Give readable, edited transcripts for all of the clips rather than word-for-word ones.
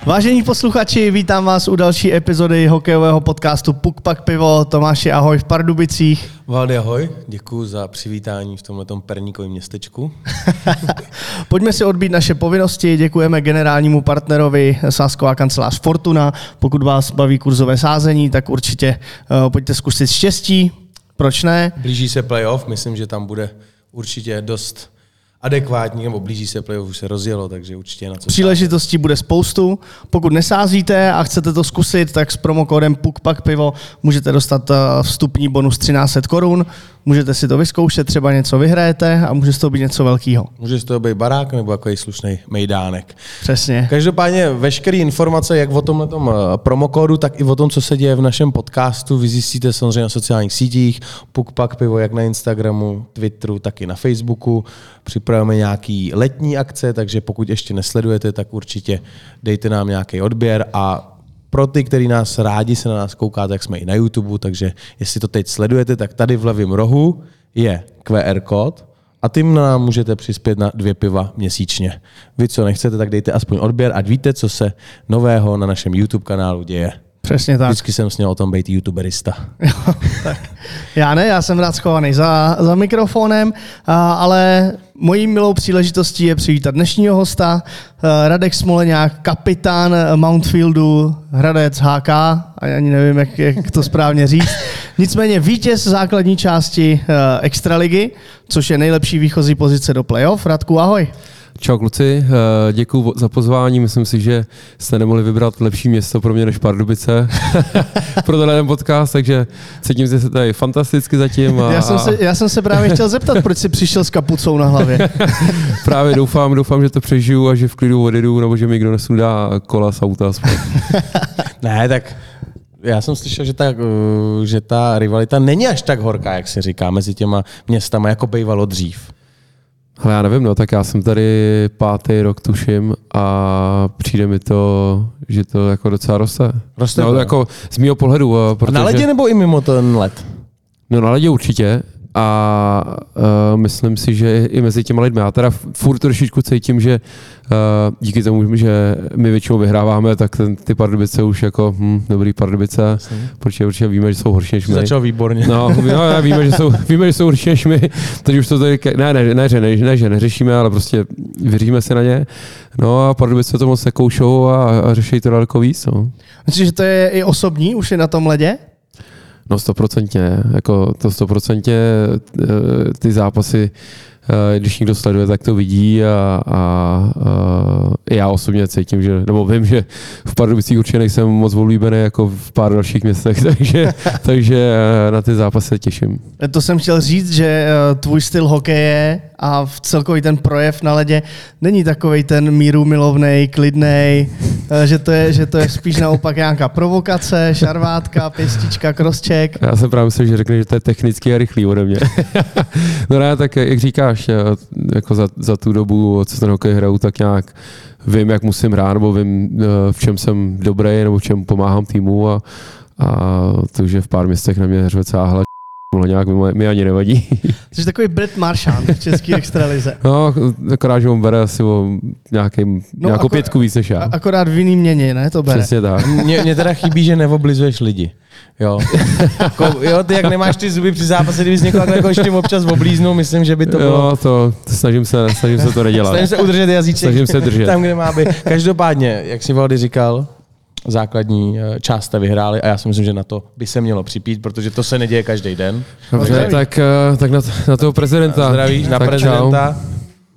Vážení posluchači, vítám vás u další epizody hokejového podcastu Puk Pak Pivo. Tomáši, ahoj v Pardubicích. Valdy, ahoj, děkuji za přivítání v tomhletom perníkovém městečku. Pojďme si odbít naše povinnosti, děkujeme generálnímu partnerovi sázková kancelář Fortuna. Pokud vás baví kurzové sázení, tak určitě pojďte zkusit štěstí, proč ne? Blíží se playoff, myslím, že tam bude určitě dost adekvátní, nebo blíží se playoff, už se rozjelo, takže určitě na co příležitostí bude spoustu. Pokud nesázíte a chcete to zkusit, tak s promokódem PUKPAKPIVO můžete dostat vstupní bonus 1300 korun. Můžete si to vyzkoušet, třeba něco vyhrajete a může z toho být něco velkého. Může z toho být barák nebo takový slušný mejdánek. Přesně. Každopádně veškeré informace, jak o tomhletom promokódu, tak i o tom, co se děje v našem podcastu, vy zjistíte samozřejmě na sociálních sítích, Puk Pak Pivo, jak na Instagramu, Twitteru, tak i na Facebooku. Připravujeme nějaký letní akce, takže pokud ještě nesledujete, tak určitě dejte nám nějaký odběr a pro ty, kteří nás rádi se na nás koukáte, tak jsme i na YouTube, takže jestli to teď sledujete, tak tady v levém rohu je QR kód a tím nám můžete přispět na 2 piva měsíčně. Vy, co nechcete, tak dejte aspoň odběr, ať víte, co se nového na našem YouTube kanálu děje. Přesně tak. Vždycky jsem směl o tom být youtuberista. Tak. Já ne, já jsem rád schovaný za mikrofonem, ale mojí milou příležitostí je přivítat dnešního hosta, Radek Smoleňák, kapitán Mountfieldu, Hradec HK, ani nevím, jak to správně říct. Nicméně vítěz základní části Extraligy, což je nejlepší výchozí pozice do playoff. Radku, ahoj. Čau kluci, děkuju za pozvání, myslím si, že jste nemohli vybrat lepší město pro mě než Pardubice pro tenhle podcast, takže cítím se tady fantasticky zatím. Já jsem se právě chtěl zeptat, proč jsi přišel s kapucou na hlavě. Právě doufám, že to přežiju a že v klidu odjedu, nebo že mi kdo nesundá kola z auta. Ne, tak já jsem slyšel, že ta rivalita není až tak horká, jak se říká, mezi těma městama, jako bývalo dřív. Ale já nevím, tak já jsem tady 5. rok tuším a přijde mi to, že to jako docela roste. Roste jako z mýho pohledu. Protože... Na ledě nebo i mimo ten led? No na ledě určitě a myslím si, že i mezi těma lidmi. Já teda furt trošičku cítím, že díky tomu, že my většinou vyhráváme, tak ty Pardubice už jako dobrý Pardubice, protože určitě víme, že jsou horší než my. Začal výborně. No, víme, že jsou horší než my, teď už to tady, ne, že neřešíme, ale prostě věříme si na ně. No a Pardubice to moc nekoušou a řeší to daleko víc. No. Myslíš, že to je i osobní, už je na tom ledě? No 100%, jako to 100% ty zápasy, když někdo sleduje, tak to vidí a já osobně cítím, nebo vím, že v Pardubicích určitě nejsem moc oblíbený jako v pár dalších městech, takže na ty zápasy se těším. To jsem chtěl říct, že tvůj styl hokeje a celkový ten projev na ledě není takovej ten míru milovnej, klidnej, že to je spíš naopak nějaká provokace, šarvátka, pěstička, crosscheck. Já jsem právě myslel, že řekne, že to je technicky a rychlý ode mě. No ne, tak jak říkáš, jako za tu dobu, co ten hokej hraju, tak nějak vím, jak musím hrát, nebo vím, v čem jsem dobrý, nebo v čem pomáhám týmu a to, že v pár městech na mě řve celá hlava, nějak mi ani nevadí. Jsi takový Brett Marchand v české extralize. No, akorát, že on bere asi o nějakou 5 víc než já. Akorát v jiný měně, ne? To bere. Přesně tak. Mně teda chybí, že neoblizuješ lidi. Jo. Ty jak nemáš ty zuby při zápase, kdybys někoho jako ještě občas oblíznul, myslím, že by to bylo... Jo, to snažím se to nedělat. Snažím se udržet jazyček snažím se držet. Tam, kde má být. Každopádně, jak si Valdy říkal, základní část jste vyhráli a já si myslím, že na to by se mělo připít, protože to se neděje každý den. Dobře, tak na toho prezidenta. Zdraví, na tak prezidenta. Čau.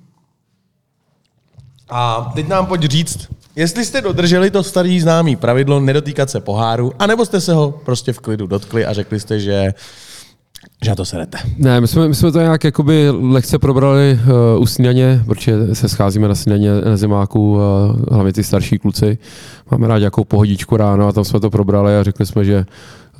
A teď nám pojď říct, jestli jste dodrželi to starý známý pravidlo nedotýkat se poháru, anebo jste se ho prostě v klidu dotkli a řekli jste, že na to serete. Ne, my jsme to nějak jakoby lehce probrali u snídaně, protože se scházíme na snídaně na zimáku, hlavně ty starší kluci. Máme rádi nějakou pohodičku ráno a tam jsme to probrali a řekli jsme, že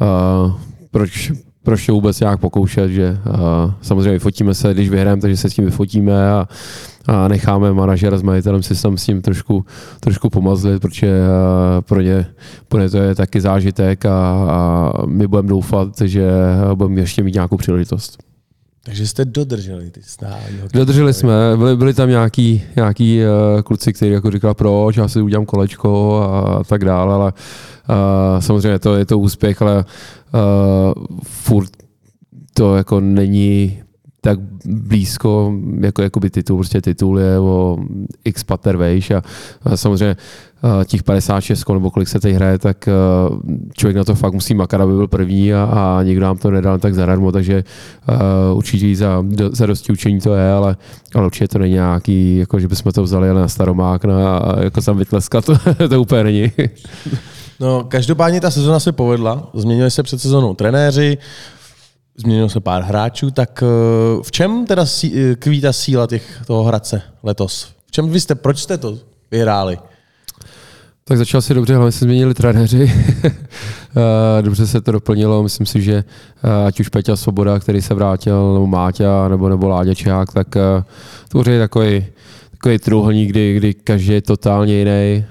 proč to vůbec nějak pokoušet, že samozřejmě vyfotíme se, když vyhrajeme, takže se s tím vyfotíme a necháme manažera s majitelem si tam s tím trošku pomazlit, protože pro ně to je taky zážitek a my budeme doufat, že budeme ještě mít nějakou příležitost. Takže jste dodrželi ty snály. Dodrželi jsme, byli tam nějaký kluci, kteří jako říkali, proč, já si udělám kolečko a tak dále, ale samozřejmě je to úspěch, ale furt to jako není tak blízko jako by titul. Prostě titul je o x pater vejš a samozřejmě těch 56 nebo kolik se teď hraje, tak člověk na to fakt musí makat, aby byl první a nikdo nám to nedal tak zadarmo, takže určitě za dosti učení to je, ale určitě to není nějaký, jako že bychom to vzali na staromák a jako tam vytleskat, to úplně není. No, každopádně ta sezona se povedla, změnili se před sezónou trenéři, změnilo se pár hráčů, tak v čem teda kví ta síla toho Hradce letos? Proč jste to vyhráli? Tak začal si dobře, hlavně se změnili trenéři. Dobře se to doplnilo, myslím si, že ať už Peťa Svoboda, který se vrátil, nebo Máťa, nebo Láďa Čihák, tak tvoří takový trůhelník, kdy každý je totálně jiný,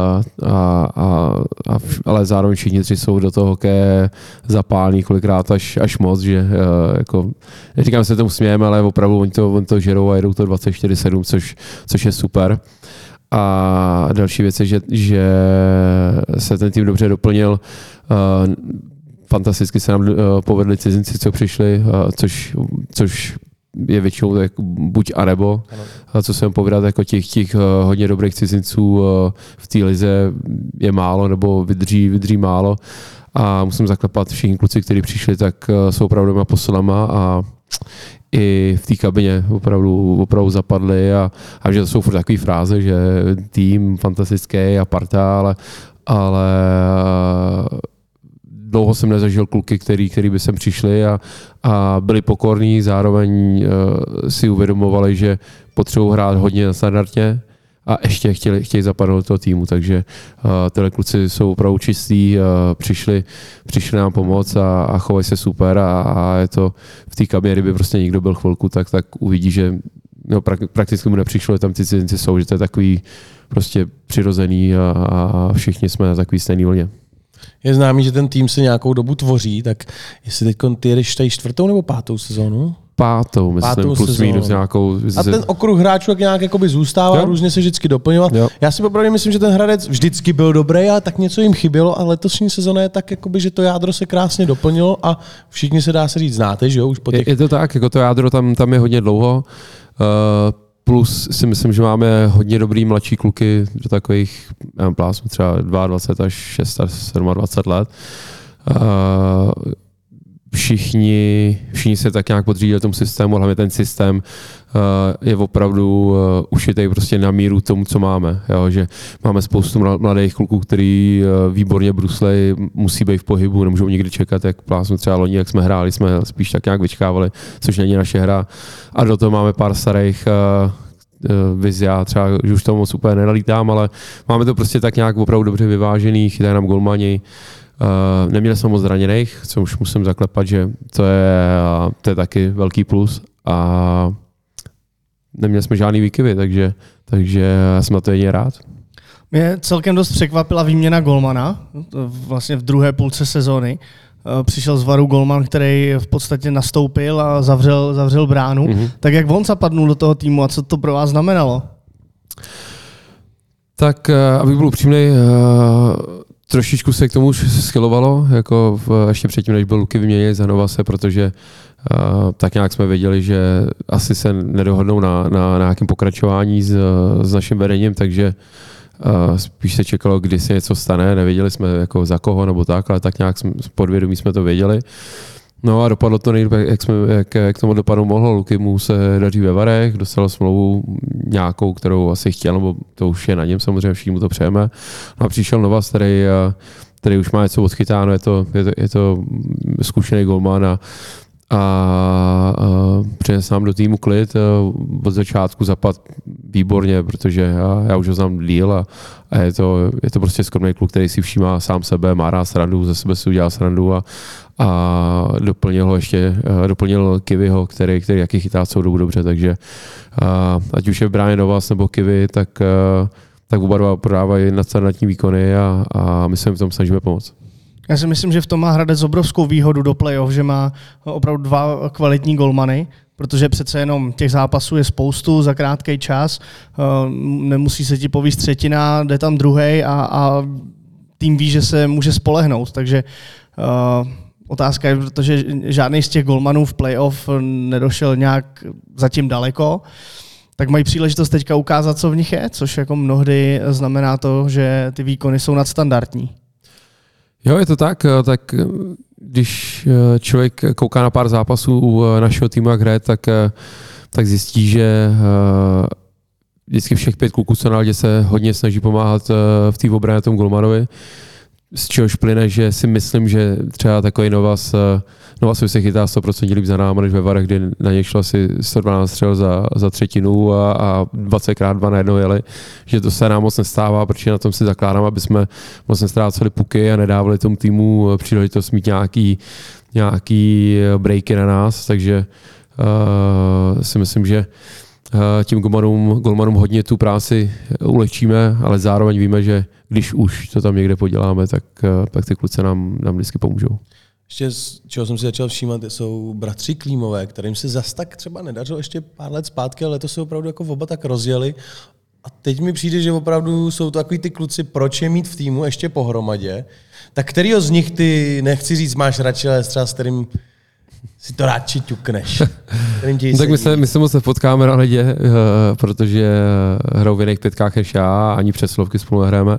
ale zároveň všichni tři jsou do toho hokeje zapálení kolikrát až moc, že jako, neříkám se tomu smějem, ale opravdu oni to žerou a jedou to 24/7, což je super. A další věc je, že se ten tým dobře doplnil. Fantasticky se nám povedli cizinci, co přišli, což je většinou tak buď a nebo, co jsem povídat, jako těch hodně dobrých cizinců v té lize je málo, nebo vydrží málo. A musím zaklepat všichni kluci, kteří přišli, tak jsou opravdu posilama a i v té kabině opravdu zapadly a že to jsou furt takové fráze, že tým fantastický a parta, ale dlouho jsem nezažil kluky, který by sem přišli a byli pokorní, zároveň si uvědomovali, že potřebují hrát hodně na standardně a ještě chtěli zapadnout do toho týmu, takže tyhle kluci jsou opravdu čistý, přišli nám pomoct a chovají se super a je to v té kabině, kdyby prostě někdo byl chvilku, tak uvidí, že no, prakticky mu nepřišlo, tam ty cizinci jsou, že to je takový prostě přirozený a všichni jsme na takový stejný vlně. Je známý, že ten tým se nějakou dobu tvoří, tak jestli teď ty jedeš tady 4. nebo 5. sezónu? 5. myslím, plus minus nějakou. A ten okruh hráčů tak nějak jakoby zůstává, různě se vždycky doplňovat. Jo. Já si popravdě myslím, že ten Hradec vždycky byl dobrý, ale tak něco jim chybělo a letošní sezona je tak, jakoby, že to jádro se krásně doplnilo a všichni se dá se říct, znáte, že jo? Už po těch... Je to tak, jako to jádro tam je hodně dlouho. Plus si myslím, že máme hodně dobrý mladší kluky do takových plásů, třeba 22 až 26, 27 let. Všichni se tak nějak podřídili tomu systému, hlavně ten systém je opravdu ušitej prostě na míru tomu, co máme. Jo? Že máme spoustu mladých kluků, který výborně bruslej, musí být v pohybu, nemůžou nikdy čekat, jak plásnu třeba loni, jak jsme hráli, jsme spíš tak nějak vyčkávali, což není naše hra. A do toho máme pár starých viz, já třeba, že už toho moc úplně nenalítám, ale máme to prostě tak nějak opravdu dobře vyvážený, chytají nám golmani. Neměli jsme moc zraněných, co už musím zaklepat, že to je taky velký plus a neměli jsme žádný výkyvy, takže jsem na to jedině rád. Mě celkem dost překvapila výměna golmana, vlastně v druhé půlce sezóny. Přišel z Varu golman, který v podstatě nastoupil a zavřel bránu. Mm-hmm. Tak jak on zapadnul do toho týmu a co to pro vás znamenalo? Tak, abych byl upřímný, trošičku se k tomu už schylovalo, jako ještě předtím, než byl Luky vyměněný za Novase, protože tak nějak jsme věděli, že asi se nedohodnou na nějakém pokračování s naším vedením, takže spíš se čekalo, kdy se něco stane, nevěděli jsme jako za koho nebo tak, ale tak nějak podvědomí jsme to věděli. No a dopadlo to nejlépe, jak tomu dopadnout mohlo. Luky mu se daří ve Varech, dostal smlouvu nějakou, kterou asi chtěl, nebo to už je na něm, samozřejmě všichni mu to přejeme. No a přišel Novas, který už má něco odchytáno, je to zkušený golman a přines nám do týmu klid. Od začátku zapad výborně, protože já už ho znám díl a je to prostě skromný kluk, který si všímá sám sebe, má rád srandu, ze sebe si udělal srandu a doplnil Kiviho, který jaký chytá celou dobu dobře, takže ať už je v bráně Novas nebo Kivi, tak oba dva prodávají nadstandardní výkony a my se jim v tom snažíme pomoct. Já si myslím, že v tom má Hradec obrovskou výhodu do playoff, že má opravdu 2 kvalitní golmany, protože přece jenom těch zápasů je spoustu za krátký čas, nemusí se ti povíst třetina, jde tam druhej a tým ví, že se může spolehnout, takže otázka je, protože žádný z těch golmanů v playoff nedošel nějak zatím daleko, tak mají příležitost teďka ukázat, co v nich je, což jako mnohdy znamená to, že ty výkony jsou nadstandardní. Jo, je to tak. Tak když člověk kouká na pár zápasů u našeho týmu, jak hraje, tak zjistí, že vždycky všech 5 kluků, co na ledě, se hodně snaží pomáhat v té obraně tomu golmanovi. Z čehož plyne, že si myslím, že třeba takový Novas se chytá 100% líp za náma, než ve Varech, kdy na něj šlo asi 112 střel za třetinu a 20x2 najednou jeli. Že to se nám moc nestává, protože na tom si zakládám, aby jsme moc nestráceli puky a nedávali tomu týmu příležitost mít nějaký breaky na nás, takže si myslím, že tím golmanům hodně tu práci ulehčíme, ale zároveň víme, že když už to tam někde poděláme, tak ty kluci nám vždycky pomůžou. Ještě z čeho jsem si začal všímat, jsou bratři Klímové, kterým se zas tak třeba nedařilo ještě pár let zpátky, ale letos se opravdu jako oba tak rozjeli. A teď mi přijde, že opravdu jsou to takový ty kluci, proč je mít v týmu ještě pohromadě. Tak kterýho z nich ty, nechci říct, máš radši, ale třeba s kterým si to radši ťukneš. Tak my se moc nepotkáme na ledě, protože hrajou v jiných 5kách než já, ani přeslovky spolu nehrajeme.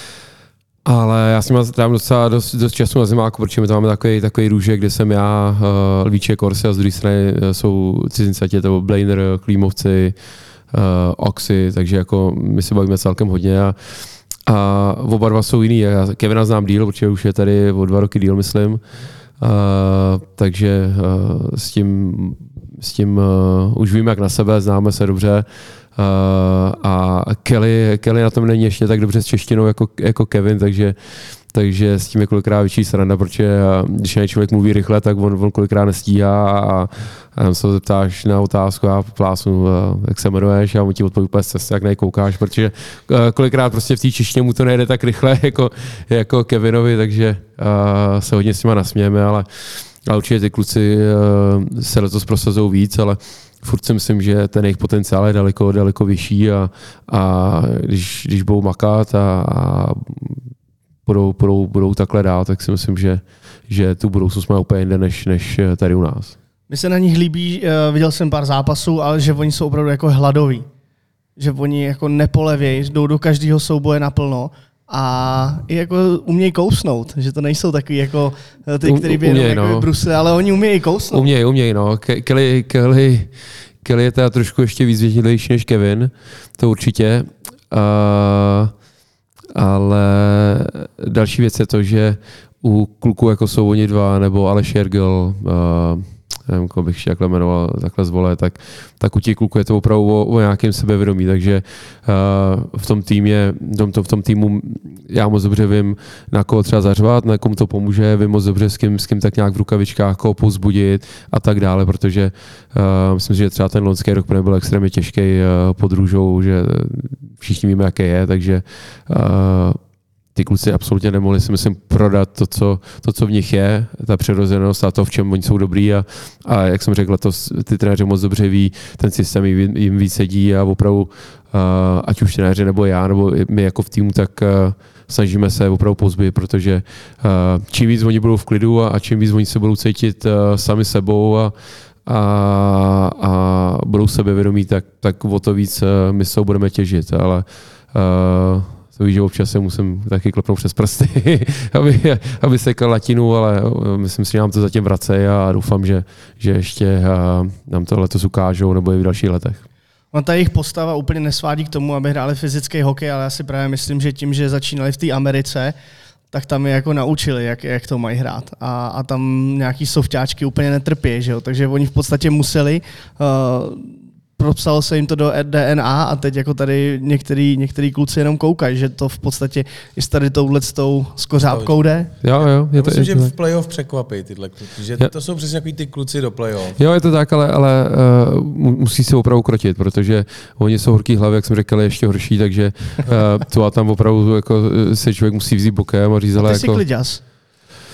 Ale já s ním dám docela dost času na zimáku, protože my tam máme takový růžek, kde jsem já, Lvíček, Korsi a z druhé strany jsou cizinci, ať je to Blainer, Klímovci, Oxy, takže jako my se bavíme celkem hodně a oba dva jsou jiný. Já Kevina znám díl, protože už je tady o 2 roky díl, myslím. Takže s tím už vím, jak na sebe, známe se dobře. A Kelly na tom není ještě tak dobře s češtinou jako Kevin, takže s tím je kolikrát větší sranda, protože když na člověk mluví rychle, tak on kolikrát nestíhá a tam se zeptáš na otázku a plásnu, jak se jmenuješ a on ti odpoví úplně z cesty, jak nejkoukáš, protože kolikrát prostě v té češtině mu to nejde tak rychle jako Kevinovi, takže se hodně s nima nasmějeme, ale určitě ty kluci se letos prosazují víc, ale furt si myslím, že ten jejich potenciál je daleko vyšší a když budou makat a budou takhle dál, tak si myslím, že tu budoucnost má úplně jinde než tady u nás. Mně se na nich líbí, viděl jsem pár zápasů, ale že oni jsou opravdu jako hladoví. Že oni jako nepolevějí, jdou do každého souboje naplno a i jako umějí kousnout, že to nejsou takový jako ty, který by jenom jako brusli, ale oni umějí kousnout. Umějí, no. Kelly je teda trošku ještě víc vědělejší než Kevin, to určitě. Ale další věc je to, že u kluků, jako jsou oni dva, nebo Aleš Jergel, nevím, koho bych takhle jmenoval, takhle zvole, tak u těch kluků je to opravdu o nějakém sebevědomí, takže v tom týmu já moc dobře vím, na koho třeba zařvat, na komu to pomůže, vím moc dobře, s kým tak nějak v rukavičkách, koho povzbudit a tak dále, protože myslím si, že třeba ten loňský rok byl extrémně těžký pod Růžou, že všichni víme, jaké je, takže ty kluci absolutně nemohli si myslím prodat to, co v nich je, ta přirozenost a to, v čem oni jsou dobrý a jak jsem řekl, ty trenéři moc dobře ví, ten systém jim víc sedí a opravdu, ať už trenéři nebo já, nebo my jako v týmu, tak snažíme se opravdu pozbít, protože čím víc oni budou v klidu a čím víc oni se budou cítit sami sebou a budou sebevědomí, tak o to víc my s toho budeme těžit, ale to víš, že občas se musím taky klepnout přes prsty, aby sekal latinu, ale myslím si, že nám to zatím vracejí a doufám, že ještě nám to letos ukážou nebo i v dalších letech. Ta jejich postava úplně nesvádí k tomu, aby hráli fyzický hokej, ale já si právě myslím, že tím, že začínali v té Americe, tak tam je jako naučili, jak to mají hrát. A tam nějaký sofťáčky úplně netrpí, že jo? Takže oni v podstatě museli propsalo se jim to do DNA a teď jako tady některý kluci jenom koukají, že to v podstatě i s tady touhletou skořápkou jde. Jo. Myslím, že v playoff překvapí tyhle kluci, že to jsou přesně takový ty kluci do playoff. Jo, je to tak, ale musí se opravdu krotit, protože oni jsou horký hlavy, jak jsem řekl, ještě horší, takže to a tam opravdu jako se člověk musí vzít bokem a říct, ale ty jsi kliďas.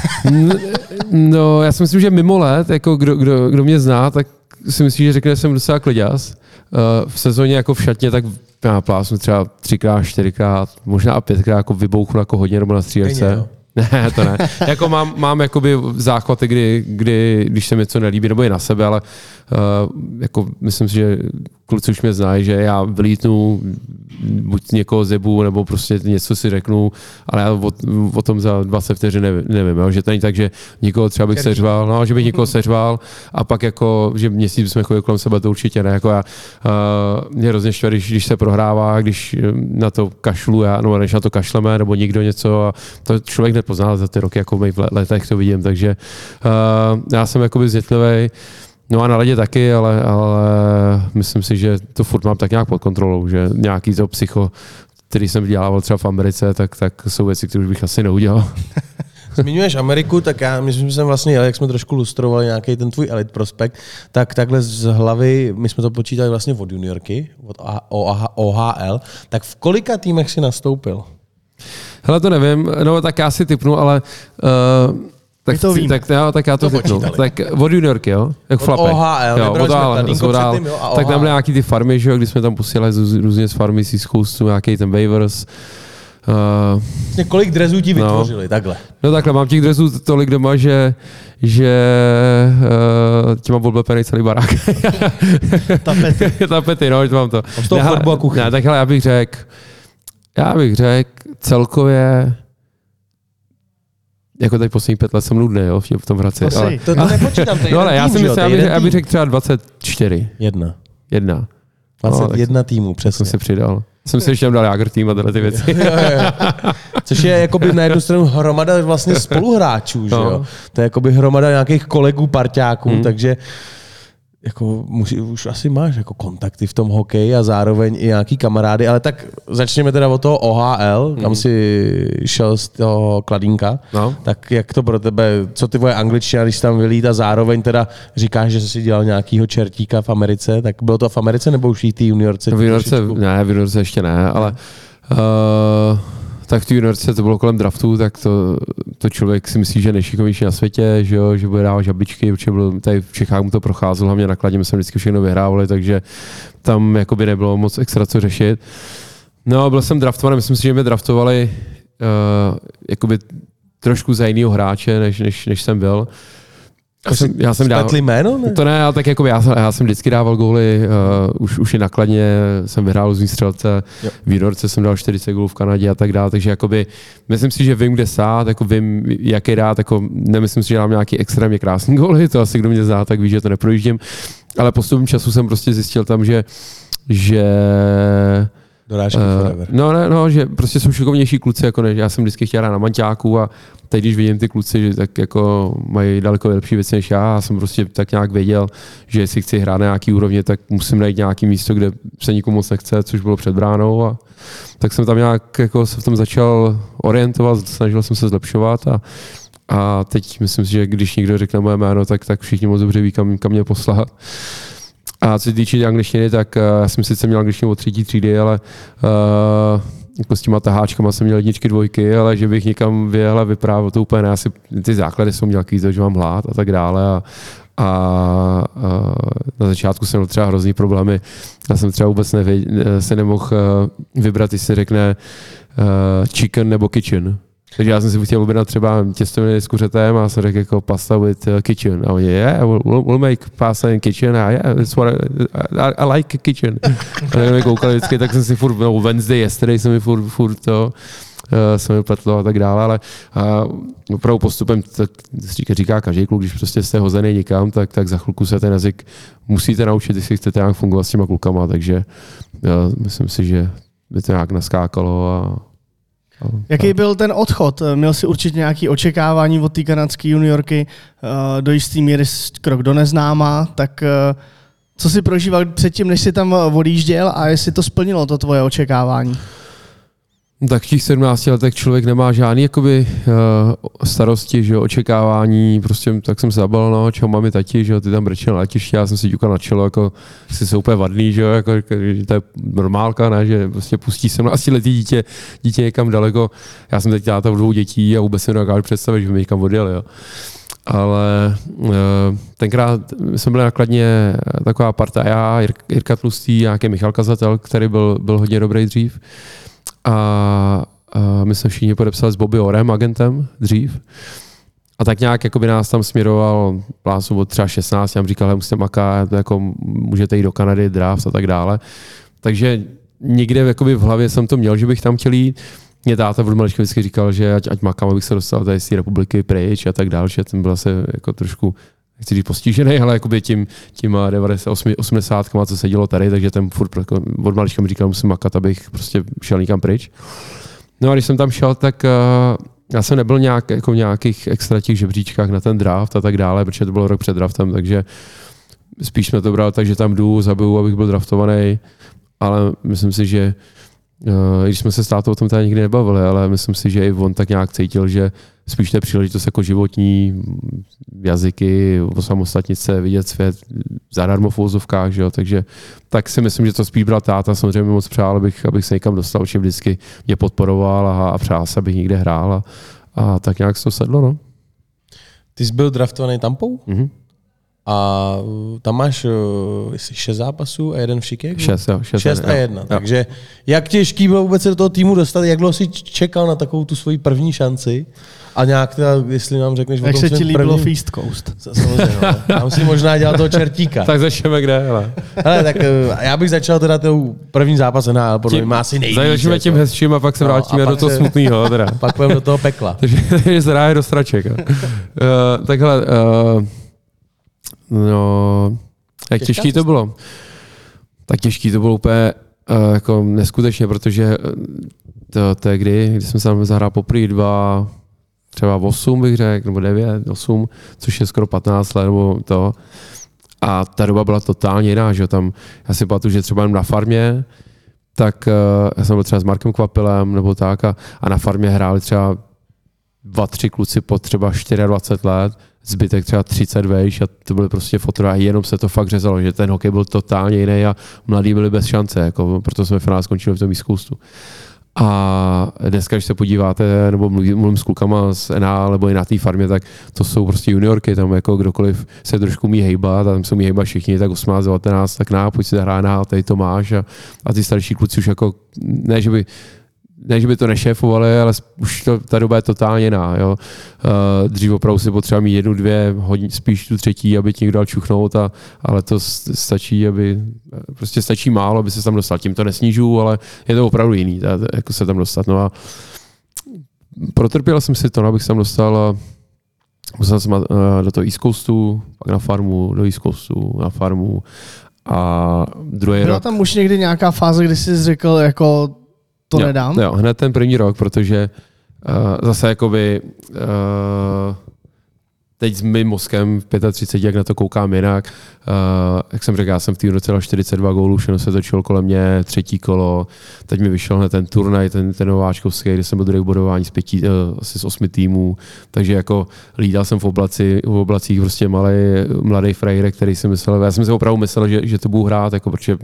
No, já si myslím, že mimo let, jako kdo mě zná, tak si myslí, že řekne, že jsem docela kliďas. V sezóně jako v šatně, tak já plásnu třeba 3x, 4x, možná 5x jako vybouchnu jako hodně nebo na střílečce. Ne, to ne. Jako mám jakoby záchvaty, kdy když se mi něco nelíbí, nebo i na sebe, ale jako myslím si, že kluci už mě znají, že já vylítnu, buď někoho zebu, nebo prostě něco si řeknu, ale já o tom za 20 vteřin nevím, jo? Že to není tak, že někoho třeba bych seřval, no, že bych někoho seřval a pak jako, že měsíc bychom chodili kolem sebe, to určitě ne. Jako já, mě hrozně štve, když se prohrává, když na to kašlu, nebo než na to kašleme, nebo někdo něco a to člověk nepozná za ty roky, jako v letech to vidím, takže já jsem jakoby znětlivý. No a na ledě taky, ale myslím si, že to furt mám tak nějak pod kontrolou, že nějaký to psycho, který jsem dělával třeba v Americe, tak jsou věci, které už bych asi neudělal. Zmiňuješ Ameriku, tak já myslím, že jsem vlastně jel, jak jsme trošku lustrovali nějaký ten tvůj Elite Prospekt, tak takhle z hlavy, my jsme to počítali vlastně od juniorky, od OHL, tak v kolika týmech si nastoupil? Hele, to nevím, no tak já si tipnu, ale... Tak já to řeknu. Tak od juniorky, jo? Jak od OHL, jo, od OHL, tak tam byly nějaký ty farmy, že jo, když jsme tam posílali různě z farmy z Coastu, nějaký ten waivers. Kolik drezů ti vytvořili, takhle? No takhle, mám těch drezů tolik doma, že ti mám odlepený celý barák. Tapety, no, že mám to. Z toho chodbu a kuchyň. Ne, tak hele, já bych řekl celkově jako tady poslední 5 let jsem nudný, jo, v tom Hradci. To nepočítám, to je ale já si myslím, já bych řekl třeba 24. Jedna. 21 týmů, přesně. Jsem si přidal. Jsem si ještě dal Jágr tým a tyhle ty věci. Což je jakoby na jednu stranu hromada vlastně spoluhráčů, že jo? To je jakoby hromada nějakých kolegů, parťáků, takže jako už asi máš jako kontakty v tom hokeji a zároveň i nějaký kamarády, ale tak začněme teda od toho OHL, kam si šel z toho Kladínka, tak jak to pro tebe, co ty tvoje angličtina, když jsi tam vylít a zároveň teda říkáš, že jsi dělal nějakýho čertíka v Americe, tak bylo to v Americe nebo už i ty juniorce? V juniorce ještě ne, ale tak v té juniorce to bylo kolem draftu, tak to člověk si myslí, že je nejšikovnější na světě, že jo, že bude dávat žabičky, určitě bylo, tady v Čechách mu to procházelo, hlavně na Kladně jsme vždycky všechno vyhrávali, takže tam jakoby nebylo moc extra co řešit. No, byl jsem draftovaný, myslím si, že mě draftovali jakoby trošku za jinýho hráče, než jsem byl. Já jsem dával jméno, ne? To ne, ale tak jako já jsem vždycky dával góly, už i nakladně jsem vyhrál různý střelce, v juniorce jsem dal 40 gólů v Kanadě a tak dále, takže jakoby myslím si, že vím, kde sát, jako vím, jaký dát, jako nemyslím si, že dám nějaký extrémně krásný góly, to asi kdo mě zná, tak ví, že to neprojíždím, ale postupem času jsem prostě zjistil tam, že No, že prostě jsou šikovnější kluci, jako než já jsem vždycky chtěl hrát na manťáku a teď, když vidím ty kluci, že tak jako mají daleko lepší věci než já jsem prostě tak nějak věděl, že jestli chci hrát na nějaký úrovni, tak musím najít nějaký místo, kde se nikomu moc nechce, což bylo před bránou a tak jsem tam nějak jako se v tom začal orientovat, snažil jsem se zlepšovat a teď myslím si, že když někdo řekne moje jméno, tak všichni moc dobře ví, kam mě poslat. A co se týče angličtiny, tak já jsem sice měl angličtinu od 3. třídy, ale jako s těma taháčkama jsem měl 1, 2, ale že bych někam vyjel a vyprávěl, to úplně ne. Asi ty základy jsou nějaký, že mám hlad a tak dále. A na začátku jsem měl třeba hrozný problémy. Já jsem třeba vůbec se nemohl vybrat, jestli se řekne chicken nebo kitchen. Takže já jsem si chtěl objednat třeba těstoviny s kuřetem a jsem řekl jako pasta with kitchen. A oni, we'll make pasta in kitchen. A that's what I like kitchen. A tak mi koukali vždycky, tak jsem si furt, Wednesday, yesterday jsem mi furt to se mi pletlo a tak dále, ale opravdu postupem, tak říká každý kluk, když prostě jste hozený někam, tak za chvilku se ten jazyk musíte naučit, jestli chcete nějak fungovat s těma klukama, takže myslím si, že by to nějak naskákalo. Jaký byl ten odchod? Měl jsi určitě nějaké očekávání od té kanadské juniorky, do jistý míry krok do neznáma, tak co jsi prožíval předtím, než jsi tam odjížděl a jestli to splnilo to tvoje očekávání? Tak v těch 17 letech člověk nemá žádný jakoby, starosti, že jo, očekávání, prostě tak jsem se zabal, no, čau mami, tati, že jo, ty tam brečel na letiště, já jsem si ťukal na čelo, jako si jsou úplně vadný, že jo, jako, že to je normálka, ne, že prostě pustí 17letý dítě někam daleko. Já jsem teď táta 2 dětí a vůbec si nedokážu představit, že by mě někam odjeli, jo. Ale tenkrát jsme byli nakladně taková parta, já, Jirka Tlustý, nějaký Michal Kazatel, který byl hodně dobrý dřív. A my jsme všichni podepsali s Bobby Orem, agentem, dřív. A tak nějak jakoby nás tam směroval plásu od třeba 16, já mu říkal, že musíte makat, jako můžete jít do Kanady, draft a tak dále. Takže někde jakoby v hlavě jsem to měl, že bych tam chtěl jít. Mě táta v maličku vždycky říkal, že ať makám, abych se dostal tady z té republiky pryč a tak dále, že ten byl asi jako trošku, nechci říct postižený, ale jakoby tím 80, co se dělo tady, takže ten furt od malička mi říkal, musím makat, abych prostě šel někam pryč. No a když jsem tam šel, tak já jsem nebyl jako v nějakých extra těch žebříčkách na ten draft a tak dále, protože to bylo rok před draftem, takže spíš jsme to bral tak, že tam jdu, zabiju, abych byl draftovaný, ale myslím si, že když jsme se s tátou o tom tady nikdy nebavili, ale myslím si, že i on tak nějak cítil, že spíš to je příležitost jako životní, jazyky, osamostatnit se, vidět svět zadarmo v uvozovkách, že jo, takže tak si myslím, že to spíš bral táta, samozřejmě moc přál, abych se někam dostal, že vždycky mě podporoval a přál se, abych někde hrál a tak nějak se to sedlo, no. Ty jsi byl draftovaný Tampou? Mhm. A tam máš 6 zápasů a 1 v Chicagu? 6 a 1. Jo. Takže jak těžký bylo vůbec se do toho týmu dostat? Jak dlouho jsi čekal na takovou tu svoji první šanci? A nějak teda, jestli nám řekneš jak o tom se ti líbilo prvním... v East Coast? Samozřejmě, no. Tam si možná dělal toho čertíka. Tak začneme kde, ale. Hele, tak já bych začal teda tou první zápas NHL, podle mě má asi nejvíc. Začneme tím hezčím a pak se vrátíme do toho smutného. Teda. Pak půjdeme do toho pekla. Takže se ráje do straček. Takhle, no, jak těžký to bylo? Tak těžký to bylo úplně jako neskutečně, protože to je kdy jsem se tam zahrál poprvé třeba 8 bych řekl, nebo 9, 8, což je skoro 15 let, nebo to. A ta doba byla totálně jiná, že tam, já si pamatuju, že třeba na farmě, tak já jsem byl třeba s Markem Kvapilem, nebo tak, a na farmě hráli třeba 2-3 kluci po třeba 24 let, zbytek třeba 30 vejš a to byly prostě fotory a jenom se to fakt řezalo, že ten hokej byl totálně jiný a mladí byli bez šance, jako, proto jsme v finále skončili v tom East Coastu. A dneska, když se podíváte, nebo mluvím s klukama z NHL, nebo i na té farmě, tak to jsou prostě juniorky, tam jako kdokoliv se trošku umí hejbat, a tam se umí hejbat všichni, tak 18, 19, tak pojď si zahrát NHL, tady to máš a ty starší kluci už jako, ne, že by to nešéfovali, ale už ta doba je totálně jiná. Jo. Dřív opravdu si potřeba mít 1, 2, hodně spíš tu třetí, aby ti někdo dal čuchnout, ale to stačí, prostě stačí málo, aby se tam dostal. Tím to nesnížu, ale je to opravdu jiný, jako se tam dostat. No a protrpěl jsem si to, abych se tam dostal jsem do toho East Coastu, pak na farmu, do East Coastu, na farmu a druhý rok. Byla tam už někdy nějaká fáze, kdy jsi řekl, jako to nedám? Jo, hned ten první rok, protože zase jakoby teď s mým mozkem v 35, jak na to koukám jinak, jak jsem řekl, já jsem v té roce dal 42 gólů, všechno se točilo kolem mě, 3. kolo, teď mi vyšel hned ten turnaj, ten nováčkovský, kde jsem byl druhý bodování asi z 8 týmů, takže jako lídal jsem v oblacích prostě mladý frajrek, který si myslel, já jsem si opravdu myslel, že to budu hrát, jako protože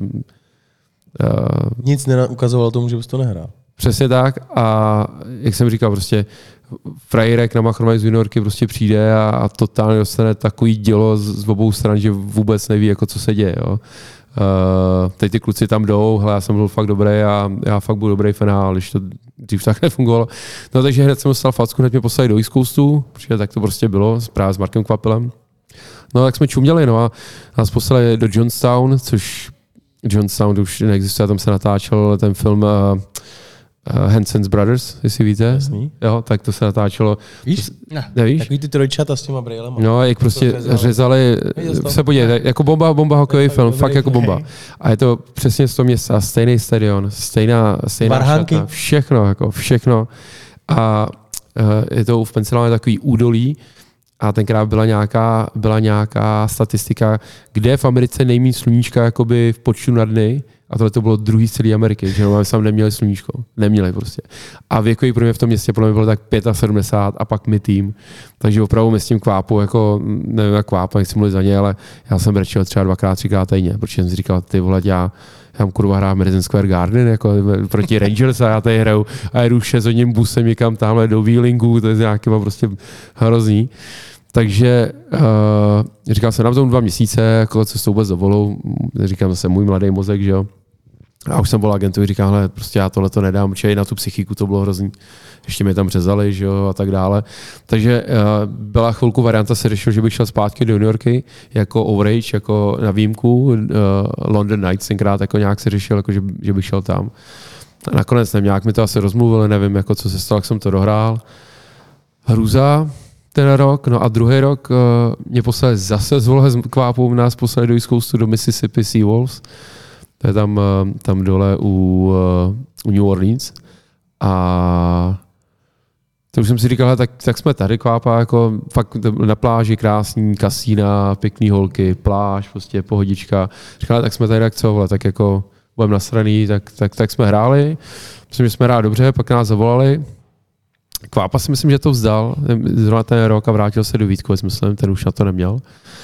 nic neukazovalo tomu, že bys to nehrál. Přesně tak a jak jsem říkal, prostě frajírek na Machrovej z juniorky prostě přijde a totálně dostane takový dělo z obou stran, že vůbec neví, jako co se děje. Jo. Teď ty kluci tam jdou, hele, já jsem byl fakt dobrý a já fakt byl dobrý finál, když to dřív tak nefungovalo. No takže hned jsem dostal facku, hned mě poslali do East Coastu, protože tak to prostě bylo, právě s Markem Kvapilem. No tak jsme čuměli, no a nás poslali do Johnstown, což Johnstown už neexistuje, tam se natáčel ten film Hansen's Brothers, jestli víte. Jasný. Jo, tak to se natáčelo. Víš? Nevíš? Takový ty trojčata s těma brýlema. No, jak prostě řezali, se podívej, jako bomba hokejový film, fakt jako bomba. A je to přesně z toho města, stejný stadion, stejná šata, všechno. A je to v Pensylvánii takový údolí, a tenkrát byla nějaká statistika, kde v Americe nejméně sluníčka jakoby v počtu na dny A tohle to bylo druhý z celé Ameriky, že jsme tam neměli sluníčko. Neměli prostě. A věkový průměr v tom městě pro mě bylo tak 75 a pak my tým. Takže opravdu my s tím Kvápou, jako nevím jak Kvápa, nechci mluvit za ně, ale já jsem brečel třeba 2x, 3x týdně, protože jsem si říkal, ty vole, já mám kurva hrát Madison Square Garden jako proti Rangers a já tady hraju a jedu 6 hodin busem někam tamhle do Wheelingu, to je nějakýma prostě hrozný. Takže říkal jsem na tom 2 měsíce, jako co s tou vůbec dovolou, říkám zase můj mladý mozek, že jo. A už jsem byl agentovi, říkal, hele, prostě já tohle to nedám, protože i na tu psychiku to bylo hrozný. Ještě mě tam řezali, že jo, a tak dále. Takže byla chvilku varianta, se řešil, že bych šel zpátky do New Yorky jako overage, jako na výjimku. London Knights tenkrát jako nějak se řešil, jako že bych šel tam. A nakonec nějak mi to asi rozmluvili, nevím, jako co se stalo, jak jsem to dohrál. Hrůza ten rok, no a druhý rok mě poslali zase z vole s Kvápou, nás poslali do East Coastu, do Mississippi Seawolves. To je tam dole u New Orleans. A to už jsem si říkal, tak jsme tady, Kvápa, jako fakt na pláži krásný, kasína, pěkný holky, pláž, prostě pohodička. Říkal, tak jsme tady, tak co, vole, tak jako budeme nasraný, tak jsme hráli. Myslím, že jsme hráli dobře, pak nás zavolali. Kvápa si myslím, že to vzdal, zrovna ten rok a vrátil se do Vítkovic, myslím, ten už na to neměl.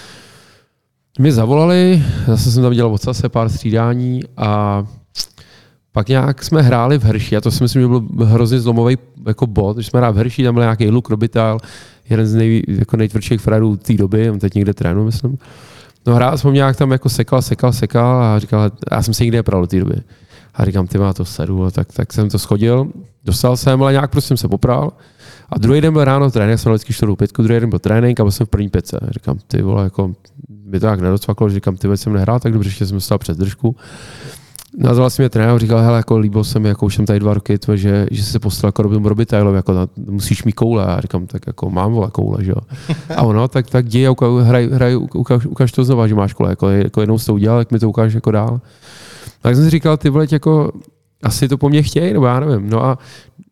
Mě zavolali, zase jsem tam dělal odsase pár střídání a pak nějak jsme hráli v Hershey a to si myslím, že byl hrozně zlomový jako bod, když jsme hráli v Hershey, tam byl nějaký Luke Robitaille, jeden z jako nejtvrdších frérů té doby, on teď někde trénuje, myslím. No hrál jsem nějak tam jako sekal a říkal, já jsem se nikdy nepral do té doby. A říkám, ty má to sedu, tak jsem to schodil, dostal jsem, ale nějak prostě jsem se popral. A druhý den byl ráno trénink, jsem vždycky 4:05, druhý den byl trénink a byl jsem v první pětce. Říkám, ty vole, jako by to tak nedocvaklo, že říkám, ty jsem nehrál tak dobře, že jsem dostal přes držku. Nazval jsem mě trenér, říkal, hele, jako líbil se mi, jako už jsem tady 2 roky, že se postal jako Robitailovi, jako musíš mít koule. A říkám, tak jako mám vole koule, že jo. A ono, tak jdi a ukáž to znova, že máš koule, jako jednou jsi to udělal, jak mi to ukážeš jako dál. Tak jsem si říkal, ty vole, jako asi to po mně chtějí, nebo já nevím. No a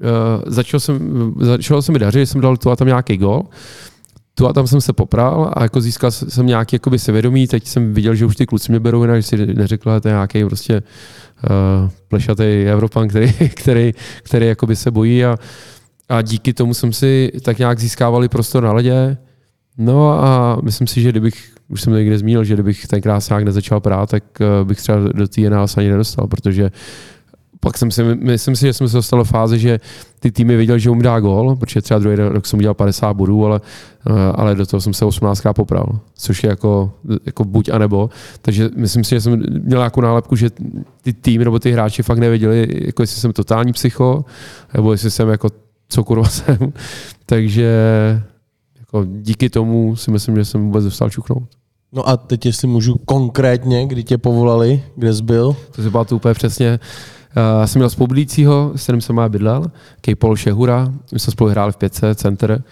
začalo se mi dařit, jsem dal tu a tam nějaký gol. Tu a tam jsem se popral a jako získal jsem nějaký jakoby sevědomí, teď jsem viděl, že už ty kluci mě berou jinak, že si neřekl, že to je nějaký prostě plešatý Evropan, který jakoby se bojí a díky tomu jsem si tak nějak získávali prostor na ledě. No a myslím si, že už jsem to někde zmínil, že kdybych tenkrát nějak nezačal prát, tak bych třeba do té NHS ani nedostal, protože pak myslím si, že jsem se dostal do fáze, že ty týmy věděl, že mu dá gól, protože třeba druhý rok jsem udělal 50 bodů, ale do toho jsem se 18krát popral, což je jako buď a nebo. Takže myslím si, že jsem měl nějakou nálepku, že ty týmy nebo ty hráči fakt nevěděli, jako jestli jsem totální psycho, nebo jestli jsem jako co kurva jsem. Takže jako díky tomu si myslím, že jsem vůbec dostal čuchnout. No a teď jestli můžu konkrétně, kdy tě povolali, kde jsi byl? To si pamatuju úplně přesně. Já jsem měl spolubydlícího, s kterým jsem bydlel, Paul Šehura, my jsme spolu hráli v 5 center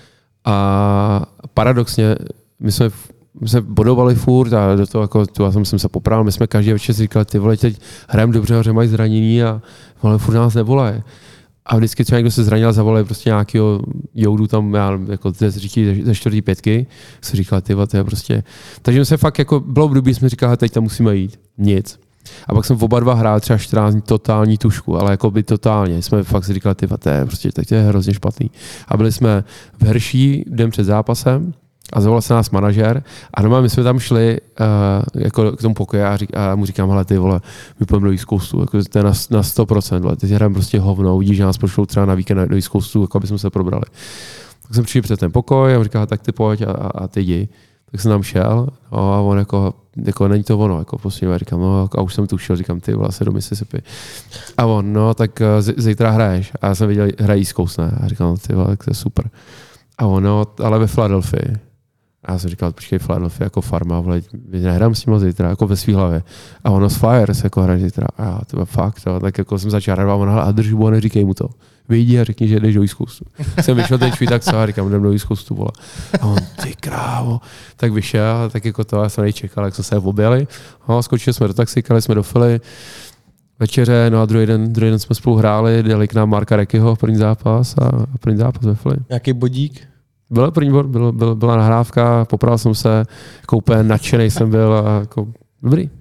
a paradoxně my jsme bodovali furt a do toho jako já jsem se popral, my jsme každý večer si říkali, ty vole, teď hrajeme dobře, že mají zranění a vole, furt nás nevolají. A vždycky třeba někdo se zranil, zavolali prostě nějakého joudu tam, já jako ze 4. 5. Se říkal, ty vole, to je prostě. Takže se fakt jako bylo v době, jsme říkali, teď tam musíme jít. Nic. A pak jsem oba dva hrál třeba 14 dní totální tušku, ale jako by totálně. Jsme fakt si říkali, ty vole, to je prostě, teď je hrozně špatný. A byli jsme v Hershey den před zápasem a zavolal se nás manažer a normálně my jsme tam šli jako k tomu pokoji a mu říkám, hele ty vole, my půjdeme do East Coastu, jako to je na 100%, vole, teď hrajeme prostě hovno, uvidíš, že nás pošlou třeba na víkend do East Coastu, jako aby jsme se probrali. Tak jsem přišel před ten pokoj a on říkal, tak ty pojď a ty jdi. Tak jsem tam šel a on jako není to ono, jako poslední, říkám, no a už jsem tušil, říkám, ty vole, se do Mississippi. A on, no tak zítra hraješ. A já jsem viděl, hrají East Coast, ne? A říkám, ty vole, to je super. A on, no, ale ve Philadelphii. A já jsem říkal, počkej, Philadelphia jako farma, vole, nehrám s ním zítra, jako ve svý hlavě. A ono s Flyers jako hraje zítra. A já, to fakt, to, tak jako jsem začal hrát, a drž mu a neříkej mu to. Vyjdi a řekni, že jdeš do East Coastu. Jsem vyšel teď tak co a říkám, jdem do East Coastu, vole. A on, ty krávo. Tak vyšel, tak jako to, já jsem nečekal, jak jsme se objeli. No, skočili jsme do taxíka, jsme do Philly, večeře, no a druhý den jsme spolu hráli, dali k nám Marka Reckyho, první zápas ve Philly. Jaký bodík? Byl první bod, byla nahrávka, popral jsem se, jako úplně nadšenej jsem byl a jako dobrý.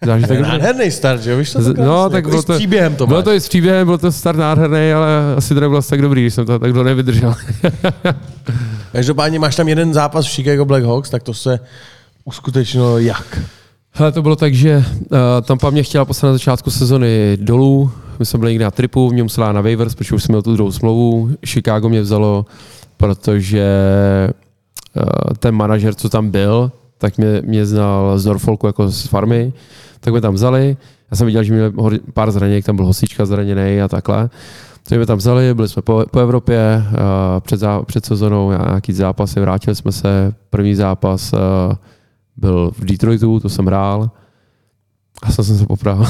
Zážitek dobrý. Nádherný start, že jo? Víš to No, tak jako s příběhem to bylo máš. to i s příběhem, byl to start nádherný, ale asi to nebylo tak dobrý, když jsem to tak dlouho nevydržel. Každopádně máš tam jeden zápas v Chicago Blackhawks, tak to se uskutečnilo jak? Hele, to bylo tak, že Tampa mě chtěla poslat na začátku sezony dolů. My jsme byli někde na tripu, mě musela na waivers, protože už jsem měl tu druhou smlouvu. Chicago mě vzalo, protože ten manažer, co tam byl, tak mě znal z Norfolku jako z farmy, tak mě tam vzali. Já jsem viděl, že měl pár zraněk, tam byl Hosíčka zraněný a takhle. Takže mě tam vzali, byli jsme po Evropě, před sezónou nějaký zápasy, vrátili jsme se. První zápas byl v Detroitu, to jsem hrál. A jsem se popral.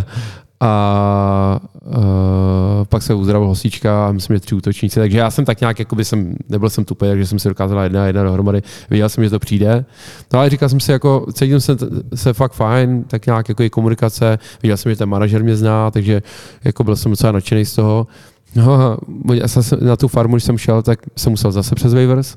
A pak se uzdravil Hosíčka a myslím, že 3 útočníci. Takže já jsem tak nějak, jakoby nebyl jsem tupý, takže jsem si dokázal jedna dohromady. Viděl jsem, že to přijde. No ale říkal jsem si, jako, cítil jsem se fakt fajn, tak nějak jako i komunikace. Viděl jsem, že ten manažer mě zná, takže jako byl jsem docela nadšený z toho. No a na tu farmu, když jsem šel, tak jsem musel zase přes waivers.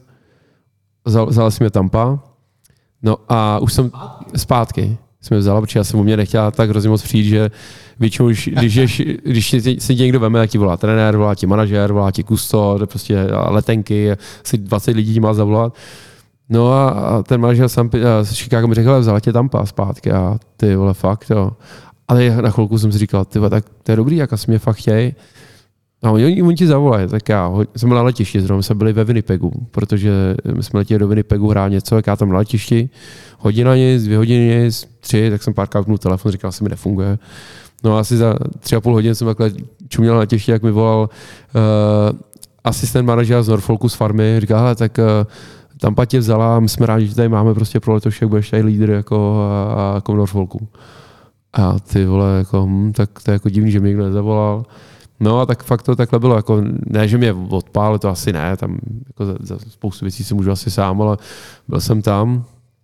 Vzal jsem mě Tampa. No a už jsem zpátky. Jsem je vzala, protože já jsem u mě nechtěla tak hrozně moc přijít, že většinou, když si někdo veme, tak ti volá trenér, volá ti manažer, volá ti kustor, prostě letenky, asi 20 lidí ti má zavolat. No a ten manažer z Chicago mi řekl, vzala tě Tampa zpátky a ty vole, fakt, jo. Ale na chvilku jsem si říkal, ty tak to je dobrý, jak asi mě fakt chtějí. A oni ti zavolají, tak já jsem byl na letišti, zrovna jsme byli ve Winnipegu, protože my jsme letěli do Winnipegu hrát něco, jak já tam na letišti, hodina nic, 2 hodiny nic, 3, tak jsem párkrát vypnul telefon, říkal, že mi nefunguje. No a asi za 3,5 hodiny jsem takhle čuměl na letišti, jak mi volal asistent manažera z Norfolku z farmy, říkal, hele, tak Tampa tě vzala, my jsme rádi, že tady máme prostě pro letošek, budeš tady lídr jako v Norfolku. A ty vole, jako, tak to je jako divný, že mi někdo nezavolal. No a tak fakt to takhle bylo, jako ne, že mě odpál, to asi ne, tam jako za spoustu věcí si můžu asi sám, ale byl jsem tam,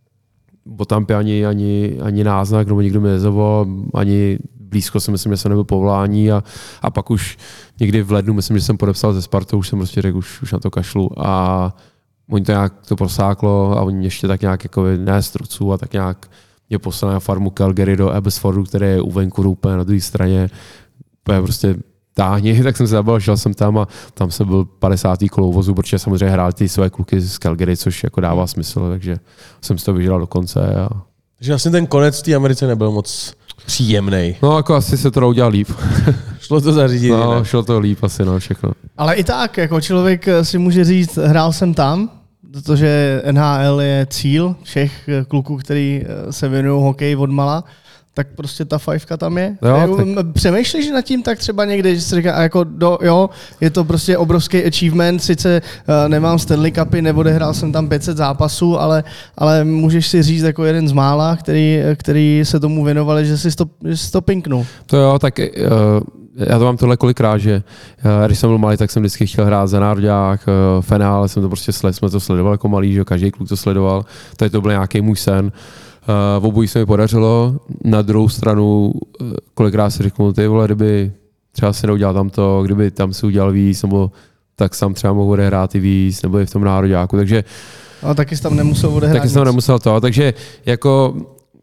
po Tampě ani náznak, nebo nikdo mě nezavolal, ani blízko si myslím, že jsem nebyl povolání a pak už někdy v lednu, myslím, že jsem podepsal ze Spartou, už jsem prostě řekl, už na to kašlu a oni to nějak to prosáklo a oni ještě tak nějak jako ne struců a tak nějak mě poslali na farmu Calgary do Abbotsfordu, který je u Vancouveru úplně na druhé straně, prostě táhni, tak jsem se zabal, šel jsem tam a tam jsem byl 50. kolo vozu, protože samozřejmě hrál ty své kluky z Calgary, což jako dává smysl, takže jsem si to vyžral do konce. Takže vlastně ten konec v té Americe nebyl moc příjemný. No jako asi se to udělal líp. Šlo to zařídit? No, ne? šlo to líp asi, no, všechno. Ale i tak, jako člověk si může říct, hrál jsem tam, protože NHL je cíl všech kluků, který se věnují hokeji odmala, tak prostě ta 5 tam je. Jo, tak... Přemýšlíš nad tím tak třeba někdy, že si říká, jako jo, je to prostě obrovský achievement, sice nemám Stanley Cupy, neodehrál jsem tam 500 zápasů, ale můžeš si říct jako jeden z mála, který se tomu věnovali, že jsi to pinknul. To jo, tak já to mám tohle kolikrát, že když jsem byl malý, tak jsem vždycky chtěl hrát za národák, finále jsme to prostě jsme to sledovali jako malý, že každý kluk to sledoval, tady to byl nějaký můj sen. V obojí se mi podařilo, na druhou stranu kolikrát si řeknu, ty vole, kdyby třeba si neudělal tamto, kdyby tam si udělal víc, nebo tak sam třeba mohl odehrát i víc, nebo i v tom nároďáku, takže... No, taky jsi tam nemusel odehrát. Taky jsem tam nemusel to, takže jako...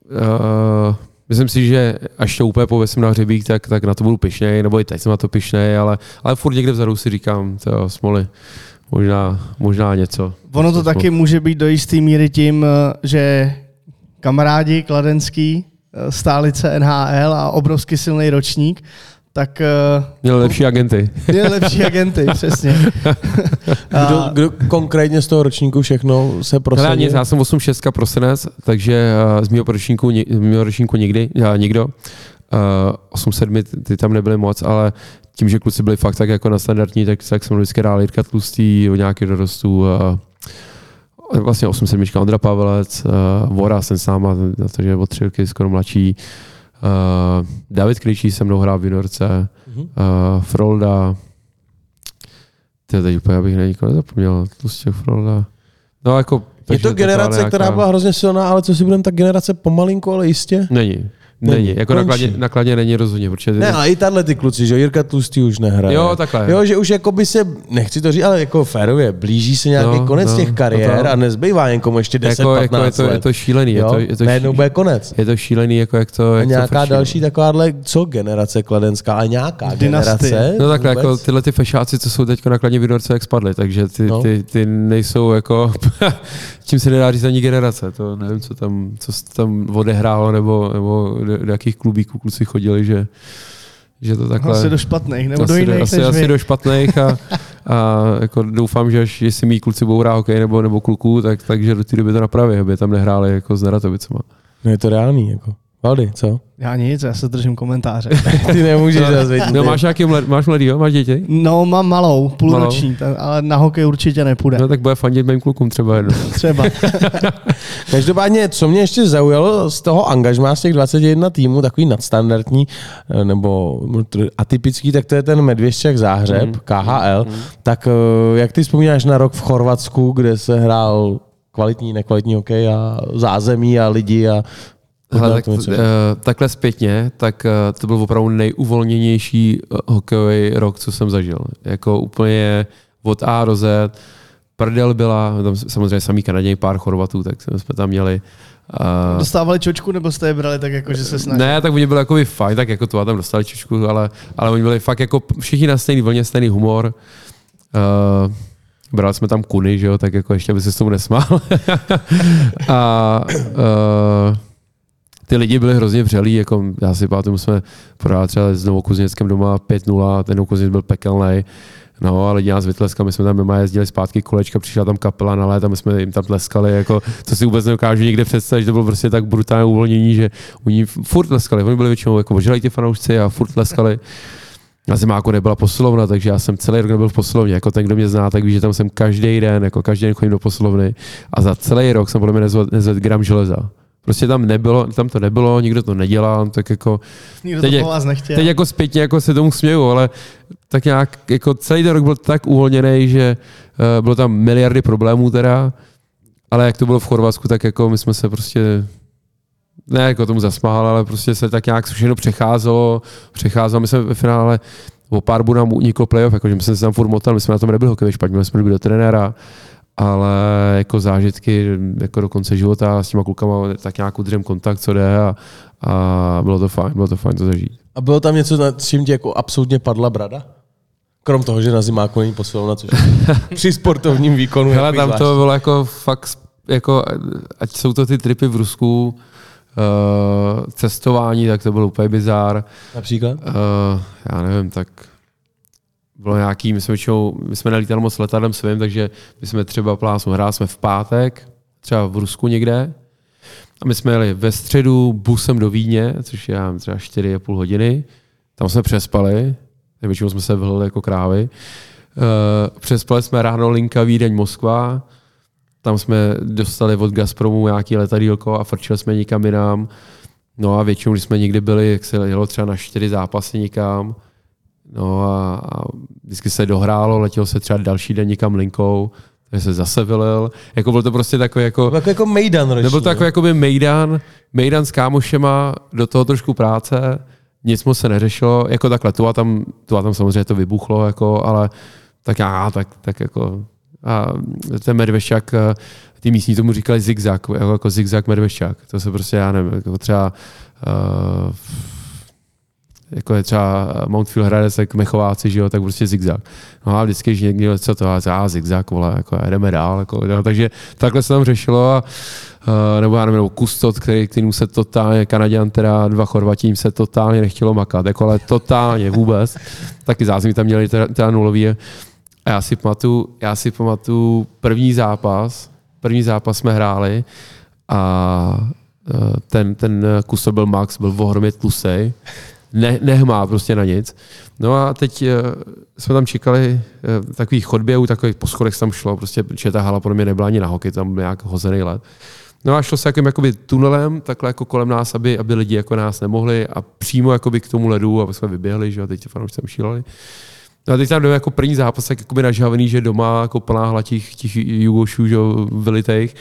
myslím si, že až to úplně povesím na hřebík, tak na to budu pyšnej, nebo i teď jsem na to pyšnej, ale furt někde vzadu si říkám, to smoli, možná něco. Ono to taky může být do jisté míry tím, že kamarádi kladenský, stálice NHL a obrovský silný ročník, tak... Měli lepší agenty. Měli lepší agenty, přesně. Kdo konkrétně z toho ročníku všechno se prosadil? Já jsem 8.6 prosinec, takže z mého ročníku nikdo. 8.7 ty tam nebyly moc, ale tím, že kluci byli fakt tak jako na standardní, tak jsem vždycky dál Jirka Tlustý, od nějakých dorostů. Vlastně 8.7 Ondra Pavelec, Vora jsem sám, takže od 3 roky skoro mladší. David Kryčí se mnou hrál v juniorce, Frolda. Teď úplně abych na nikoho nezapomněl, Tlustěk, Frolda. No jako... Je to generace, která byla hrozně silná, ale co si budeme, tak generace pomalinku, ale jistě? Není. Není. Jako nakladně není rozhodně. Ne, ale i tahle ty kluci, že Jirka Tlustý už nehraje. Jo, takhle. Jo, že už jako by se, nechci to říct, ale jako férově, blíží se nějaký konec těch kariér a nezbývá někomu ještě 10-15 let. Je to šílený. Najednou bude konec. Je to šílený, jako jak to... A nějaká další takováhle, co generace kladenská, a nějaká generace? No takhle, jako tyhle ty fešáci, co jsou teď nakladně v juniorce, jak spadly, takže ty nejsou jako... Tím se nedá říct ani generace. To nevím, co tam odehrálo, nebo do jakých klubíků kluci chodili, že to takhle... Asi do špatných, nebo do jiných asi do špatných a jako doufám, že až jestli mý kluci budou hrát hokej nebo kluků, takže do té doby to napraví, aby tam nehráli jako s Neratovicema. No je to reálný, jako. Valdy, co? Já nic, já se držím komentáře. Ty nemůžeš zazvědět. No máš mladýho, máš děti? No mám malou, půlroční, ale na hokej určitě nepůjde. No tak bude fandit mým klukům třeba jednou. Třeba. Každopádně, co mě ještě zaujalo z toho angažmá z těch 21 týmů, takový nadstandardní nebo atypický, tak to je ten Medvěšťak Záhřeb, KHL. Tak jak ty vzpomínáš na rok v Chorvatsku, kde se hrál kvalitní, nekvalitní hokej a zázemí a lidi a hele, takhle zpětně, tak to byl opravdu nejuvolněnější hokejový rok, co jsem zažil. Jako úplně od A do Z. Prdel byla, tam samozřejmě samý Kanaděj, pár Chorvatů, tak jsme tam měli. Dostávali čočku, nebo jste je brali tak, jako, že se snažili? Ne, tak oni byli jako fajn, tak jako to a tam dostali čočku, ale oni byli fakt jako všichni na stejný vlně, stejný humor. Brali jsme tam kuny, že jo, tak jako ještě by se s tomu nesmál. Ty lidi byli hrozně vřelí, jako já si pamatuju, jsme prodali třeba s Novokuzněckem doma 5-0, ten Novokuzněc byl pekelnej. No a lidi nás vytleskali, my jsme tam doma jezdili zpátky kolečka, přišla tam kapela na lét a my jsme jim tam tleskali, jako to si vůbec nedokážu nikde představit, že to bylo prostě tak brutální uvolnění, že oni furt tleskali, oni byli většinou jako ožralí ty fanoušci a furt tleskali. Na Zimáku nebyla posilovna, takže já jsem celý rok nebyl v posilovně, jako ten, kdo mě zná, tak ví, že tam jsem každý den chodím do posilovny a za celý rok jsem podle mě nezvedl gram železa. Prostě tam to nebylo, nikdo to nedělal, tak jako... Nikdo to po vás nechtěl. Teď jako zpětně jako se tomu směju, ale tak nějak jako celý ten rok byl tak uvolněný, že bylo tam miliardy problémů teda, ale jak to bylo v Chorvatsku, tak jako my jsme se prostě ne jako tomu zasmáhali, ale prostě se tak nějak všechno přecházelo. My jsme ve finále o pár bodů nám uniklo playoff, jakože my jsme se tam furt motali, my jsme na tom nebyli hokejově špatně, my jsme byli do trenéra, ale jako zážitky jako do konce života s těma klukama tak nějak udržím kontakt, co jde a bylo to fajn to zažít. A bylo tam něco, s čím ti jako absolutně padla brada? Krom toho, že na Zimáku není posilovna, což při sportovním výkonu. Hele, tam to bylo jako fakt, jako, ať jsou to ty tripy v Rusku, cestování, tak to bylo úplně bizár. Například? Já nevím, tak bylo nějaký, my jsme nelítali moc letadlem svým, takže my jsme třeba hráli jsme v pátek, třeba v Rusku někde, a my jsme jeli ve středu busem do Vídně, což je třeba 4,5 hodiny, tam jsme přespali, většinou jsme se vhlili jako krávy, přespali jsme ráno linka Vídeň Moskva, tam jsme dostali od Gazpromu nějaký letadýlko a frčili jsme nikam jinam, no a většinou, když jsme někdy byli, jak se jelo třeba na 4 zápasy nikam, no a vždycky se dohrálo, letělo se třeba další den někam linkou, takže se zase vylil. Jako byl to prostě takový jako mejdan roční. Nebyl to takový jakoby mejdan s kámošema, do toho trošku práce, nic moc se neřešilo, jako takhle, tu a tam samozřejmě to vybuchlo, jako, ale tak jako a ten Medvěšťak, ty místní tomu říkali zigzag, jako zigzag Medvěšťak. To se prostě, já nevím, jako třeba jako je třeba Mountfield Hradec, jak Mechováci, že jo, tak prostě zigzag. No a vždycky, že někdo co to, zigzag, vole, jako jdeme dál, jako, no, takže takhle se tam řešilo a nebo já nevím, nebo Kustot, kterým se totálně, Kanaďan, teda 2 Chorvatí, jim se totálně nechtělo makat, jako, ale totálně vůbec. Taky zázemí tam měli teda nulový. A já si pamatuju první zápas jsme hráli a ten Kustot byl Max, byl ohromně tlusej. Nehmá prostě na nic. No a teď jsme tam čekali takový chodbě, takových po schodech tam šlo, prostě, protože ta hala podle mě nebyla ani na hokej, tam byl nějak hozený led. No a šlo se jakoby tunelem, takhle jako kolem nás, aby lidi jako nás nemohli a přímo jakoby k tomu ledu, aby jsme vyběhli, že a teď fanoušci tam šíleli. No a teď tam jdeme jako první zápas, tak jakoby nažhavený, že doma jako plná hlad těch Jugošů, že vylitejch.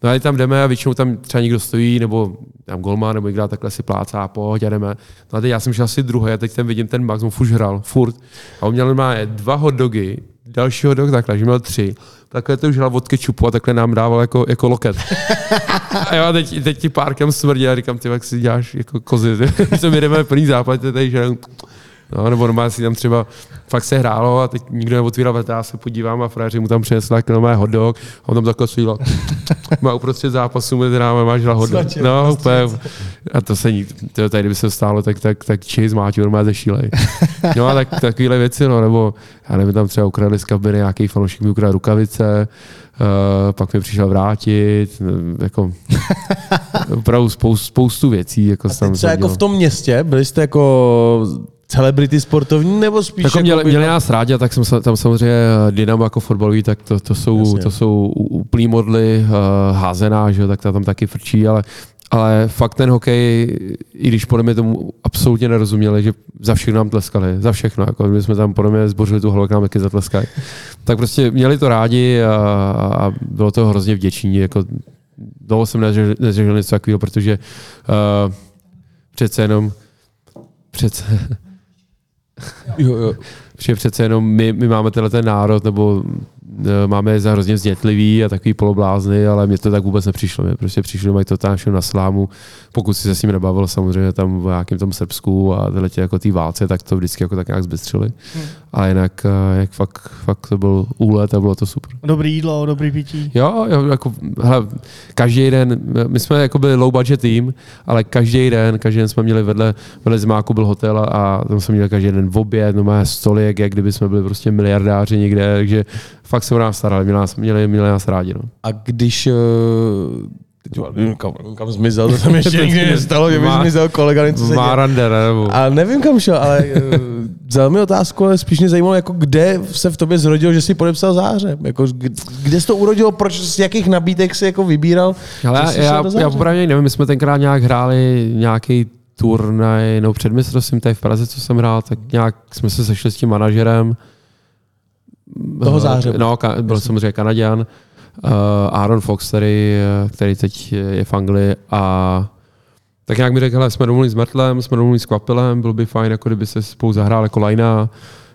No a tam jdeme a většinou tam třeba někdo stojí, nebo tam golman, nebo někdo takhle si plácá, pojď a jdeme. No a teď já jsem šel asi druhý a teď tam vidím ten Max, on furt žral, furt. A on měl normálně 2 hot dogy, další hot dog takhle, že měl 3. Takhle to už žral od kečupu a takhle nám dával jako loket. A jo, teď ti párkem smrdí a říkám, ty jak si děláš jako kozy. Když jsme jdeme plný západ, tady že no, nebo normálně si tam třeba fakt se hrálo a teď nikdo neotvíral vrata, já se podívám a frajeři mu tam přinesl jako normálně hot dog a on tam takhle svíl. Má uprostřed zápasu, mezi námi máš hot dog. No, úplně. A to se tady kdyby se stálo, tak Čehy z Máťu normálně zešílej. No a takovýhle věci, no, nebo já nevím, tam třeba ukradli z kabiny, nějaký fanoušek mi ukradl rukavice, pak mi přišel vrátit, jako opravdu spoustu věcí. Jako a teď třeba jako v tom městě, byli jste jako celebrity sportovní, nebo spíš jako měli nás rádi, tak jsem tam samozřejmě Dynamo jako fotbalový, tak to jsou úplný modly, házená, že tak ta tam taky frčí, ale fakt ten hokej, i když podle mě tomu absolutně nerozuměli, že za všechno nám tleskali, za všechno, jako my jsme tam podle mě zbořili tu hlavu, nám taky zatleskali. Tak prostě měli to rádi a bylo to hrozně vděční, jako dlouho jsem neřešil něco takového, protože přece jenom my máme ten národ, nebo máme je za hrozně vznětlivý a takový poloblázny, ale mně to tak vůbec nepřišlo. Mě prostě přišlo, mají to tam na slámu. Pokud si se s ním nebavil samozřejmě tam v nějakém tom Srbsku a tyhle jako té válce, tak to vždycky jako tak nějak zbystřili. A jinak fakt to byl úlet a bylo to super. Dobrý jídlo, dobrý pití. Jo, jako, hele, každý den, my jsme jako byli low budget tým, ale každý den jsme měli vedle zimáku byl hotel a tam jsme měli každý den v oběd, no má stolik, jak kdyby jsme byli prostě miliardáři někde, takže fakt se o nás starali, měli nás rádi. No. A když nevím, kam zmizel, to tam ještě nikdy nestalo, že by zmizel kolega, něco se děje. A nevím, kam šel, ale vzal mi otázku, ale spíš mě zajímalo, jako kde se v tobě zrodilo, že jsi podepsal Záře. Jako, kde jsi to urodilo, proč, z jakých nabídek jsi jako vybíral? Já popravdě nevím, my jsme tenkrát nějak hráli nějaký turnaj, no před mistrovstvím tady v Praze, co jsem hrál, tak nějak jsme se sešli s tím manažerem. Toho Záře. No, byl samozřejmě Kanaďan. Aaron Fox, který teď je v Anglii a tak nějak mi řekl, hele, jsme domluvili s Mertlem, jsme domluvili s Kvapilem, bylo by fajn, jako kdyby se spolu zahrál jako lajna,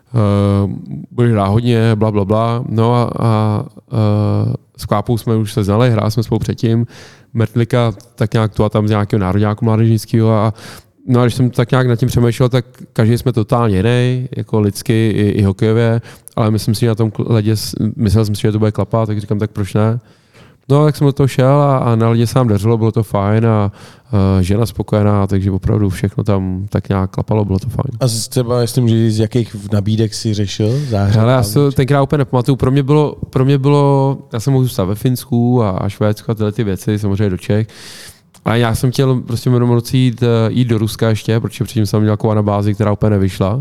budeš hrát hodně, bla, bla, bla. No a s Kvápou jsme už se znali, hráli jsme spolu předtím, Mertlika tak nějak tu a tam z nějakého národňáku mládežnického a no a když jsem tak nějak nad tím přemýšlel, tak každý jsme totálně jiný, jako lidsky i hokejově, ale myslím si, že na tom ledě, myslel jsem si, že to bude klapat, tak říkám, tak proč ne? No, tak jsem do toho šel a na ledě se nám dařilo, bylo to fajn a žena spokojená, takže opravdu všechno tam tak nějak klapalo, bylo to fajn. A třeba, jestli můžu říct, z jakých nabídek si řešil Záhřeb? Ale já si to tenkrát úplně nepamatuju. Pro mě bylo, já jsem mohl zůstat ve Finsku a Švédsku a tyhle ty věci, samozřejmě do Čech. Ale já jsem chtěl prostě minulou jít do Ruska ještě, protože předtím jsem měl takovou anabázi, která úplně nevyšla.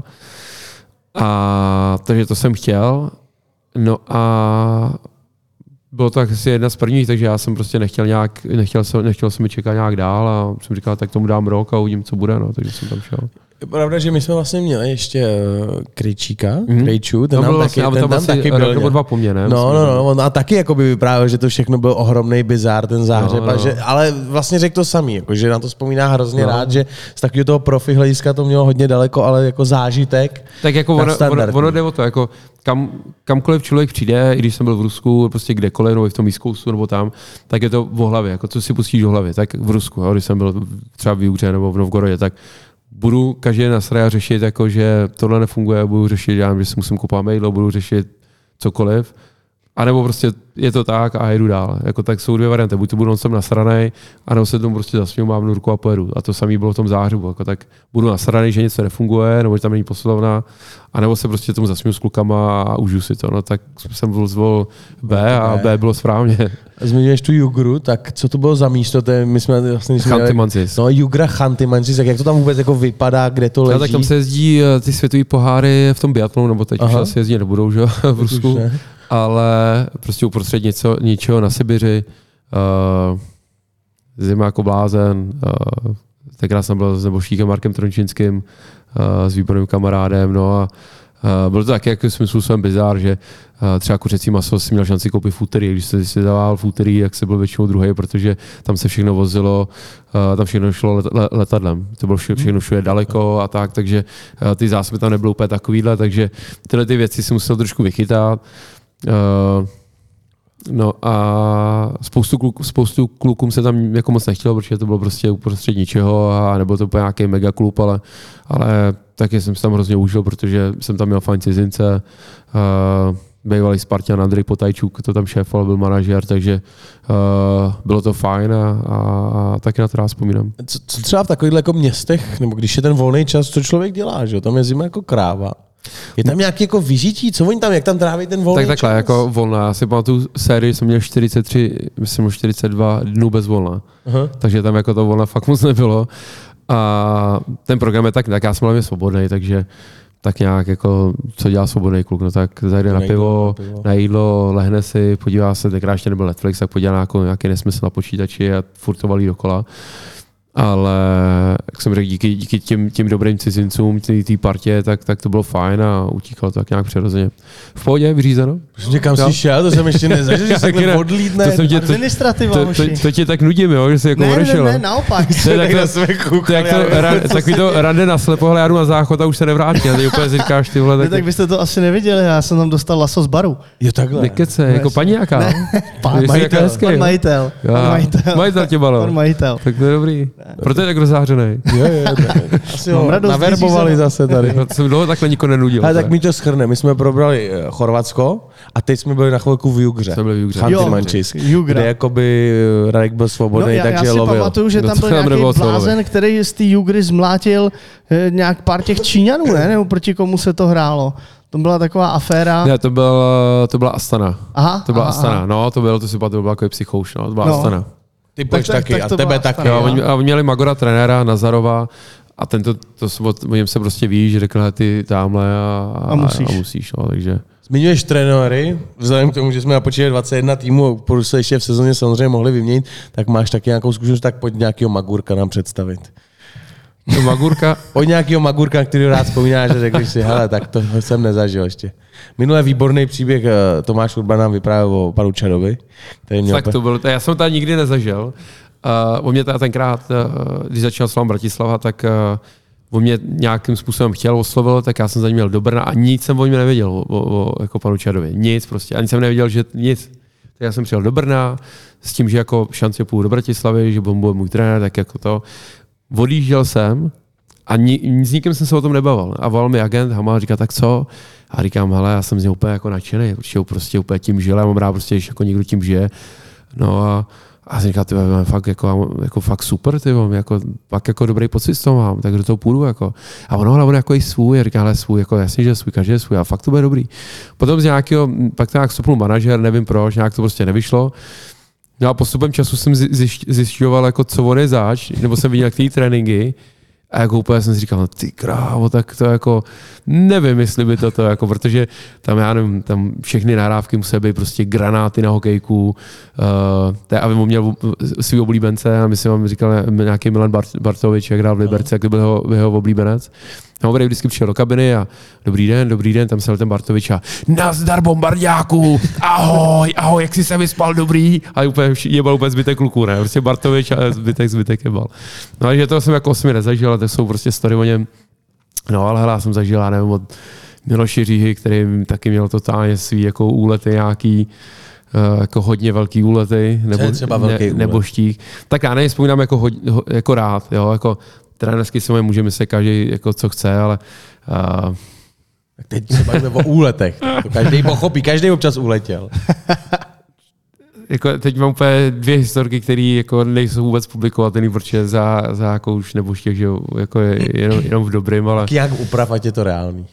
Takže to jsem chtěl. No a bylo to asi jedna z prvních, takže já jsem prostě nechtěl jsem mi čekat nějak dál a jsem říkal, tak tomu dám rok a uvidím, co bude, no, takže jsem tam šel. Je pravda, že my jsme vlastně měli ještě Krejčíka, Krejčů, ten tam taky byl. Nebo 2 po mně, ne? No, a taky jako by vyprávěl, že to všechno byl ohromný bizár, ten Záhřeb, ale vlastně řekl to samý, jako, že na to vzpomíná hrozně rád, že z takového toho profi hlediska to mělo hodně daleko, ale jako zážitek. Tak jako ono jde o to, jako kamkoliv člověk přijde, i když jsem byl v Rusku, prostě kdekoliv, nebo v tom East Coastu, nebo tam, tak je to v hlavě, jako co si pustíš do hlavy, tak v Rusku, když jsem byl třeba v Júře nebo v Novgorodě, tak budu každý nasraje řešit, jako, že tohle nefunguje, budu řešit, že si musím kupovat mail, budu řešit cokoliv. A nebo prostě je to tak a jedu dál. Jako, tak jsou 2 varianty. Buď to budu jsem nasranej, anebo se tomu prostě zasměju, mám ruku a pojedu. A to samé bylo v tom Záhřebu. Jako, tak budu nasranej, že něco nefunguje, nebo že tam není posilovna, anebo se prostě tomu zasměju s klukama a užiju si to. No, tak jsem zvolil B a B bylo správně. Zmiňuješ tu Jugru, tak co to bylo za místo? My jsme vlastně Chanty-Mansis. No, Jugra Chanty-Mansis, tak jak to tam vůbec jako vypadá, kde to leží? No, tak tam se jezdí ty světové poháry v tom biatlonu, nebo teď už asi jezdí nebudou, že v Rusku. Ale prostě uprostřed něčeho na Sibiři, zima jako blázen, tenkrát jsem byl s neboštíkem Markem Trončinským, s výborným kamarádem, no a Bylo to taky jako svým způsobem bizár, že třeba kuřecí maso si měl šanci koupit v úterý. Když jsi si dával v úterý, jak se byl většinou druhý, protože tam se všechno vozilo, tam všechno šlo letadlem. To bylo všechno všude daleko a tak, takže ty zásoby tam nebyly úplně takovýhle, takže tyhle ty věci si musel trošku vychytat. No a spoustu klukům se tam jako moc nechtělo, protože to bylo prostě uprostřed ničeho a nebo to úplně nějaký mega klub, ale taky jsem se tam hrozně užil, protože jsem tam měl fajn cizince, bývalý Spartan Andrej Potajčuk, to tam šéfoval, byl manažer, takže bylo to fajn a taky na to rád vzpomínám. Co třeba v takových jako městech, nebo když je ten volný čas, co člověk dělá, že? Tam jezdíme jako kráva. Je tam nějaké jako vyžití? Co oni tam, jak tam tráví ten volný čas? Tak takhle, jako volná. Já si pamatuju sérii, jsem měl 43, myslím 42 dnů bez volna. Uh-huh. Takže tam jako to volna fakt moc nebylo. A ten program je tak já jsem hlavně svobodný, takže tak nějak jako, co dělá svobodný kluk, no tak zajde na pivo, na jídlo, lehne si, podívá se, tenkrát ještě nebyl Netflix, tak podívá na nějaký nesmysl na počítači a furt to valí dokola. Ale jak jsem řekl, díky těm dobrým cizincům, té partě, tak to bylo fajn a utíkalo to tak nějak přirozeně. V pohodě, vyřízeno. Kam jsi šel, to jsem ještě nezažil, že se takhle odlítne. Administrativa, to tě tak nudím, jo, že jsi jako odešel. Ne, naopak. To je takový to rande na slepo, ale já jdu na záchod a už se nevrátí. A ty úplně si říkáš, ty vole. Tak byste to asi neviděli, já jsem tam dostal laso z baru. Jo, takhle. Nekece, jako paní jaká? Pan majitel. Majitel tě balo. Pan majitel. Tak to je dobrý. Proto je tak rozzářenej. Jo, naverbovali zase tady. Jsem dlouho takhle nikoho nenudil. Ale tak mi to shrne. My jsme probrali Chorvatsko a teď jsme byli na chvilku v Jugře. Jsme byli v Jugře. Chanty-Mančijsk, kde jakoby Radek byl svobodný, takže lovil. Já si pamatuju, že tam byl nějaký blázen, který z té Jugry zmlátil nějak pár těch Číňanů, ne? Nebo proti komu se to hrálo. To byla taková aféra. Ne, to byla Astana. Aha. To byla Astana. No, to si pamatuju, to byla jako psychouš, no, to byla Astana. Ty pojď taky a tebe taky. Jo, oni měli Magora trenéra Nazarova a o něm se prostě ví, že řekl, ty tamhle a musíš, no, takže. Zmiňuješ trenéry, vzhledem k tomu, že jsme napočítali 21 týmů, plus se ještě v sezóně samozřejmě mohli vyměnit, tak máš taky nějakou zkušenost, tak pojď nějakého Magurka nám představit. Magurka? Pojď nějakého Magurka, který rád vzpomínáš a řekl si, hele, tak to jsem nezažil ještě. Minulé výborný příběh Tomáš Urban nám vyprávěl o panu Čadovi. Tak to bylo, já jsem to nikdy nezažil. On mě tenkrát, když začal Slam Bratislava, tak on mě nějakým způsobem oslovil, tak já jsem za ním měl do Brna a nic jsem o něm nevěděl, jako panu Čadovi. Nic prostě. Ani jsem nevěděl, že nic. Tak já jsem přijel do Brna s tím, že jako šanci půjdu do Bratislavy, že bude můj trenér, tak jako to. Odjížděl jsem a s nikým jsem se o tom nebavil. A volal mi agent, Hamal, říká, tak co? A říkám, hele, já jsem z něj úplně jako nadšený, protože prostě úplně tím žil, já mám rád prostě, když jako někdo tím žije. No a jsem říkal, ty fakt jako fakt super, ty jako fakt jako dobrý pocit z toho mám, tak do toho půjdu jako. A on jako i svůj, a říká, ale svůj, jako jasně, že svůj, každý je svůj, a fakt to bude dobrý. Potom z nějakého, pak to nějak stopnul manažer, nevím proč, nějak to prostě nevyšlo. No a postupem času jsem zjišťoval, jako co on je zač, nebo jsem viděl ty tréninky a jako úplně jsem si říkal, no ty krávo, tak to jako nevím, jestli by to jako, protože tam, já nevím, tam všechny nahrávky musí být prostě granáty na hokejku, aby on měl svý oblíbence a myslím, vám říkal nějaký Milan Bartovič, jak hrál v Liberci, jak byl jeho oblíbenec. A on vždycky přišel do kabiny a dobrý den, tam se ten Bartovič a nazdar bombardáku, ahoj, jak jsi se vyspal, dobrý. A úplně jebal úplně zbytek kluků, ne? Prostě Bartovič a zbytek jebal. No ale že to jsem jako osmi nezažil, ale to jsou prostě story o něm. No ale hele, já jsem zažil, já nevím, od Miloši Říhy, který taky měl totálně svý jako úlety nějaký, jako hodně velký úlety, nebo štík. Tak já nevzpomínám jako rád, jo, jako trenérsky se může myslet každý, jako co chce, ale... Tak teď se bavíme o úletech. To každý pochopí, každý občas uletěl. Jako teď mám úplně dvě historky, které jako nejsou vůbec publikovatelné, protože za jako už neboštěch, že jako jenom v dobrým, ale... Jak uprav, ať je to reálný.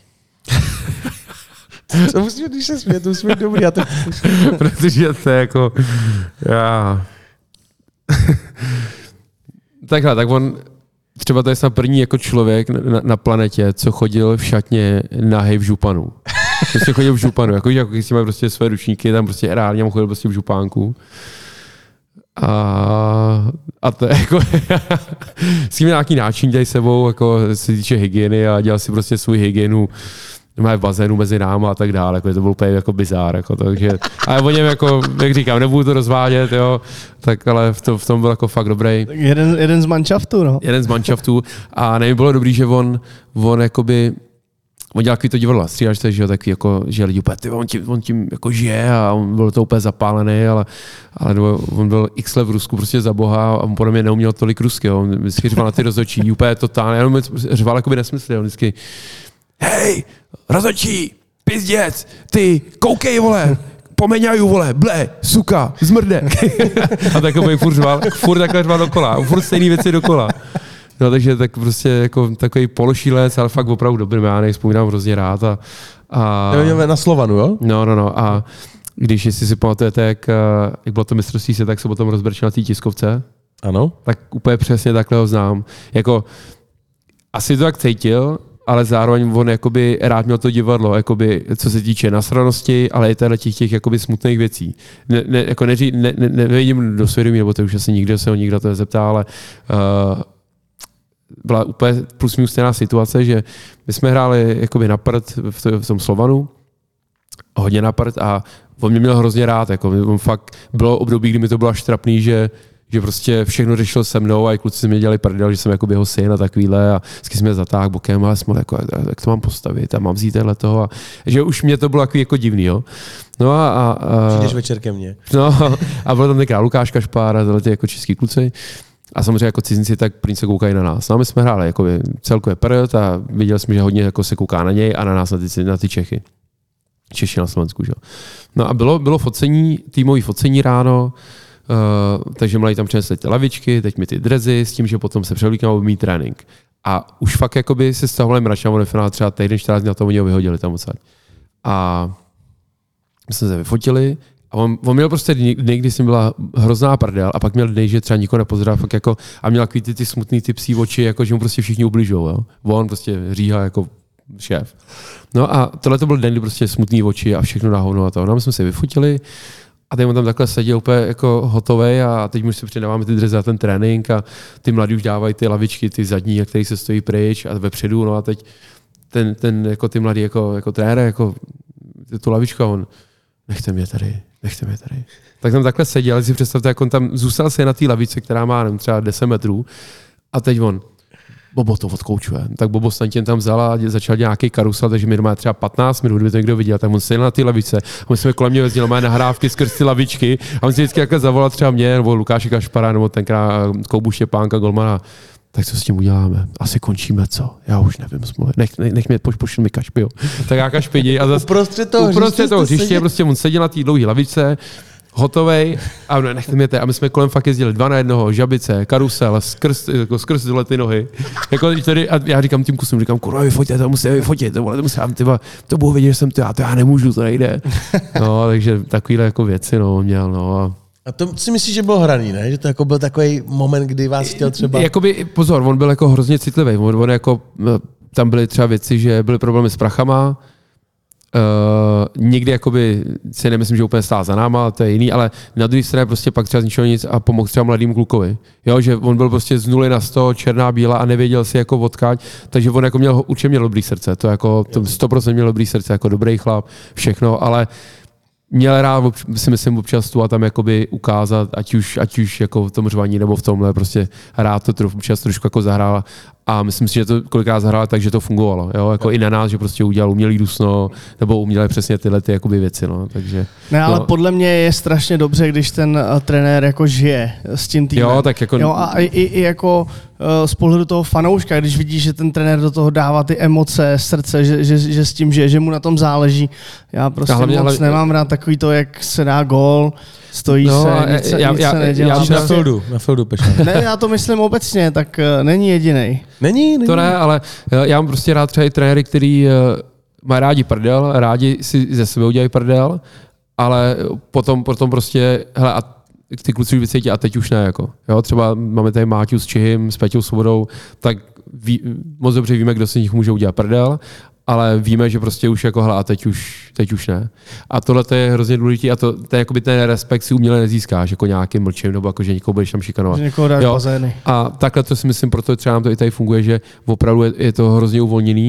Co musím, když se smět, musím být dobrý, já to protože to je jako... Takhle, tak on... Třeba to je snad první jako člověk na planetě, co chodil v šatně nahej v županu. Prostě chodil v županu, jako když mají prostě své ručníky, tam prostě reálně chodil prostě v župánku. A to je jako s tím nějaký náčin dělají sebou, jako se týče hygieny a dělal si prostě svou hygienu v bazénu mezi náma a tak dále, jako to bylo úplně jako bizár, jako, takže, ale o něm jako, jak říkám, nebudu to rozvádět, jo, tak ale v tom byl jako fakt dobrý. Jeden z manšaftů, no. Jeden z manšaftů a nevím, bylo dobrý, že on jakoby, on dělal takový to divadlo, stříhačce, že jo, taky jako, že lidi úplně, on tím jako žije a on byl to úplně zapálený, ale on byl x let v Rusku prostě za boha a on podle mě neuměl tolik rusky, jo, on vždycky řval na ty rozhodčí, úplně totálně, jenom řval jakoby nesmysly, on vždycky, hej, rozhodčí, pizděc, ty, koukej, vole, pomeňaju, vole, ble, suka, zmrde. A takový furt řval, furt takhle řval dokola, furt stejný věci dokola. No, takže tak prostě jako takový pološílec, ale fakt opravdu dobrý, já nevzpomínám hrozně rád. Nevěděme na Slovanu, jo? No. A když si pamatujete, jak bylo to mistrovství světa, tak se potom rozbrčil na té tiskovce. Ano. Tak úplně přesně takhle ho znám. Jako, asi to tak cítil, ale zároveň on jakoby rád měl to divadlo, jakoby, co se týče nasranosti, ale i těch jakoby smutných věcí. Nevidím do svědomí, nebo to už asi nikdo se ho nikdo to nezeptá, ale byla úplně plus minus stejná situace, že my jsme hráli jakoby na prd v tom Slovanu, hodně na prd a on mě měl hrozně rád. Jako, on fakt bylo období, kdy mi to bylo až trapný, že prostě všechno řešil se mnou a i kluci si mě dělali prdel, že jsem jakoby jeho syn a takovýhle a vždycky jsme zatáhl bokem a jsme jako, jak to mám postavit a mám vzít toho a že už mě to bylo jako divný, jo. No a přijdeš večer ke mně. No a byl tam tenkrát Lukáš Kašpár a ty jako český kluci. A samozřejmě jako cizinci tak první se koukají na nás. No a my jsme hráli jako celkově prd a viděli jsme, že hodně jako se kouká na něj a na nás, na ty Čechy. Češi na Slovensku, že? No a bylo focení, týmový focení ráno, takže mladí tam přinesli ty lavičky, teď mi ty drezy, s tím, že potom se převlíkám a mít trénink. A už fakt jakoby se stahovali mračná, on finál třeba týden, 14 dní na to oni ho vyhodili tam odsaď. A my jsme se vyfotili a on měl prostě dny, kdy jsem byla hrozná prdel a pak měl dny, že třeba nikoho nepozdravil fakt jako, a měl takový ty smutný ty psí oči, jako, že mu prostě všichni ubližou. Jo? On prostě říhá jako šéf. No a tohle to byl den, kdy prostě smutný oči a všechno na hovno a to. No a my jsme se vyfotili a teď on tam takhle seděl úplně jako hotovej a teď už si předáváme ty drezy na ten trénink a ty mladí už dávají ty lavičky, ty zadní, jak který se stojí pryč a vepředu, no a teď ten jako ty mladí jako trenér, jako tu lavičku a on nechte mě tady. Tak tam takhle seděl, si představte, jak on tam zůstal se na té lavice, která má nevím, třeba 10 metrů a teď on, Bobo to odkoučuje. Tak Bobo Stantin tam vzal a začal nějaký karusel, takže mi má třeba 15 minut, kdyby to někdo viděl, tak on seděl na té lavice a my jsme kolem mě jezdili, má nahrávky skrz ty lavičky a on si vždycky jako zavolal třeba mě, nebo Lukáše Kašpara, nebo tenkrát Koubu Štěpánka, golmana. Tak co s tím uděláme? Asi končíme, co? Já už nevím, smole. Nech mě pošli mi Kašpi, jo. Tak já Kašpi a zase uprostřed toho hřiště prostě on seděl na té dlouhé lavice, hotovej a nechte mě a my jsme kolem fakt jezdili 2 na 1, žabice, karusel, skrz dole ty nohy. Jako tady, a já říkám tím kusem, kurva, vyfoťte, to musím vyfotit, to budu vědět, že jsem to já nemůžu, to nejde. No, takže takovýhle jako věci, no, měl, no. A to si myslíš, že bylo hraný, ne? Že to jako byl takový moment, kdy vás chtěl třeba... Jakoby, pozor, on byl jako hrozně citlivý. On jako, tam byly třeba věci, že byly problémy s prachama, nikdy jakoby si nemyslím, že úplně stál za náma, to je jiný, ale na druhé straně prostě pak třeba z ničeho nic a pomohl třeba mladým klukovi. Jo, že on byl prostě z 0 na 100, černá, bílá a nevěděl si jako odkáď, takže on jako určitě měl dobrý srdce, to jako 100% měl dobrý srdce, jako dobrý chlap, všechno, ale měl rád, si myslím, občas tu a tam jakoby ukázat, ať už jako v tom řvaní nebo v tomhle, prostě rád to občas trošku jako zahrál a myslím si, že to kolikrát zahrál tak, že to fungovalo, jo, jako i na nás, že prostě udělal umělý dusno, nebo umělal přesně tyhle ty jakoby věci, no, takže. Ne, ale podle mě je strašně dobře, když ten trenér jako žije s tím týmem. Jo, tak jako. Jo, a i jako z pohledu toho fanouška, když vidíš, že ten trenér do toho dává ty emoce, srdce, že s tím žije, že mu na tom záleží. Já prostě moc nemám rád takový to, jak se dá gól, stojí se, nic se nedělá. Na fieldu Peša. Ne, já to myslím obecně, tak není jedinej. Není. To ne, ale já mám prostě rád třeba i trenéry, který mají rádi prdel, rádi si ze sebe udělají prdel, ale potom prostě, hele, a ty kluci už vycítí a teď už ne, jako. Jo, třeba máme tady Máťu s Čihym, s Peťou Svobodou, tak moc dobře víme, kdo si nich může udělat prdel, ale víme, že prostě už jako hele, a teď už ne. A tohle je hrozně důležité a to je jakoby ten respekt si uměle nezískáš, jako nějakým mlčím, nebo jako, že někoho budeš tam šikanovat. Že někoho dáš. A takhle to si myslím, proto třeba nám to i tady funguje, že opravdu je to hrozně uvolněný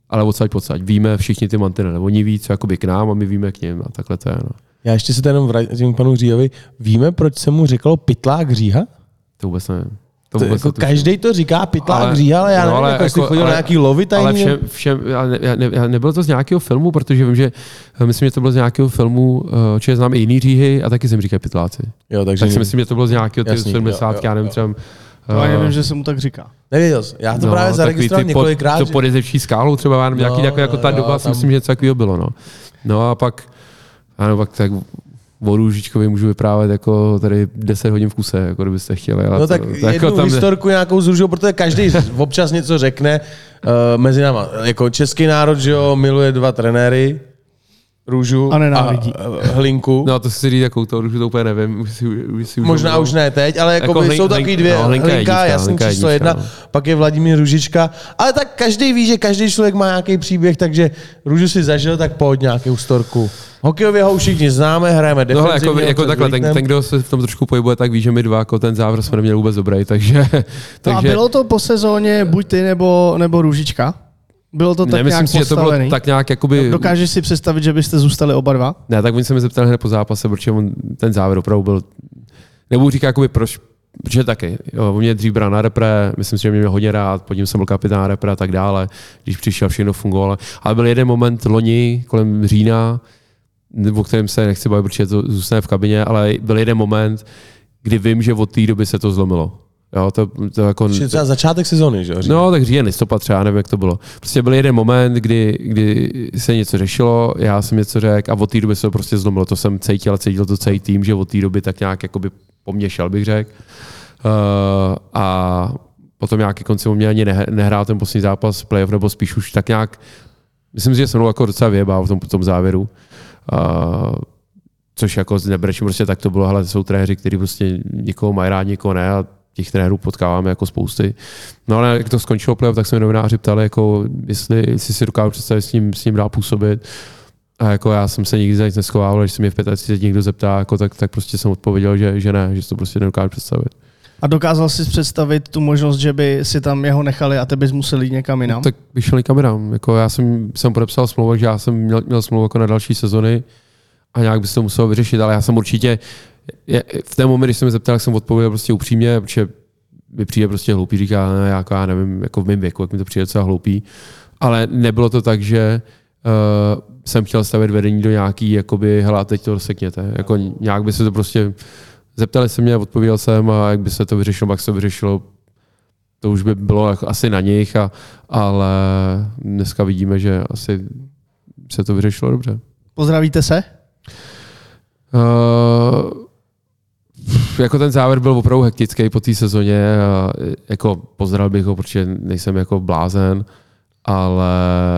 ale odsaď pocať. Víme všichni ty mantinely. Oni ví, co jakoby k nám a my víme k ním a takhle to je. No. Já ještě se jenom vrátím k panu Říhovi. Víme, proč se mu říkalo pytlák Říha? To vůbec nevím. To jako každý to říká pytlák Říha, ale já nevím, ale jestli chodil na nějaký lovy tajný. Ale nebylo to z nějakého filmu, protože vím, že myslím, že to bylo z nějakého filmu, či znám i jiný říhy a taky jsem říkal pytláci. Jo, takže tak si myslím, že to bylo z nějakého ty 70, já nevím, třeba. To já nevím, že se mu tak říká. Nevěděl jsi. Já to právě zaregistroval několikrát. To podezřečí skálou třeba, nějaký takový jako ta doba, si myslím, že něco takového bylo. No a pak tak o Růžičkovi můžu vyprávět jako tady 10 hodin v kuse, jako kdybyste chtěli. Ale no tak jednu jako tam historku nějakou z Růžou, protože každý občas něco řekne mezi náma. Jako český národ, že jo, miluje 2 trenéry, Růžu a Hlinku. No to si říct, jakou to Růžu to úplně nevím. Možná už ne teď, ale jako jsou takový 2. Hlinka, jasný číslo 1, no. Pak je Vladimír Růžička. Ale tak každý ví, že každý člověk má nějaký příběh, takže Růžu si zažil, tak pojď nějakou historku. Hokejově ho už všichni známe, hrajeme defenzivně. No jako takhle, ten, kdo se v tom trošku pohybuje, tak ví, že my 2 jako ten závěr jsme neměli vůbec dobrý, takže... No a bylo to po sezóně buď ty nebo Růžička? Bylo to tak nějak postavený? Že to bylo tak nějak jakoby... Dokážeš si představit, že byste zůstali oba 2? Ne, tak oni se mi zeptali hned po zápase, protože ten závěr opravdu byl... Nebudu říkat, jakoby proč, protože taky. On mě dřív bral na repre, myslím si, že mě měl hodně rád, pod ním jsem byl kapitán repre a tak dále, když přišel, všechno fungovalo. Ale byl jeden moment loni kolem října, o kterém se nechci bavit, protože to zůstane v kabině, ale byl jeden moment, kdy vím, že od té doby se to zlomilo. Jo, to jako... Třeba začátek sezóny, že jo? No, tak říjen, listopad třeba, nevím, jak to bylo. Prostě byl jeden moment, kdy se něco řešilo, já jsem něco řekl a od té doby se to prostě zlomilo. To jsem cítil to celý tým, že od té doby tak nějak jakoby poměšel, bych řekl. A potom nějaký konci mě ani nehrál ten poslední zápas playoff, nebo spíš už tak nějak, myslím si, že se mnou jako docela vyjebal v tom závěru. Což jako nebrečím, prostě tak to bylo, ale jsou trenéři, kteří prostě někoho mají rád, někoho ne a těch trenérů potkáváme jako spousty. No ale jak to skončilo playoff, tak se mi novináři ptali, jako, jestli si dokážu představit s ním dál působit. A jako já jsem se nikdy za nic neschovával, když se mě v 35 někdo zeptá, jako, tak prostě jsem odpověděl, že ne, že to prostě nedokážu představit. A dokázal jsi představit tu možnost, že by si tam jeho nechali a ty bys musel jít někam jinam? No, tak bych šel někam jinam. Jako já jsem podepsal smlouvu, že já jsem měl smlouvu jako na další sezony a nějak by se to muselo vyřešit, ale já jsem určitě v ten moment, když jsem mi zeptal, jsem odpověděl prostě upřímně, protože mi přijde prostě hloupý, říká, ne, jako já nevím, jako v mém věku, jak mi to přijde docela hloupý, ale nebylo to tak, že jsem chtěl stavět vedení do nějaký, jakoby, hele, teď to rozsekněte, jako nějak by se to prostě, zeptali se mě, odpověděl jsem a jak by se to vyřešilo, jak se to vyřešilo, to už by bylo jako asi na nich, ale dneska vidíme, že asi se to vyřešilo dobře. Pozdravíte se? Jako ten závěr byl opravdu hektický po té sezóně, jako pozdravil bych ho, protože nejsem jako blázen, ale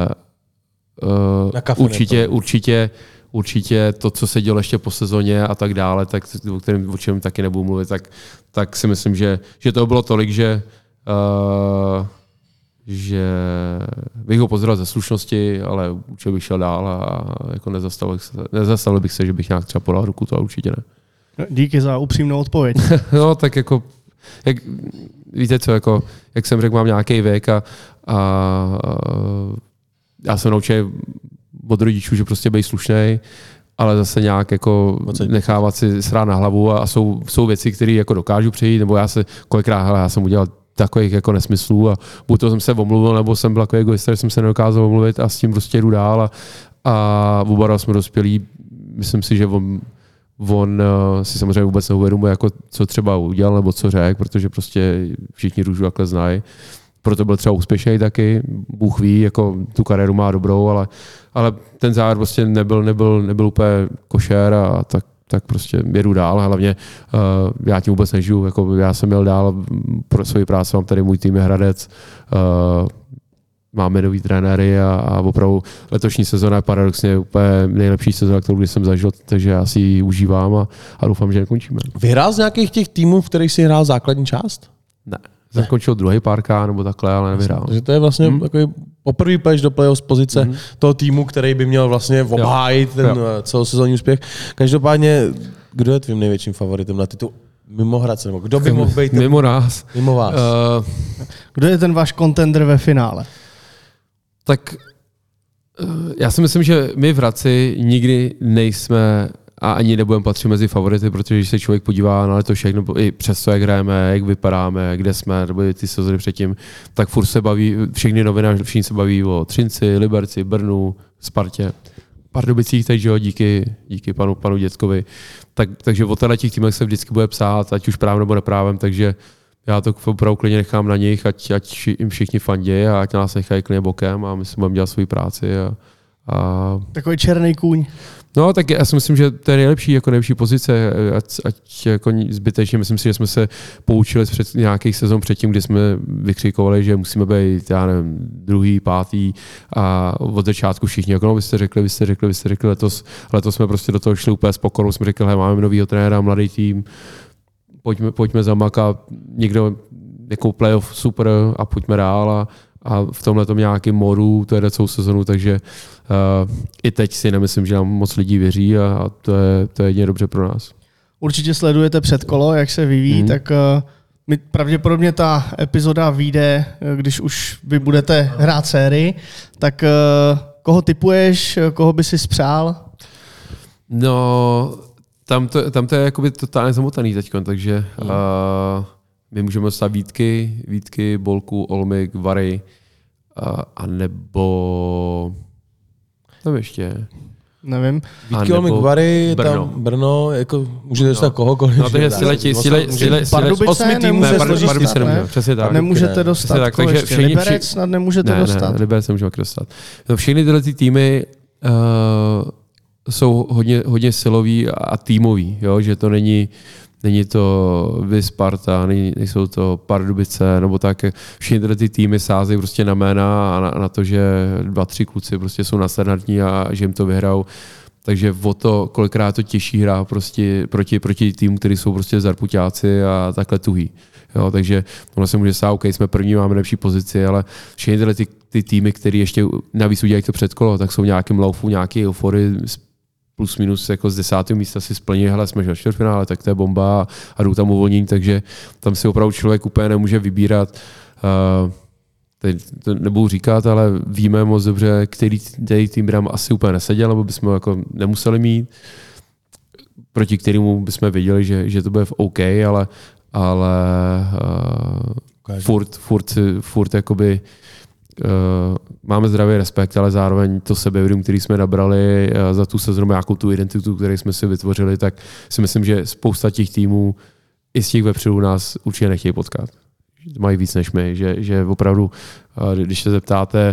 určitě to, co se dělo ještě po sezóně a tak dále, tak o čem taky nebudu mluvit, tak si myslím, že to bylo tolik, že bych ho pozdravil ze slušnosti, ale určitě bych šel dál a jako nezastavil bych se, že bych nějak třeba podal ruku, to určitě ne. Díky za upřímnou odpověď. No, tak jako, víte co, jako, jak jsem řekl, mám nějaký věk a já jsem naučil od rodičů, že prostě být slušnej, ale zase nějak jako nechávat si srát na hlavu a jsou věci, které jako dokážu přejít, nebo já jsem udělal takových jako nesmyslů a buď to jsem se omluvil, nebo jsem byl takový egoista, že jsem se nedokázal omluvit a s tím prostě jdu dál a oba jsme dospělí. Myslím si, že on si samozřejmě vůbec neuvědomuje, jako co třeba udělal nebo co řekl, protože prostě všichni Růžu takhle znají. Proto byl třeba úspěšný taky, Bůh ví, jako tu kariéru má dobrou, ale ten závěr prostě nebyl úplně košer a tak prostě jedu dál. Hlavně já tím vůbec nežiju, jako já jsem jel dál pro svoji práci, mám tady můj tým je Hradec, máme nový trenéry a opravdu letošní sezóna je paradoxně úplně nejlepší sezóna, kterou jsem zažil, takže já si ji užívám a doufám, že nekončíme. Vyhrál z nějakých těch týmů, v kterých si hrál základní část? Ne. Zakončil druhý párka nebo takhle, ale nevyhrál. Takže to je vlastně takový poprvý půjdeš do playoff z pozice toho týmu, který by měl vlastně obhájit ten celosezónní úspěch. Každopádně, kdo je tvým největším favoritem na titul? Mimo Hradce, nebo kdo by mohl být? Mimo nás. Mimo vás. Kdo je ten váš contender ve finále? Tak Já si myslím, že my v Hradci nikdy nejsme a ani nebudeme patřit mezi favority, protože když se člověk podívá na letošek, nebo i přes to, jak hrajeme, jak vypadáme, kde jsme, nebo ty sezony předtím, tak furt se baví, všichni novináři, všichni se baví o Třinci, Liberci, Brnu, Spartě, Pardubicích, takže jo, díky panu Dětkovi. Takže o těch týmech se vždycky bude psát, ať už právem nebo neprávem, takže já to opravdu klidně nechám na nich, ať jim všichni fandí a ať nás nechají klidně bokem a my si budeme dělat svoji práci. A... Takový černý kůň. No, tak já si myslím, že to je nejlepší pozice, ať jako zbytečně, myslím si, že jsme se poučili z nějakých sezon předtím, kdy jsme vykřikovali, že musíme být, já nevím, 2., 5. a od začátku všichni, jako no, vy jste řekli, letos jsme prostě do toho šli úplně s pokorou, jsme řekli, máme novýho trenéra, mladý tým, pojďme zamakat, někdo jako playoff super a pojďme dál a v tomhletom nějakým modu to jede celou sezonu, takže i teď si nemyslím, že nám moc lidí věří a to je jedině dobře pro nás. Určitě sledujete předkolo, jak se vyvíjí, tak pravděpodobně ta epizoda vyjde, když už vy budete hrát sérii, tak koho tipuješ, koho by si spřál? No, tam to je jakoby totálně zamotaný teďkon, takže my můžeme dostat Vítky, Bolku, Olmyk, Vary a nebo tam ještě. Nevím. Vítky, Olmyk, Vary, tam Brno, jako můžete dostat kohokoliv. No, takže Pardubice 8 týmů se složí přesně tak. Nemůžete dostat. Tak, takže Liberec snad nemůžete dostat. Ne, Liberec nemůžeme dostat. No, všechny tyhle týmy jsou hodně silový a týmový, jo? Že to není to Sparta, nejsou to Pardubice, nebo tak. Všichni tyhle ty týmy sázejí prostě na jména a na to, že 2-3 kluci prostě jsou nastartní a že jim to vyhrajou. Takže o to, kolikrát to těžší hra prostě proti týmům, kteří jsou prostě zarpuťáci a takhle tuhý. Jo, takže tohle se může stát, OK, jsme první, máme lepší pozici, ale všechny tyhle ty týmy, které ještě navíc udělají to předkolo, tak jsou v nějakém laufu, nějaké eufory, plus minus jako z 10. místa si splní, hele, jsme ve čtvrtfinále, tak to je bomba a jdou tam uvolnění, takže tam si opravdu člověk úplně nemůže vybírat. Teď to nebudu říkat, ale víme moc dobře, který tým by nám asi úplně neseděl, nebo bychom jako nemuseli mít, proti kterému bychom věděli, že to bude v OK, ale furt jakoby máme zdravý respekt, ale zároveň to sebevědomí, který jsme nabrali za tu sezonu, nějakou tu identitu, kterou jsme si vytvořili, tak si myslím, že spousta těch týmů i z těch vepředů nás určitě nechtějí potkat. Mají víc než my, že opravdu, když se zeptáte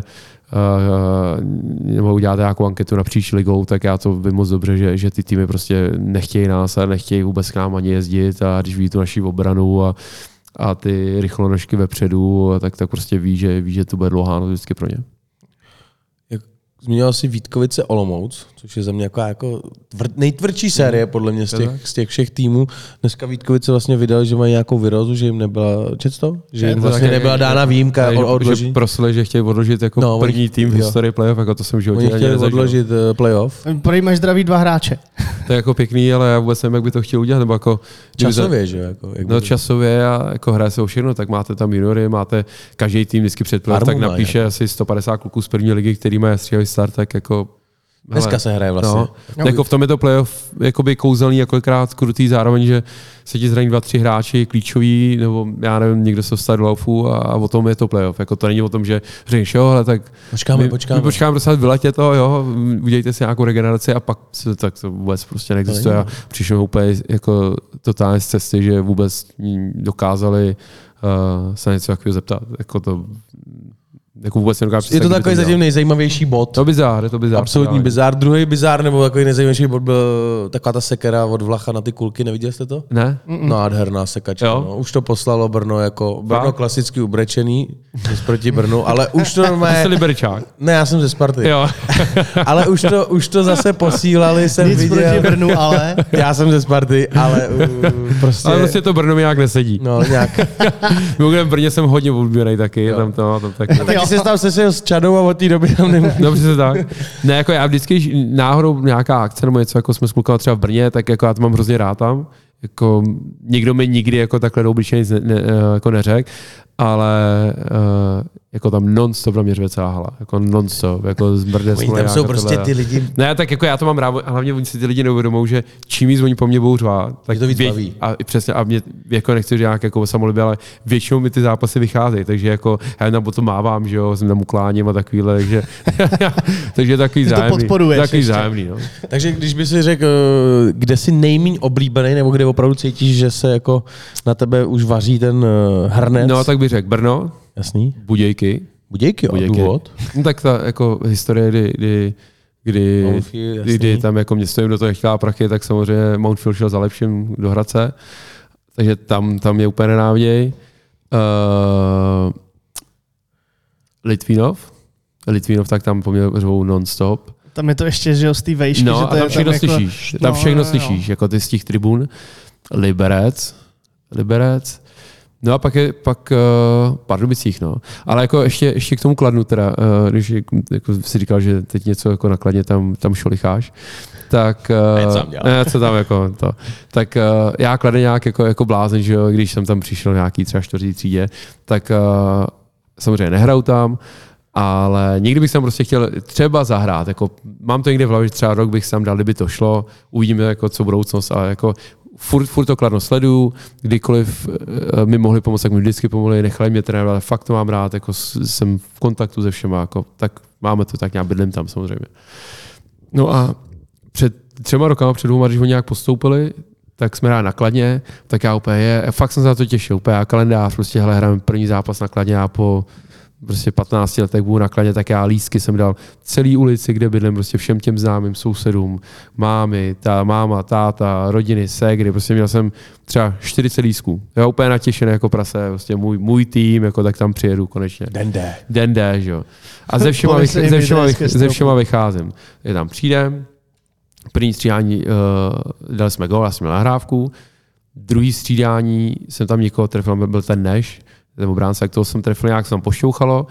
nebo uděláte nějakou anketu napříč ligou, tak já to vím moc dobře, že ty týmy prostě nechtějí nás a nechtějí vůbec k nám ani jezdit a když vidí tu naši obranu a ty rychlonožky vepředu, tak prostě ví, že to bude dlouhá noc vždycky pro ně. Zmínil jsi Vítkovice Olomouc, což je za mě jako nejtvrdší série podle mě z těch všech týmů. Dneska Vítkovice vlastně vydali, že mají nějakou virózu, že jim nebyla, čet to? Že jim vlastně nebyla dána výjimka odložit. Že prosili, že chtějí odložit jako první tým v historii playoff, jako to jsem v životě nezažil. Oni chtěli odložit playoff. Prý máš zdraví 2 hráče. To je jako pěkný, ale já vůbec nevím, jak by to chtěl udělat. Nebo jako, časově, že? No časově a jako hraje se o všechno, tak máte tam juniory, máte každý tým vždycky před playoff, tak napíše asi 150 kluků z první ligy, který má stříhavý start, tak jako... Dneska se hraje vlastně. No, jako v tom je to playoff jakoby kouzelný a kolikrát krutý zároveň, že se ti zraní 2-3 hráči klíčoví, nebo já nevím, někdo se dostane do laufu a o tom je to playoff. Jako to není o tom, že řekneš, jo, ale tak počkáme. Počkáme dostat vyletě to, jo, udějte si nějakou regeneraci a pak tak to vůbec prostě neexistuje. A přišel úplně jako totálně z cesty, že vůbec dokázali se něco takového zeptat. Jako to jako vůbec je to takový zatím nejzajímavější bod. To bizár, je to bizár. Absolutní bizár. Druhý bizár, nebo takový nejzajímavější bod byl taková ta sekera od Vlacha na ty kulky, neviděli jste to? Ne. Nádherná sekačka. No. Už to poslalo Brno jako Brno klasicky ubrečený, proti Brnu, ale už to normálně... Jsi Liberčák. Ne, já jsem ze Sparty. Jo. Ale už to zase posílali, jsem nic viděl. Proti Brnu, ale... Já jsem ze Sparty, ale prostě... Ale prostě to Brno mi nějak nesedí. No, nějak. V Brně jsem hodně oblíbený taky, tam taky. Taky se tam sešel s Čadou a od té doby tam nemůžu. Dobře se tak. Ne, jako já vždycky náhodou nějaká akce nebo něco, jako jsme sklukali třeba v Brně, tak jako já to mám hrozně rád tam. Jako nikdo mi nikdy jako takhle do obličeje nic jako neřekl. ale jako tam non-stop naměřuje celá hala, jako non-stop, jako zmrde Oni tam jsou prostě ty lidi. Ne, tak jako já to mám rád, a hlavně oni si ty lidi neuvědomou, že čím víc oni po mně budou řvát, tak to víc baví. A přesně, a mě jako nechci nějak jako samolibě, ale většinou mi ty zápasy vycházejí, takže jako já tam potom mávám, že jo, jsem tam ukláním a takovýhle, takže takový zájemný, no. Takže když by si řekl, kde jsi nejméně oblíbený, nebo kde opravdu cítíš, že se jako na tebe už vaří ten hrnec? No, tak bych řekl Brno. Jasný. Budějky, důvod? No, tak ta jako historie, kdy tam jako město jim do toho chtěla prachy, tak samozřejmě Mountfield šel za lepším do Hradce, takže tam je úplně nenáviděj. Litvínov, tak tam po mě řvou non-stop. Tam je to ještě, že jo, z té vejšky, no, že to a tam je všechno tam slyšíš, jako... tam všechno slyšíš, jako ty z těch tribun. Liberec. No a pak Pardubicích, no. Ale jako ještě k tomu Kladnu teda, když jako si říkal, že teď něco jako na Kladně tam šolicháš, tak... co tam jako to. Tak já Kladeňák jako blázen, že jo, když jsem tam přišel nějaký třeba 4. třídě, tak samozřejmě nehraju tam, ale někdy bych tam prostě chtěl třeba zahrát. Jako, mám to někde v hlavě, že třeba rok bych tam dal, kdyby to šlo, uvidíme, jako, co budoucnost, ale jako furt to Kladno sleduju, kdykoliv mi mohli pomoct, tak mi vždycky pomohli, nechali mě trénovat, ale fakt to mám rád, jako jsem v kontaktu se všema, jako, tak máme to tak nějak, bydlím tam samozřejmě. No a před 3 rokama, před 2, když oni nějak postoupili, tak jsme hráli na Kladně, tak já úplně fakt jsem se na to těšil, úplně já kalendář, prostě hele, hrajeme první zápas na Kladně a po prostě 15 letech budu na Kladně, tak já lístky jsem dal celý ulici, kde bydlím, prostě všem těm známým sousedům, máma, táta, rodiny, ségry, prostě měl jsem třeba 40 lístků. Já úplně natěšený jako prase, prostě můj tým, jako tak tam přijedu konečně. Den D, že jo. A ze všema vycházím. Je tam přijdem, první střídání dali jsme gól, já jsem měl nahrávku, druhý střídání jsem tam někoho trefil, byl ten Neš, ten obránce, tak toho jsem trefil, nějak jsem pošťouchalo,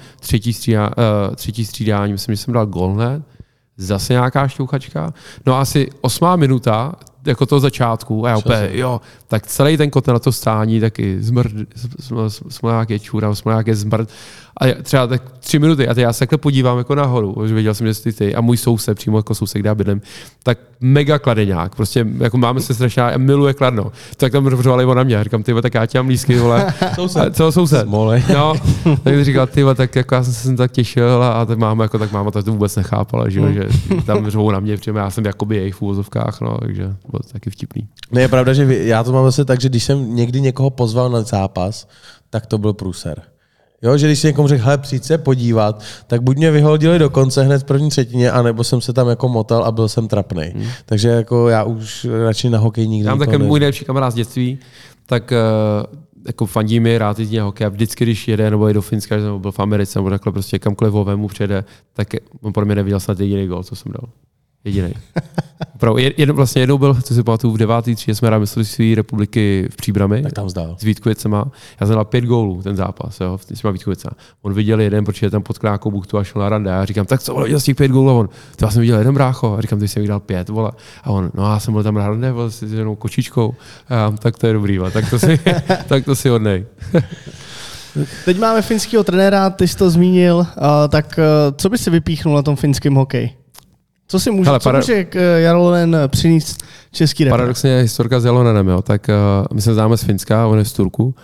třetí střídání, myslím, že jsem dal gól hned, zase nějaká šťouchačka, no asi 8. minuta, jako toho začátku, a já úplně, jo, tak celý ten kotel na to stání, taky smolák je čůra, smolák je zmrt, a třeba tak 3 minuty, a teď já se takhle podívám jako nahoru, že věděl jsem, že jsi ty, a můj soused, přímo jako soused, kde já bydlím, tak mega Kladeňák, prostě jako máme se strašně, a miluje Kladno, tak tam řvali na mě, říkám, ty tak já ti mám lístky, vole, soused. No, tak říkal, ty tak jako já jsem se tak těšil, a tak máma to vůbec nechápala, že tam řvou na mě, protože já jsem jakoby jejich v úvozovkách, no, takže bylo to taky vtipný. Ne, je pravda, že já to mám zase tak, že když jsem někdy někoho pozval na zápas, tak to byl průser. Jo, že když si někomu řekl, hele, přijď se podívat, tak buď mě vyhodili do konce hned v první třetině, anebo jsem se tam jako motal a byl jsem trapnej. Takže jako já už radši na hokej nikdy tam takový můj nejlepší kamarád z dětství, tak jako fandí mi, rád jezdí na hokej a vždycky, když jede nebo je do Finska, nebo byl v Americe, nebo takhle prostě kamkoliv ho vemu přijede, tak on pro mě neviděl snad jediný gól, co jsem dal. Jedinej. Vlastně jednou byl, co si pamatuju, v 9. třídě jsme hráli mistrovství republiky v Příbrami. Tak tam zdal. S Vítkovicema. Já jsem dal 5 gólů ten zápas, jo, s těma Vítkovicema. On viděl jeden, protože tam pod nějakou buchtu a šel na rande. A já říkám, tak co, vole, viděl jsi těch 5 gólů? A on, to já jsem viděl jeden, brácho. A říkám, ty jsi mi dal 5, vole. A on, no já jsem byl tam na rande, vole, s jednou kočičkou. A já, tak to je dobrý, vole. Tak to si hodnej. Teď máme finského trenéra, ty jsi to zmínil, tak co by si vypíchnul na tom finském hokeji? Co může Jalonen přinést český repre? Paradoxně je historka s Jalonenem, jo. Tak my se známe z Finska, on je z Turku.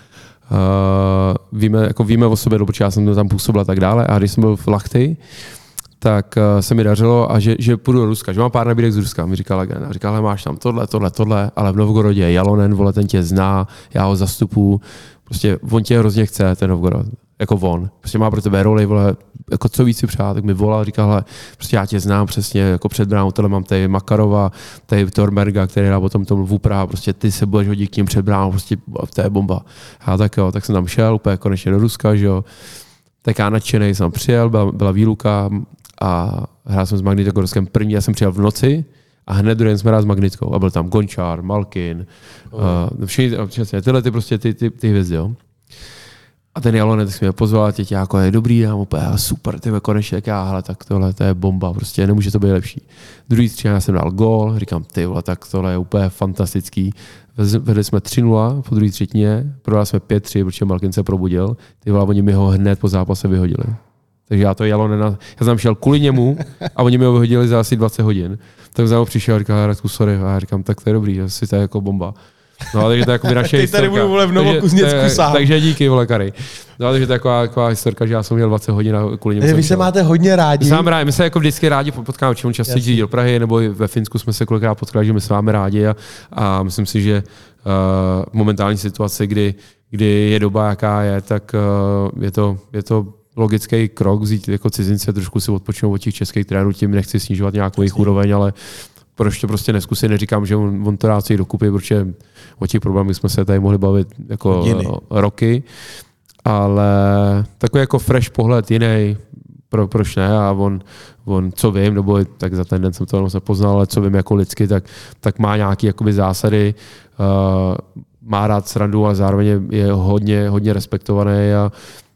Víme o sobě, protože já jsem tam působil a tak dále. A když jsem byl v Lahti, tak se mi dařilo, a že půjdu do Ruska, že mám pár nabídek z Ruska. Mi říkal agent, říkal, máš tam tohle, ale v Novgorodě je Jalonen, vole, ten tě zná, já ho zastupuju. Prostě on tě hrozně chce, ten Novgorod. Jako on. Prostě má pro tebe roli, vole, jako co víc si přát, tak mi volal, říkal, hele, prostě já tě znám přesně, jako před bránou, tohle mám tady Makarova, tady Tormerga, který hrál potom tomu v Praha, prostě ty se budeš hodit k ním před bránou, prostě to je bomba. A tak jo, tak jsem tam šel, úplně konečně do Ruska, že jo. Tak já nadšenej jsem přijel, byla výluka a hrál jsem s Magnitogorskem první, já jsem přijel v noci, a hned druhý den jsme hráli s Magnitkou a byl tam Gončár, Malkin, všichni tyhle ty hvězdy, jo. A ten Jalonen tak mě pozval, tě jako je dobrý, já mu úplně, super, ty konečně, tak já, hele, tak tohle to je bomba, prostě nemůže to být lepší. Druhý střídání já jsem dal gól, říkám, ty vole, tak tohle je úplně fantastický. Vedli jsme 3-0 po druhé třetině, prodali jsme 5-3, protože Malkin se probudil, ty vole, oni mi ho hned po zápase vyhodili. Takže já to Jalonena, já jsem šel kvůli němu a oni mi ho vyhodili za asi 20 hodin. Tak za mnou přišel a říkal, Radku, sorry, a já říkám, tak to je dobrý, asi to je jako bomba. No, takže to je jako naše historka. Ty tady budu, vole, v Novokuzněcku sám. Takže díky, vole, Kary. No, takže to je taková historka, že já jsem měl 20 hodin a kvůli němu. Vy se máte hodně rádi. My se jako vždycky rádi potkáme, či on často jezdí do Prahy, nebo ve Finsku jsme se kolikrát potkali, že my se máme rádi a myslím si, že v momentální situaci, kdy je doba, jaká je, tak je to logický krok vzít jako cizince, trošku si odpočinout od těch českých trenérů, tím nechci snižovat nějakou jejich úroveň, ale proč to prostě neskusit, neříkám, že on to rád si dokupí, protože o těch problémech jsme se tady mohli bavit jako roky, ale takový jako fresh pohled jiný, proč ne, a on co vím, nebo tak za ten den jsem to nepoznal, ale co vím jako lidsky, tak má nějaké jakoby zásady, má rád srandu, ale zároveň je hodně respektovaný a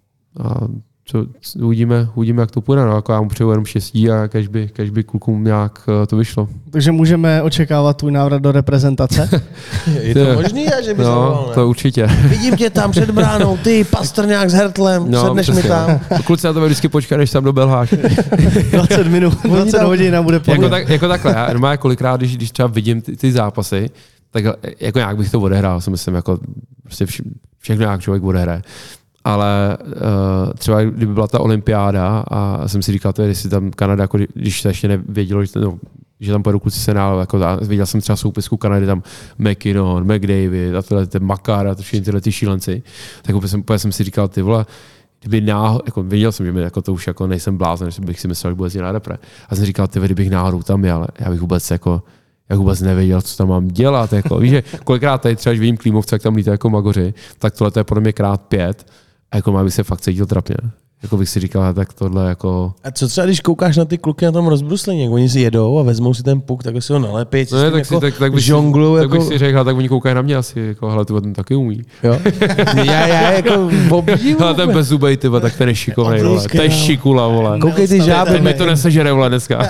uvidíme, jak to půjde. No, jako já mu přeju jenom štěstí a kež by klukům nějak to vyšlo. Takže můžeme očekávat tvůj návrat do reprezentace? Je to možný, že by zavolal, to určitě. Vidím tě tam před bránou, ty Pastrňák s Hertlem, sedneš mi tam. Kluci na to vždycky počkat, než tam dobelháš. 20 minut, 20 hodin a bude pohled. Jako takhle, já normálně kolikrát, když třeba vidím ty zápasy, tak jako nějak bych to odehrál, si myslím, jako prostě všechno nějak člověk odehraje. Ale třeba kdyby byla ta olympiáda a jsem si říkal, to je, jestli tam Kanada, jako, když se ještě nevědělo, že tam pojedou kluci senálu, jako viděl jsem třeba soupisku Kanady, tam McKinnon, McDavid a ten Makar a všechny tyhle ty šílenci, tak úplně jsem si říkal, ty vole, kdyby jako viděl jsem, že mi jako to už jako nejsem blázen, že bych si myslel, že bude jezdit na repre. A jsem říkal, ty kdybych náhodou tam jel, já bych vůbec nevěděl, co tam mám dělat. Jako. Víš, že kolikrát tady třeba, když vidím Klímovce, jak tam lítají jako magoři, tak tohle je podle mě krát 5. A jako bych se fakt cítil trapně. Jako bych si říkal, tak tohle jako... A co třeba, když koukáš na ty kluky na tom rozbruslení, jak oni si jedou a vezmou si ten puk, tak si ho nalepí, no, tak bych si řekl, tak oni koukají na mě asi, jako, hele, ty ten taky umí. Jo? já jako obdivu. Ale ten bezzubej, tyba, tak ten je šikovnej, vole. To je šikula, vole. Koukej ty žáby. Mi to nesežere, vole, dneska.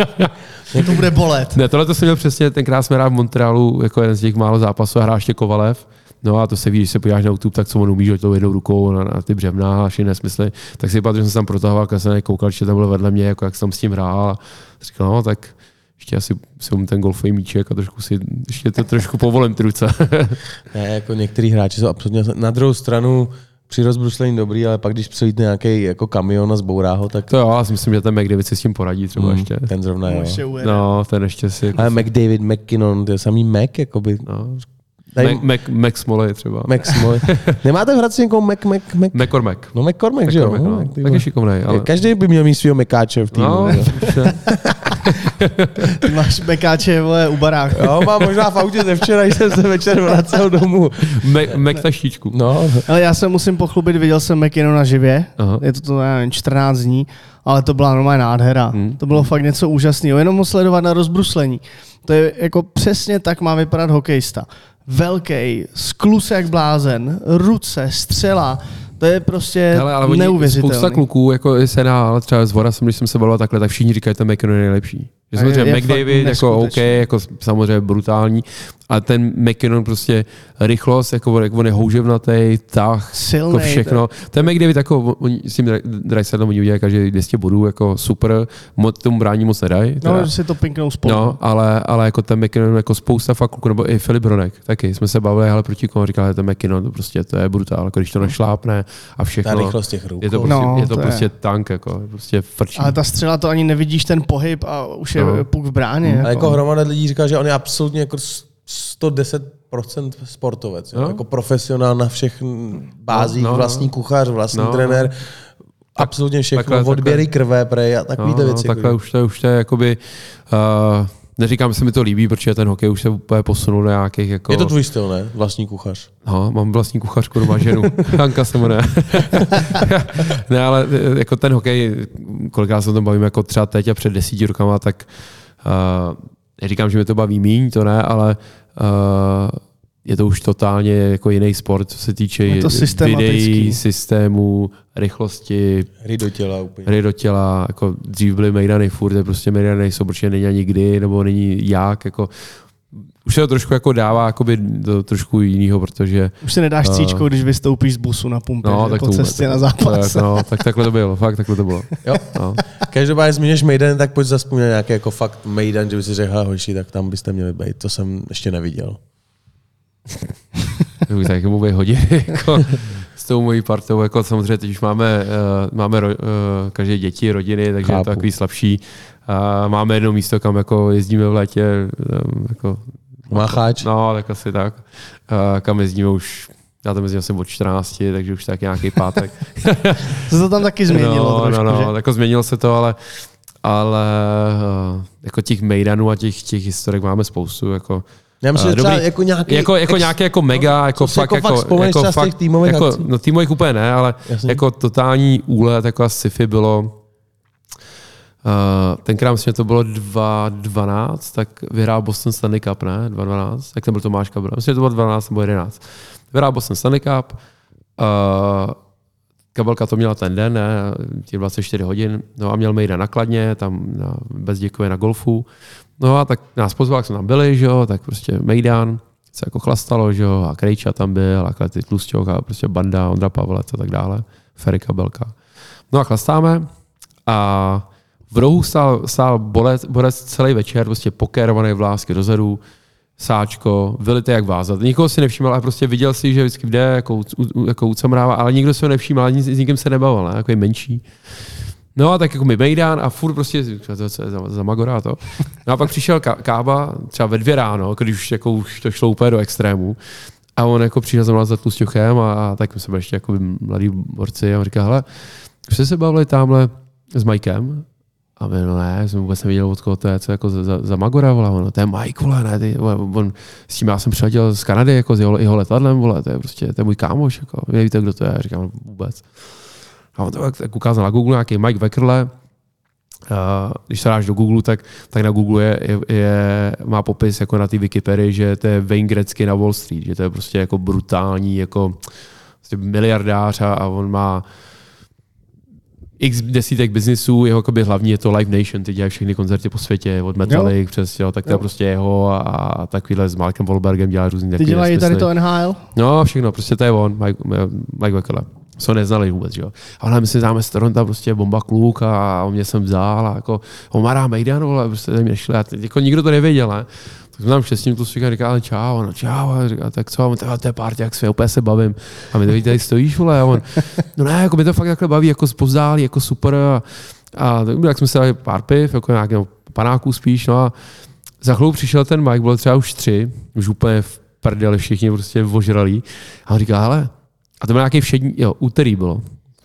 To bude bolet. Ne, tohle to jsem měl přesně, tenkrát jsme hráli v Montrealu, jako jeden z těch málo zápasů a hrál ještě Kovalev. No a to se ví, když se podíváš na YouTube, tak co on umí, že to jednou rukou na ty břevna a všechny nesmysly. Tak si pamatuju, že jsem tam protahoval, když jsem koukal, že tam byl vedle mě, jako jak jsem s tím hrál a říkal, no tak ještě asi si umím ten golfový míček a ještě to trošku povolím ty ruce. Ne, jako některý hráči jsou absolutně na druhou stranu při rozbruslení dobrý, ale pak když přijde nějaký jako kamion a zbourá ho, tak... To jo, já si myslím, že ten McDavid si s tím poradí třeba ještě. Ten zrovna jo. No, ten ještě si... Ale McDavid, McKinnon, to je samý Mac, jakoby... No. Mac Smoley třeba. Mac Smoley. Nemáte v Hradci někoho McCormack. No McCormack, že jo? No. Tak je šikovnej. Ale... Každý by měl mít svýho mekáče v týmu. No, ty máš mekáče, vole, u baráku. Jo, mám možná v autě ze včera, když jsem se večer vracel domů. Mac taštičku. No. Ale já se musím pochlubit, viděl jsem McKinnona živě. Aha. Je to nevím, 14 dní, ale to byla normálně nádhera. To bylo fakt něco úžasného. Jenom ho sledovat na rozbruslení. To je jako přesně tak má vypadat hokejista. Velký, sklus jak blázen, ruce, střela, to je prostě neuvěřitelné. Spousta kluků, jako Senál, třeba z Vora, když jsem se bavil takhle, tak všichni říkají, že ten McKinnon je nejlepší. Že samozřejmě McDavid, jako OK, jako samozřejmě brutální, ale ten McKinnon prostě rychlost, jako on je houževnatý, tah, jako všechno. Ten McDavid, jako s tím Dreisaitlem oni udělají každý 200 bodů, jako super, tomu brání moc nedají. No, že si to pinknou spolu. No, ale jako ten McKinnon, jako spousta fakt kluků, nebo i Filip Hronek, taky jsme se bavili, ale proti komu říkal, že ten McKinnon, to prostě to je brutál, jako když to našlápne a všechno. Ta rychlost těch rukou. Je to prostě tank, jako prostě frčí. Ale ta střela, to ani nevidíš ten pohyb a už je puk v bráně. A jako hromada lidí říká, že on je absolutně jako 110% sportovec. No. Jako profesionál na všech bázích, vlastní kuchař, vlastní trenér. Absolutně všechno, odběry krve, prej a takovýhle věci. Takhle už to je jakoby... neříkám, že se mi to líbí, protože ten hokej už se úplně posunul do nějakých jako... Je to tvůj styl, ne? Vlastní kuchař. No, mám vlastní kuchařku, doma ženu. Hanka se jmenuje. Ne, ale jako ten hokej, kolikrát se o tom bavím jako třeba teď a před 10 rokama, tak neříkám, že mi to baví míň, to ne, ale je to už totálně jako jiný sport, co se týče videí, systémů, rychlosti. Hry do těla, jako dřív byly mejdany furt, je prostě mejdany nejsou, protože není ani kdy, nebo není jak, jako už se to trošku jako dává jakoby do trošku jinýho, protože... Už se nedáš cíčko, když vystoupíš z busu na pumpě, no, tak po cestě na zápas. Tak takhle to bylo, fakt takhle to bylo. Jo. No. Každopádně zmíníš mejdan, tak pojď zaspomínat nějaký jako fakt mejdan, že by si řekl, hoši, tak tam byste měli být. To jsem ještě neviděl. Tak mluví hodiny, jako s tou mojí partou, jako samozřejmě teď už máme každé děti, rodiny, takže je to takový slabší. Máme jedno místo, kam jako jezdíme v létě, jako Macháč? No, tak asi tak. Kam jezdíme už, já tam jezdím asi od 14, takže už tak nějaký pátek. Se to tam taky změnilo trošku, že? Jako změnilo se to, ale jako těch mejdanů a těch historek máme spoustu, jako já myslím, že třeba jako nějaký jako mega, jako fakt týmových jako, no týmových úplně ne, ale jasně. Jako totální úlet, jako a sci-fi bylo tenkrát myslím, že to bylo 2012, tak vyhrál Boston Stanley Cup, ne? 2012, jak tam byl Tomáš Kabra. Myslím, že to bylo 12 nebo 11. Vyhrál Boston Stanley Cup, Kabelka to měla ten den, ne? Těch 24 hodin, no a měl mejdan na Kladně, tam bez děkuje na golfu. No a tak nás pozval, jak jsme tam byli, že jo, tak prostě mejdan, se jako chlastalo, že jo, a Krejča tam byl, a Klety Tlusťok, a prostě banda, Ondra Pavlec a tak dále, Ferry Kabelka. No a chlastáme a v rohu stál borec celý večer, prostě pokérovaný vlásky dozadu, sáčko, vylité jak váza. Nikoho si nevšímal, ale prostě viděl si, že vždycky jde, jako ucamrává, ale nikdo se ho nevšímal, ani s nikým se nebavil, ne? Jako je menší. No a tak jako mi mejdán a furt prostě, co je za magora to. No a pak přišel Kába třeba ve 2 ráno, když už, jako, už to šlo úplně do extrému. A on jako přišel za mnou za Tlusťochem a tak my jsme byli ještě jako mladí borci a on říká, hele, už jste se bavili tamhle s Mikem? A my, no ne, jsem vůbec neviděl, od koho to je, co jako za magora, vole, no, to je Mike, vole, ne, on, s tím já jsem přiletěl z Kanady, jako s jeho letadlem, vole, to je můj kámoš, jako, nevíte, kdo to je, říkám, vůbec. A on to tak ukázal na Google, nějaký Mike Weckerle, když se dáš do Google, tak na Google má popis jako na té Wikipedii, že to je Wayne Gretzky na Wall Street, že to je prostě jako brutální, jako prostě miliardář a on má x desítek biznisů, jeho hlavní je to Live Nation, ty dělají všechny koncerty po světě, od Metallic přes, tak to je prostě jeho a takovýhle s Markem Wahlbergem dělá různý takový. Ty dělají tady to NHL? No, všechno, prostě to je on, Mike Weckerle. Co neznali vůbec, jo. Ale my si dáme z Toronto prostě bomba kluk a on mě jsem vzal a jako on má rád mejdan, ale prostě tady mě nešli a jako nikdo to nevěděl, ne. Tak jsem tam štěstím Tlusťoka a říkal, čau, no čau, a říkal, tak co, to je party, jak se úplně se bavím. A my to tady stojíš, vole, a on, no ne, jako mi to fakt takhle baví, jako zpozdálí, jako super a tak jsme si dali pár piv, jako nějakého panáků spíš, no a za chvíli přišel ten Mike, bylo třeba už 3, už úplně v prdeli všichni prostě ožralí a on říká, hele, a to byl nějaký všední, úterý bylo,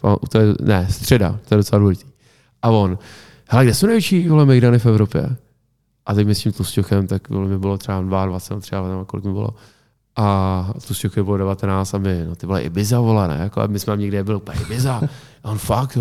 středa, to je docela důležitý. A on, hele, kde jsou největší mejdany v Evropě? A teď my s tím Tlusťochem, tak mi bylo třeba 22, třeba kolik mi bylo. A Tlusťochem bylo 19 a my, no ty byla Ibiza, vole, ne? Jako, a my jsme tam někde byli úplně Ibiza. A on fakt,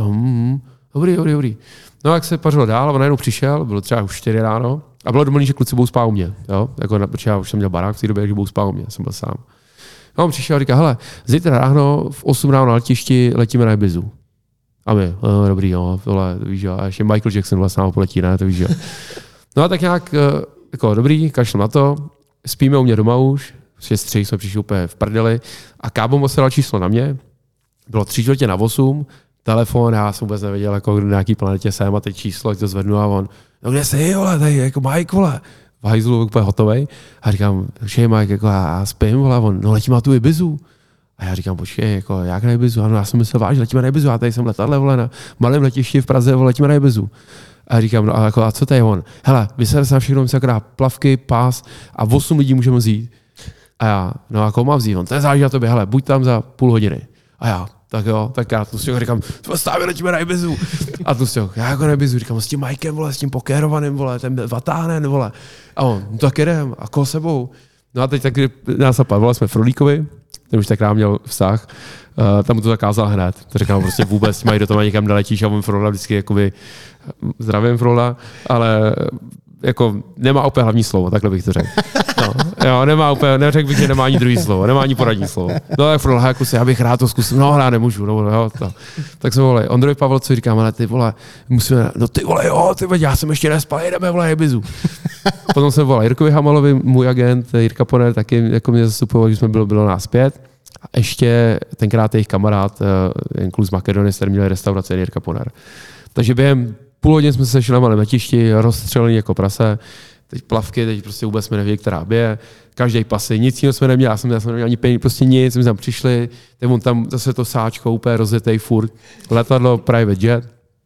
dobrý. No jak se pařilo dál, a on najednou přišel, bylo třeba už 4 ráno a bylo domluvené, že kluci budou spát u mě. Jo? Jako, protože já už jsem měl barák v té době, že budou spát u mě, jsem byl sám. A on přišel a říká, hele, zítra ráno v 8 ráno na letišti letíme na Ibizu. A my, dobrý, jo, tohle, to víš, jo. A ještě Michael Jackson vlastně nám poletí, ne, to víš, jo. No a tak nějak, jako dobrý, kašlu na to, spíme u mě doma už, 6:03 jsme přišli úplně v prdeli a Kábo mu se dal číslo na mě, bylo 7:45, telefon, já jsem vůbec nevěděl, jako na nějaký planetě jsem a teď číslo, jak to zvednu a on, no kde jsi, vole, tady, jako Mike, vole. V hajzlu úplně hotovej. A říkám, počkej Mike, jako já spím, vole, on, no letím na tu Ibizu. A já říkám, počkej, jako jak na Ibizu? Ano, já jsem myslel vážně, letíme na Ibizu, já tady jsem letadle, vole, na malém letišti v Praze, vole, letíme na Ibizu. A říkám, no a co to je on? Hele, vysede se na všechno, se akorát plavky, pás a 8 lidí můžeme vzít. A já, no a koho mám vzít? On, to je záleží na tobě, hele, buď tam za půl hodiny. A já, tak jo, tak já Tlusťok říkám, stávě, letíme na Ibizu. A Tlusťok, já jako na Ibizu, říkám, s tím Mikem, vole, s tím pokérovaným, vole, ten vatánen, vole. A on, no tak jedem, a koho sebou? No a teď taky nás napadlo, jsme Frolíkovi, ten už tak měl vztah, tam mu to zakázal hned. To říkám, prostě vůbec mají do toho někam neletíš a on Frola vždycky jakoby zdravím Frola, ale jako nemá úplně hlavní slovo, takhle bych to řekl. No, jo, nemá úplně, neřekl bych, že nemá ani druhý slovo, nemá ani poradní slovo. No tak pro lháku si, já bych rád to zkusil, no hrát nemůžu, no, jo, to. Tak jsme volali, Ondrovi Pavel, co říkám, ale ty vole, musíme, no ty vole, jo, ty vole, já jsem ještě nespal, jedeme, vole, Ibizu. Potom jsem volal Jirkovi Hamalovi, můj agent, Jirka Poner, taky jako mě zastupoval, že jsme bylo nás 5. A ještě tenkrát jejich kamarád, jen kluk z Makedonie, který měl restauraci Jirka Poner. Takže během půl hodiny jsme se sešli na malém letišti, rozstřelení jako prase, teď plavky, teď prostě vůbec jsme nevěděli, která bije, každý pasy, nic jiného jsme neměli, já jsem neměl ani peníze, prostě nic, jsme tam přišli, teď on tam zase to sáčko úplně rozjetej furt, letadlo, private jet.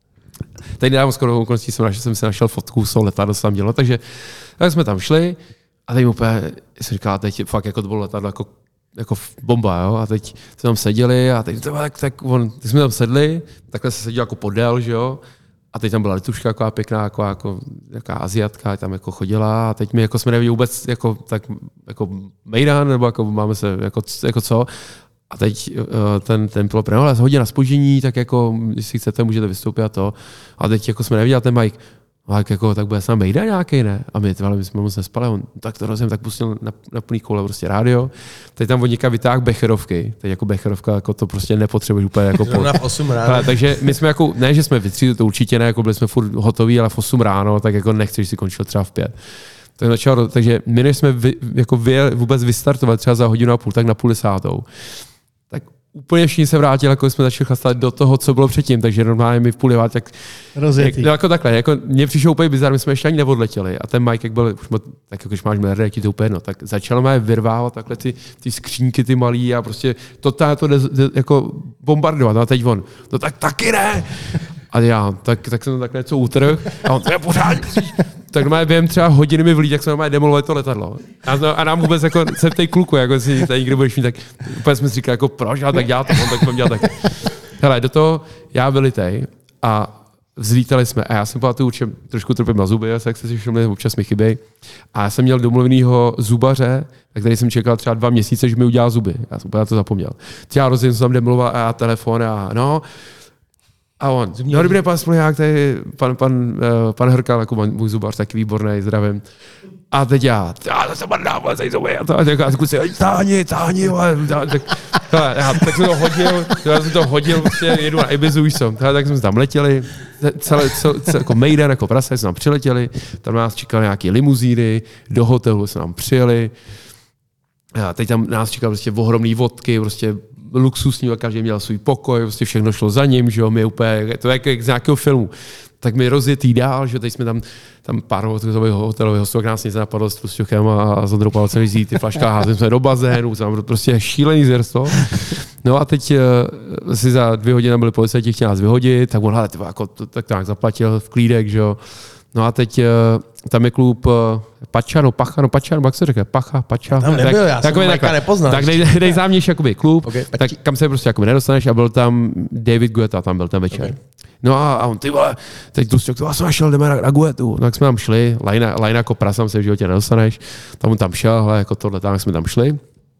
Teď nedávno skoro okolností jsem si našel fotku, co letadlo se tam dělo, takže tak jsme tam šli a teď úplně jsem říkal, teď fakt jako to bylo letadlo jako bomba, jo? A teď jsme tam seděli a teď teď jsme tam sedli, takhle se seděl jako podél, že jo? A teď tam byla letuška taková pěkná, jako Asiatka, tam jako chodila a teď my jako jsme nevěděli vůbec jako mejdan, nebo jako máme se jako co. A teď ten pilot ale hodně na zpoždění, tak jako, jestli chcete, můžete vystoupit a to. A teď jako jsme neviděli ten Mike, tak bude s námi mejdan nějaký, ne? A my jsme moc nespali, on tak to rozumím, tak pustil na plný koule prostě rádio. Teď tam od něka vytáhl becherovky, teď jako becherovka, jako to prostě nepotřebuješ úplně jako v 8 ráno. Takže my jsme jako, ne, že jsme vytřídili, to určitě ne, jako byli jsme furt hotoví, ale v 8 ráno, tak jako nechci, že si končil třeba v 5. Takže my než jsme vůbec vystartovali třeba za hodinu a půl, tak na 9:30. Tak úplně všichni se vrátili, jako jsme začali chlastat do toho, co bylo předtím, takže normálně my v 9:30 tak rozjetý. Jako takhle, jako mně přišlo úplně bizar, my jsme ještě ani neodletěli a ten Mike, jak byl, tak jako když máš miliardy, jak ti to úplně jedno, tak začal mě vyrvávat takhle ty skřínky, ty malý a prostě totálně to jako bombardovat. No a teď on, no tak taky ne. A já, tak jsem takhle něco utrhl a on, to je pořád. Tak normálně během třeba hodiny mi vlít, jak jsme normálně demolovali to letadlo. A nám vůbec jako se v té kluku, jako si tady někdo budeš mít, tak úplně jsme si říkali, jako proč, ale tak dělat to, on tak budeme dělat taky. Hele, do toho já vylitej a vzlítali jsme a já jsem pamatuju, určitě trošku trpím na zuby, jak jste si všimli, občas mi chyběj. A já jsem měl domluvenýho zubaře, na který jsem čekal třeba 2 měsíce, že mi udělá zuby. Já jsem úplně na to zapomněl. Já rozhodně jsem tam demoloval a já telefon a no. A on, no dobrý, pan Smolňák, tady pan Hrkal, jako můj zubař, taky výborný, zdravím. A teď já se mandám, tady zuby, a kluci, táhni, tak jsem to hodil, prostě jedu na Ibizu, víš co. Tak jsme tam letěli, celé jako mejdan, jako prase, jsme tam přiletěli, tam nás čekali nějaké limuzíny, do hotelu jsme tam přijeli. A teď tam nás čekali prostě ohromný vodky, prostě luxusní, každý měl svůj pokoj, prostě všechno šlo za ním, že jo, my úplně, to je jak z nějakého filmu. Tak mi rozjetý dál, že teď jsme tam pár hotelových hostů, jak nás nic napadlo s Tusťochem a s Ondrou Pavlcem vzít ty flaška, házeli jsme do bazénu, tam prostě šílený zvěrstvo. No a teď si za 2 hodiny byli policajti, chtěli nás vyhodit, tak on, hele, jako, tak nějak zaplatil v klídek, že jo. No a teď tam je klub Pača, jak se řekne? Pača. Tam nebyl, já jsem Majka nepoznal. Tak nejznámější jakoby klub, okay, tak kam se prostě jakoby nedostaneš a byl tam David Guetta, tam byl ten večer. Okay. No a on, ty vole, teď tu já jsem šel, jdeme na Guettu. No tak jsme tam šli, line jako prasam se v životě nedostaneš. Tam on tam šel, hele, jako tohle, tak jsme tam šli.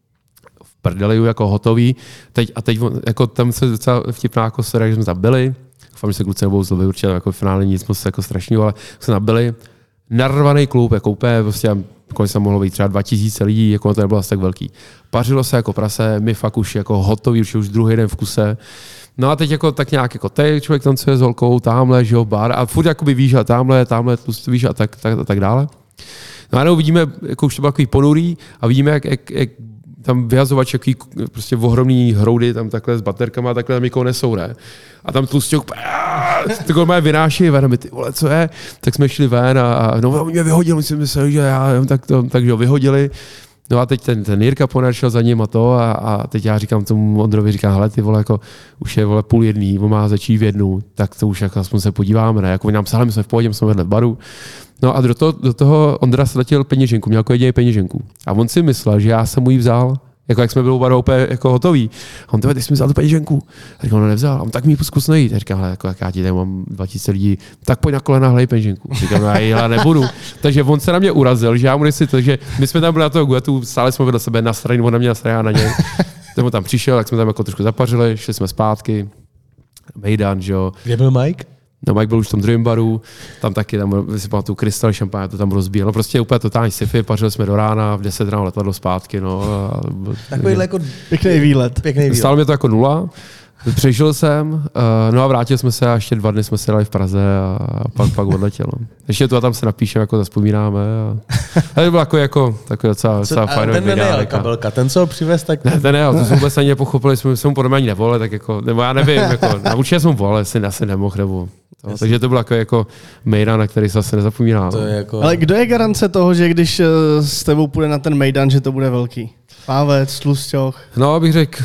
V prdeli jako hotový. Teď jako tam se docela vtipná jako sera, že jsme tam byli. Doufám, že se kluci nebudou zlobit, určitě jako v finále nic moc jako strašného, ale jsme tam byli. Narvaný klub, jako úplně, prostě, kolik se mohlo být třeba 2000 lidí, jako to nebylo asi tak velký. Pařilo se jako prase, my fakt už jako hotový, už druhý den v kuse. No a teď jako tak nějak jako teď člověk tancuje s holkou, tamhle, že jo, bar a furt jakoby víš, a tamhle, víš a tak dále. No a nebo vidíme, jako už to bylo takový ponurý a vidíme, jak tam vyhazovač, jaký prostě ohromný hroudy tam takhle s baterkama, takhle tam někoho nesou, ne? A tam tlusťok, takhle mě vynáší ven, a my ty vole, co je? Tak jsme šli ven a no, mě vyhodil, myslím, myslel, že já, takže ho vyhodili. No a teď ten Jirka Poner šel za ním a teď já říkám tomu Ondrovi, říkám, hele, ty vole, jako už je vole 12:30, on má začít v 1, tak to už jako aspoň se podíváme, ne? Jako nám psali, my jsme v pohodě, jsme vedle v baru. No a do toho Ondra sletěl peněženku, měl jako jediný peněženku. A on si myslel, že já jsem mu ji vzal, jako jak jsme byli u baru úplně jako hotový. A on, ty jsi mi vzal tu peněženku. A říkal, no nevzal. A on, tak mi ji zkus najít. A říkám, jako jak já ti tady mám 2000 lidí, tak pojď na kolena, hlej peněženku. Říkám, no já nebudu. Takže on se na mě urazil, že já mu nechci, takže my jsme tam byli na toho Guettu, stále jsme vedle sebe na straně, on na mě a na něj. Ten tam přišel, tak jsme tam jako trošku zapařili, šli jsme zpátky. Mejdan, že jo. Kde byl Mike? No Mike byl už v tom druhém baru, tam taky, si pamatuju, krystal šampáně, to tam rozbíjel. No prostě úplně totální sci-fi, pařili jsme do rána, v 10 ráno letadlo zpátky, no. Takovýhle jako pěkný výlet. Stálo mě to jako 0. Přežil jsem, no a vrátili jsme se a ještě 2 dny jsme se dali v Praze a pak odletěl. Ještě tu a tam se napíšeme, jako zazpomínáme. A to bylo jako takový docela fajnový video. Ten nejel kabelka, ten co ho přivez, tak... Ne, ten nejel, to jsme vůbec ani nepochopili, jsme mu podle mě ani nevolili, tak jako, nebo já nevím, jako, určitě jsme mu volili, asi nemohl, nebo... No, takže to byl jako mejdan, na který se asi nezapomíná. To je jako... Ale kdo je garance toho, že když s tebou půjde na ten mejdan, že to bude velký? Pávec, Tlusťoch. No, abych řekl,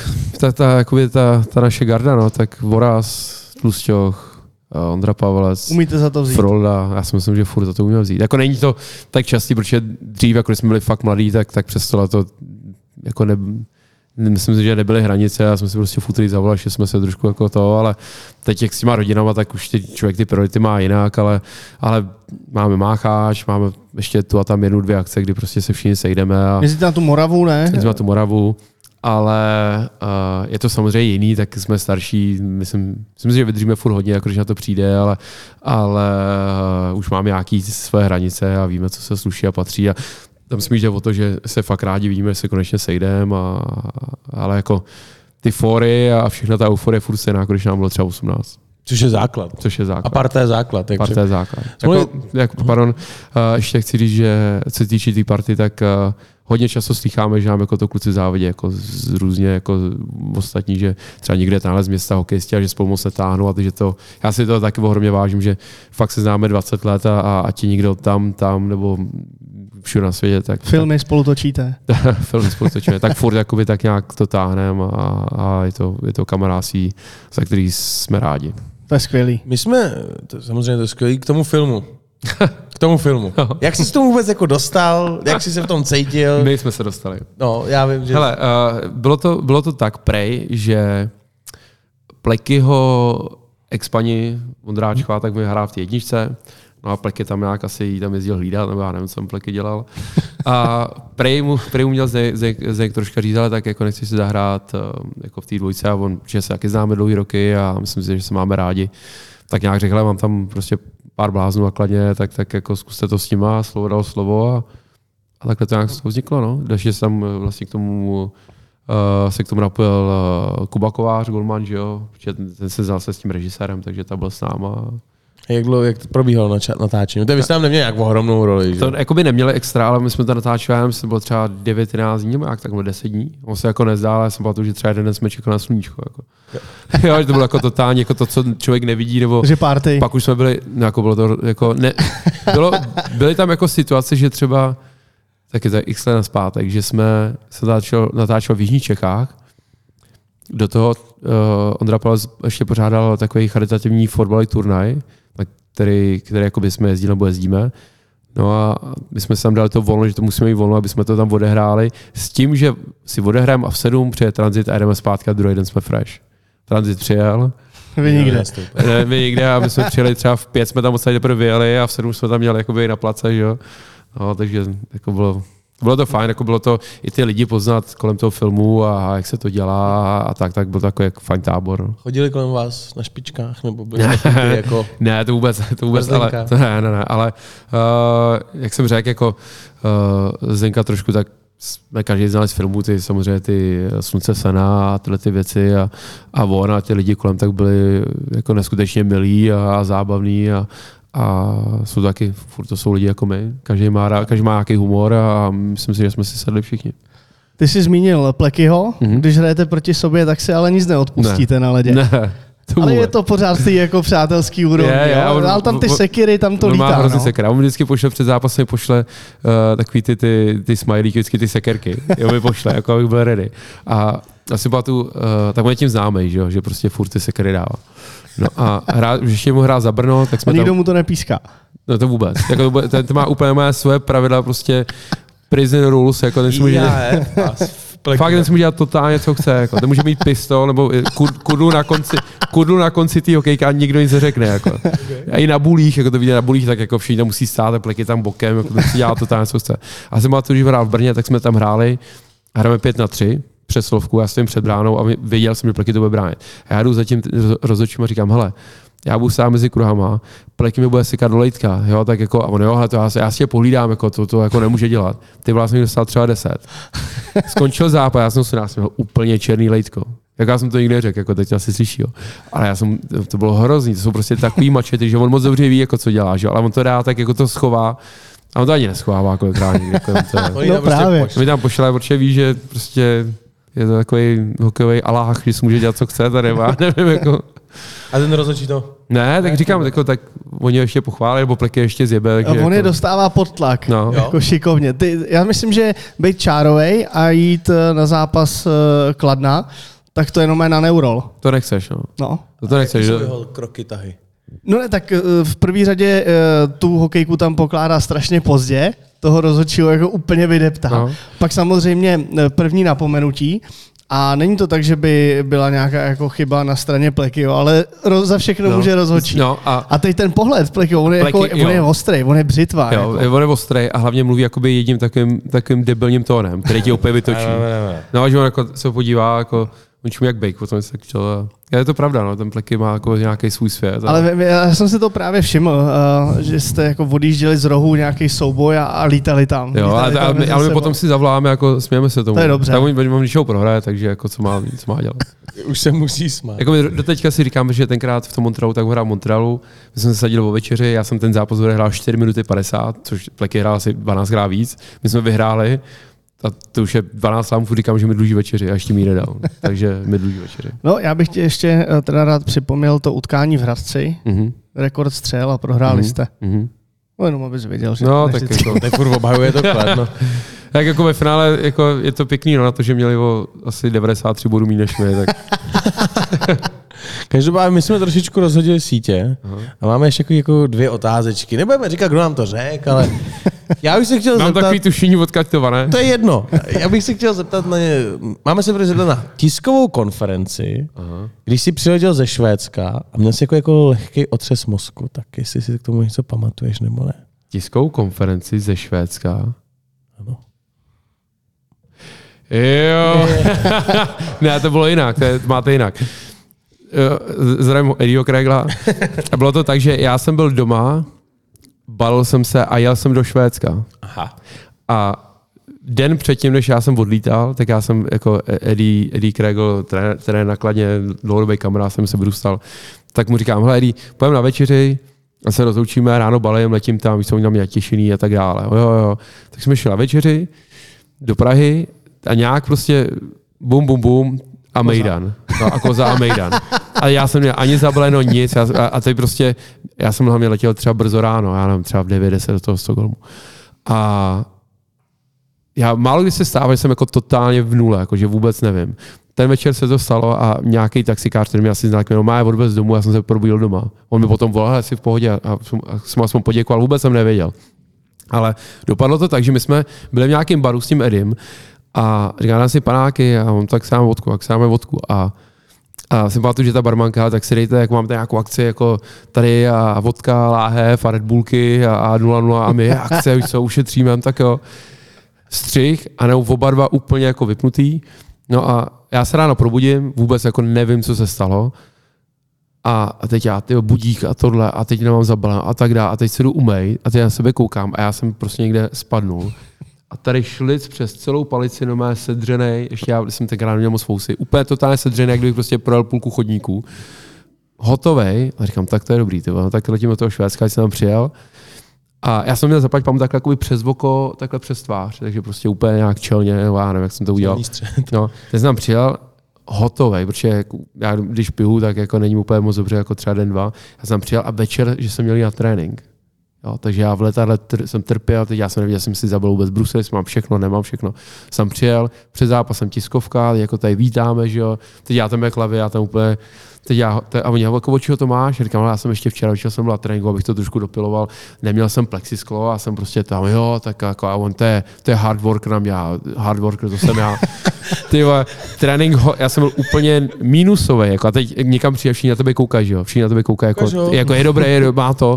ta naše garda, no, tak Voraz, Tlusťoch, Ondra Pavelec, umíte za to vzít? Frolda, já si myslím, že furt za to umíme vzít. Jako není to tak častý, protože dřív, jako když jsme byli fakt mladí, tak přesto to jako myslím si, že nebyly hranice, já jsem si prostě furt zavolal, že jsme se trošku jako to, ale teď jak s těma rodinama, tak už člověk ty priority má jinak, ale máme Mácháč, máme ještě tu a tam 1-2 akce, kdy prostě se všichni sejdeme. Jezdíte na tu Moravu, ne? Jezdíme na tu Moravu, ale je to samozřejmě jiný, tak jsme starší, myslím si, že vydržíme furt hodně, jako když na to přijde, ale už máme nějaký své hranice a víme, co se sluší a patří. A tam spíš jde o to, že se fakt rádi vidíme, že se konečně sejdeme, ale jako ty fóry a všechna ta euforie furt stejná, jako když nám bylo třeba 18. Což je základ. A parta je základ. Parta je základ. Pardon, ještě chci říct, že co se týče té party, tak hodně často slycháme, že nám jako to kluci v závodě jako různě jako ostatní, že třeba někde je z města hokejisti a že spolu moc netáhnou a takže to, já si to taky ohromně vážím, že fakt se známe 20 let a ti někdo tam nebo všude na světě. Tak, filmy spolu točíte. Filmy spolu točíme. Tak furt jakoby tak nějak to táhneme a je to kamarádství, za který jsme rádi. To je skvělý. My jsme, samozřejmě to je skvělý, k tomu filmu. Jak jsi s tomu vůbec jako dostal? Jak jsi se v tom cítil? My jsme se dostali. No, já vím, že... Hele, bylo to tak prej, že Plekyho ex-paní Vondráčková tak mi hrál v té jedničce. No a Pleky tam nějak asi tam jezdil hlídat, nebo já nevím, co tam Pleky dělal. A prej mu měl Zdeněk troška říct, ale tak jako nechci si zahrát jako v té dvojce a on, že se taky známe dlouhý roky a myslím si, že se máme rádi. Tak nějak řekl, mám tam prostě pár bláznů nakladně, tak jako zkuste to s nima, slovo dalo slovo a takhle to nějak vzniklo. No. Další se tam vlastně k tomu napojil Kuba Kovář, golman, že jo, ten se vzal se s tím režisérem, takže ta byl s náma. Jak to probíhalo natáčení? Vy jste tam neměli nějakou ohromnou roli, že? To jako by neměli extra, ale my jsme to natáčeli, myslím, bylo třeba 9-11 dní, nebo jak takhle 10 dní. On se jako nezdál, ale jsem pamatuju, že třeba jeden den jsme čekali na sluníčko. Jako. Jo, že to bylo jako totálně jako to, co člověk nevidí, nebo že party. Pak už jsme byli, jako bylo to jako byly tam jako situace, že třeba taky za x let nazpátek, že jsme se natáčel v Jižních Čechách. Do toho Ondra Pavelec ještě pořádal takový charitativní fotbalový turnaj, který jakoby jsme jezdili nebo jezdíme. No a my jsme si tam dali to volno, že to musíme mít volno, aby jsme to tam odehráli. S tím, že si odehrajeme a v 7 přijde tranzit a jdeme zpátky a druhý den jsme fresh. Tranzit přijel. Vy nikde. Ne, my nikde a my jsme přijeli třeba v 5 jsme tam odsaď teprve vyjeli a v 7 jsme tam měli jakoby na place, že jo. No, takže jako bylo to fajn, jako bylo to i ty lidi poznat kolem toho filmu a jak se to dělá a tak byl to jako fajn tábor. Chodili kolem vás na špičkách nebo byli jako... Ne, to vůbec, ale jak jsem řekl, jako Zdenka trošku tak jsme každý znali z filmů, samozřejmě ty Slunce Sena a tyhle ty věci a on a ty lidi kolem tak byli jako neskutečně milí a zábavní a jsou taky, furt to jsou lidi jako my. Každý má nějaký humor a myslím si, že jsme si sedli všichni. Ty jsi zmínil Plekyho, když hrajete proti sobě, tak si ale nic neodpustíte na ledě. Ne. Ale je to pořád ty jako přátelský úrovni, ale tam ty sekiry, tam to lítá. Má hrozný sekera. On vždycky pošle před zápasem, takový ty smajlíky, vždycky ty sekerky. Jo, mi pošle, jako abych byl ready. A asi tak on je tím známej, že prostě furt ty sekery dává. No a když mu hrál za Brno, tak jsme nikdo mu to nepíská. No to vůbec. Jako, ten má úplně svoje pravidla, prostě prison rules, jako ten si může... Fakt ten si může dělat totálně, co chce. Jako. Ten může mít pistol nebo kudlu na konci té hokejky a nikdo nic neřekne. Jako. Okay. A i na bulích, jako to vidět na bulích, tak jako všichni tam musí stát a Pleky tam bokem, jako ten si dělá totálně, co chce. A jsem když hrál v Brně, tak jsme tam hráli, hrajeme 5-3, přeslovku, já stojím před bránou a věděl jsem, že Pleky to bude bránit. A já jdu za tím rozhodčím a říkám, hele, já budu stát mezi kruhama, Pleky mi bude sykat do lejtka, jo, tak jako, a on jo, to já si tě pohlídám, jako to jako nemůže dělat. Ty vlastně mi dostal třeba 10. Skončil zápas, já jsem se násměl úplně černý lejtko. Jak já jsem to nikdy neřekl, jako teď asi slyší, jo. Ale to bylo hrozný, to jsou prostě takový mačety, že on moc dobře ví, jako co dělá, že? Ale on to dá tak, jako to schová. A on to ani neschovává kolikrát nikdy. Jako no právě. My tam pošle, protože ví, že prostě je to takový hokejový aláh, že si může dělat, co chce, tady já nevím, jako. A ten rozhodčí to? Ne, tak říkám, jako, tak oni ještě pochválí, nebo Pleky ještě zjebe. Takže on je dostává pod tlak, jako šikovně. Já myslím, že být čárovej a jít na zápas Kladna, tak to jenom je na neurol. To nechceš, no. To nechceš. Jaké jsou jeho kroky, tahy? No ne, tak v první řadě tu hokejku tam pokládá strašně pozdě, toho rozhodčího jako úplně vydeptá. No. Pak samozřejmě první napomenutí, a není to tak, že by byla nějaká jako chyba na straně Pleky, ale za všechno může rozhodčí. No, a teď ten pohled Pleky, on je ostrý, on je břitva. Jo, jako. On je ostrý a hlavně mluví jakoby jedním takovým debilním tónem, který ti opět vytočí. No a že on jako se podívá, jako on čumí jak bejk, potom se tak čel. Je to pravda, no, ten Pleky má jako nějaký svůj svět. Ale já jsem si to právě všiml, že jste jako odjížděli z rohu nějaký souboj a lítali tam. Jo, ale my potom si zavoláme, jako smějeme se tomu. To je dobře. Tak on ničeho prohraje, takže jako co má dělat. Už se musí smát. Jako my doteďka si říkáme, že tenkrát v tom Montrealu tak hrál Montrealu, my jsme se sadili o večeři, já jsem ten zápas hrál 4 minuty 50, což Pleky hrál asi 12krát víc, my jsme vyhráli. A to už je 12 lámů, říkám, že mi dluží večeři a ještě mi ji nedal. Takže mi dluží večeři. No, já bych ti ještě teda rád připomněl to utkání v Hradci. Rekord střel a prohráli jste. No, jenom abys věděl, že... No, tak jako... Teď furt obhajuje to Kladno. Tak jako ve finále jako je to pěkný, no, na to, že měli o asi 93 bodů méně než my, tak... Každopádně my jsme trošičku rozhodili sítě a máme ještě jako 2 otázečky. Nebudeme říkat, kdo nám to řekl, ale já bych se chtěl zeptat... Mám takový tušení odkud to, ne? To je jedno. Já bych se chtěl zeptat na ně... Máme se zeptat na tiskovou konferenci, když jsi přiletěl ze Švédska a měl jsi jako lehký otřes mozku, tak jestli si k tomu něco pamatuješ nebo ne? Tiskovou konferenci ze Švédska? Ano. Jo. Ne, to bylo jinak, máte jinak. Zdravím Eddieho Kregla. A bylo to tak, že já jsem byl doma, balil jsem se a jel jsem do Švédska. Aha. A den předtím, než já jsem odlítal, tak já jsem jako Eddie Kregl, trenér na Kladně, dlouhodobý kamarád, jsem se vyrůstal, tak mu říkám, hele Eddie, pojďme na večeři a se rozloučíme, ráno balím, letím tam, jsou na mě těšený a tak dále. Jo. Tak jsme šli na večeři do Prahy a nějak prostě bum, a Mejdan. No, a koza a Mejdan. A já jsem měl ani zabaleno nic. A teď prostě, já jsem hlavně letěl třeba brzo ráno, já nevím, třeba v 9:10 do toho Stockholmu. A já málo kdy se stává, že jsem jako totálně v nule, jako že vůbec nevím. Ten večer se to stalo a nějaký taxikář, který mě asi znal, má odvez domů, já jsem se probudil doma. On mi potom volal, asi v pohodě a jsem aspoň poděkoval, vůbec jsem nevěděl. Ale dopadlo to tak, že my jsme byli v nějakém baru s tím Edim a říkal si panáky a on tak sám vodku a si pamatuju, že ta barmanka, tak si dejte, jak máte nějakou akci, jako tady a vodka, láhev a Red Bullky a 0,0 a my akce, už co ušetříme, tak jo. Střih a nebo oba dva úplně jako vypnutý. No a já se ráno probudím, vůbec jako nevím, co se stalo. A teď já budík a tohle a teď nemám zabalen a tak dále a teď se jdu umej a teď na sebe koukám a já jsem prostě někde spadnul. A tady šlic přes celou palici, no má sedřenej, ještě já jsem tenkrát neměl moc fousy, úplně totálně sedřenej, jak kdybych prostě projel půlku chodníků. Hotovej, a říkám, tak to je dobrý, tyba. No, tak letím do toho Švédska, jsem tam přijel. A já jsem měl zaplať pamu takhle jakoby přes oko, takhle přes tvář, takže prostě úplně nějak čelně, já nevím, jak jsem to udělal. No, teď jsem tam přijel, hotovej, protože já když piju, tak jako není úplně moc dobře, jako třeba den, 2. Já jsem přijel a večer, že jsem měl na trénink. Jo, takže já v letadle jsem trpěl, teď já jsem nevěděl, jsem si zabil vůbec brusle, mám všechno, nemám všechno. Jsem přijel, před zápasem tiskovka, jako tady vítáme, že jo, teď já tam jak hlavě, já tam úplně, a oni jako, od čeho to máš? Říkám, já jsem ještě včera jsem byl na tréninku, abych to trošku dopiloval, neměl jsem plexisklo a jsem prostě tam, jo, tak jako, a on to je hard worker na mě, hard worker, to jsem já. Ty vole, trénink, já jsem byl úplně mínusový, jako a teď někam přijde, všichni na tebe koukají, že jo, všichni na tebe koukají, jako je dobré, má to.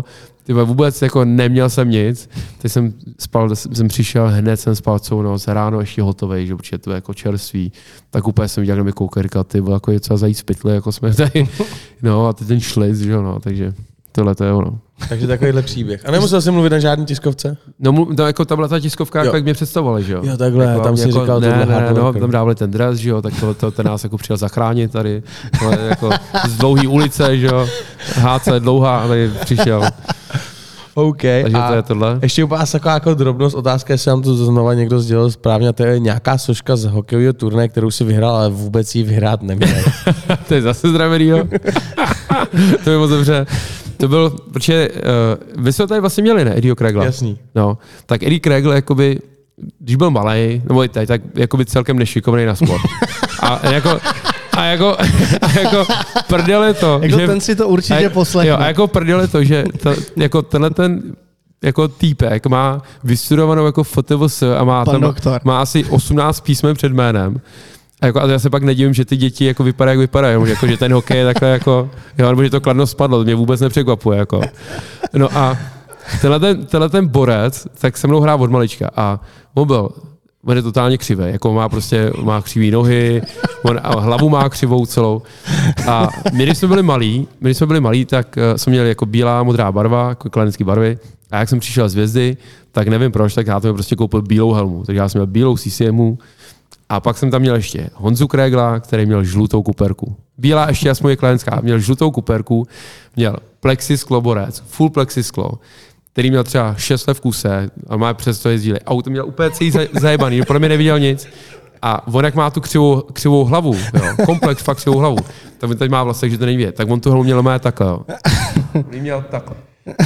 vůbec jako neměl jsem nic. Teď jsem přišel, hned jsem spal celou noc, ráno ještě hotovej, že protože to je jako čerstvý. Tak úplně jsem viděl, že mi koukal, říkal, ty vole, jako je třeba zajít z pytle, jako jsme tady. No a teď ten šlic, že no, takže tohle to je ono. Takže takovýhle příběh. A nemusel jsi mluvit na žádný tiskovce? No, jako tam byla ta tiskovka, jak mě představovali, že jo? Jo, takhle, jako, tam si jako, říkal no, tam dávali ten dres, že jo, tak to nás jako přijel zachránit tady, jako z dlouhý ulice, že jo, HC dlouhá, ale přišel. OK. Takže to je tohle. Ještě u vás taková jako drobnost, otázka, jestli vám to znova někdo sdělil správně, to je nějaká soška z hokejového turnaje, kterou si vyhrál, ale vůbec ji vyhrát neměl. To je zase zdravěrýho. To je moc dobře. To byl, protože vy jsme tady vlastně měli, ne, Eddieho Kregla. Jasný. No, tak Eddie Kregl, jakoby, když byl malej, nebo i tady, tak jakoby celkem nešikovnej na sport. A jako prdele to, jako že ten si to určitě poslechne. Jo, a jako prdele to, že jako tenhle ten jako týpek má vystudovanou jako FTVS a má asi 18 písmen před jménem. A já se pak nedivím, že ty děti jako vypadají, jak vypadají, jako, že ten hokej je takhle jako, jo, nebo že to Kladno spadlo, to mě vůbec nepřekvapuje. Jako. No a tenhle ten borec, tak se mnou hrál od malička a on je totálně křivý, jako má křivý nohy, a hlavu má křivou celou. A my, když jsme byli malí, tak jsme měli jako bílá, modrá barva, jako klanické barvy. A jak jsem přišel z Hvězdy, tak nevím proč, tak já to prostě koupil bílou helmu. Takže já jsem měl bílou CCMu. A pak jsem tam měl ještě Honzu Kregla, který měl žlutou kuperku. Bílá ještě aspoň je klanická, měl žlutou kuperku, měl plexisklo borec, full plexisklo, který měl třeba 6 let v kuse a má přesto jezdili. Auto měl úplně celý zajebaný, pro mě neviděl nic. A on jak má tu křivou hlavu, jo, komplex fakt křivou hlavu, tak on teď má vlastně, že to není vidět, tak on tu hlavu měl mé takhle. Jo. On měl takhle.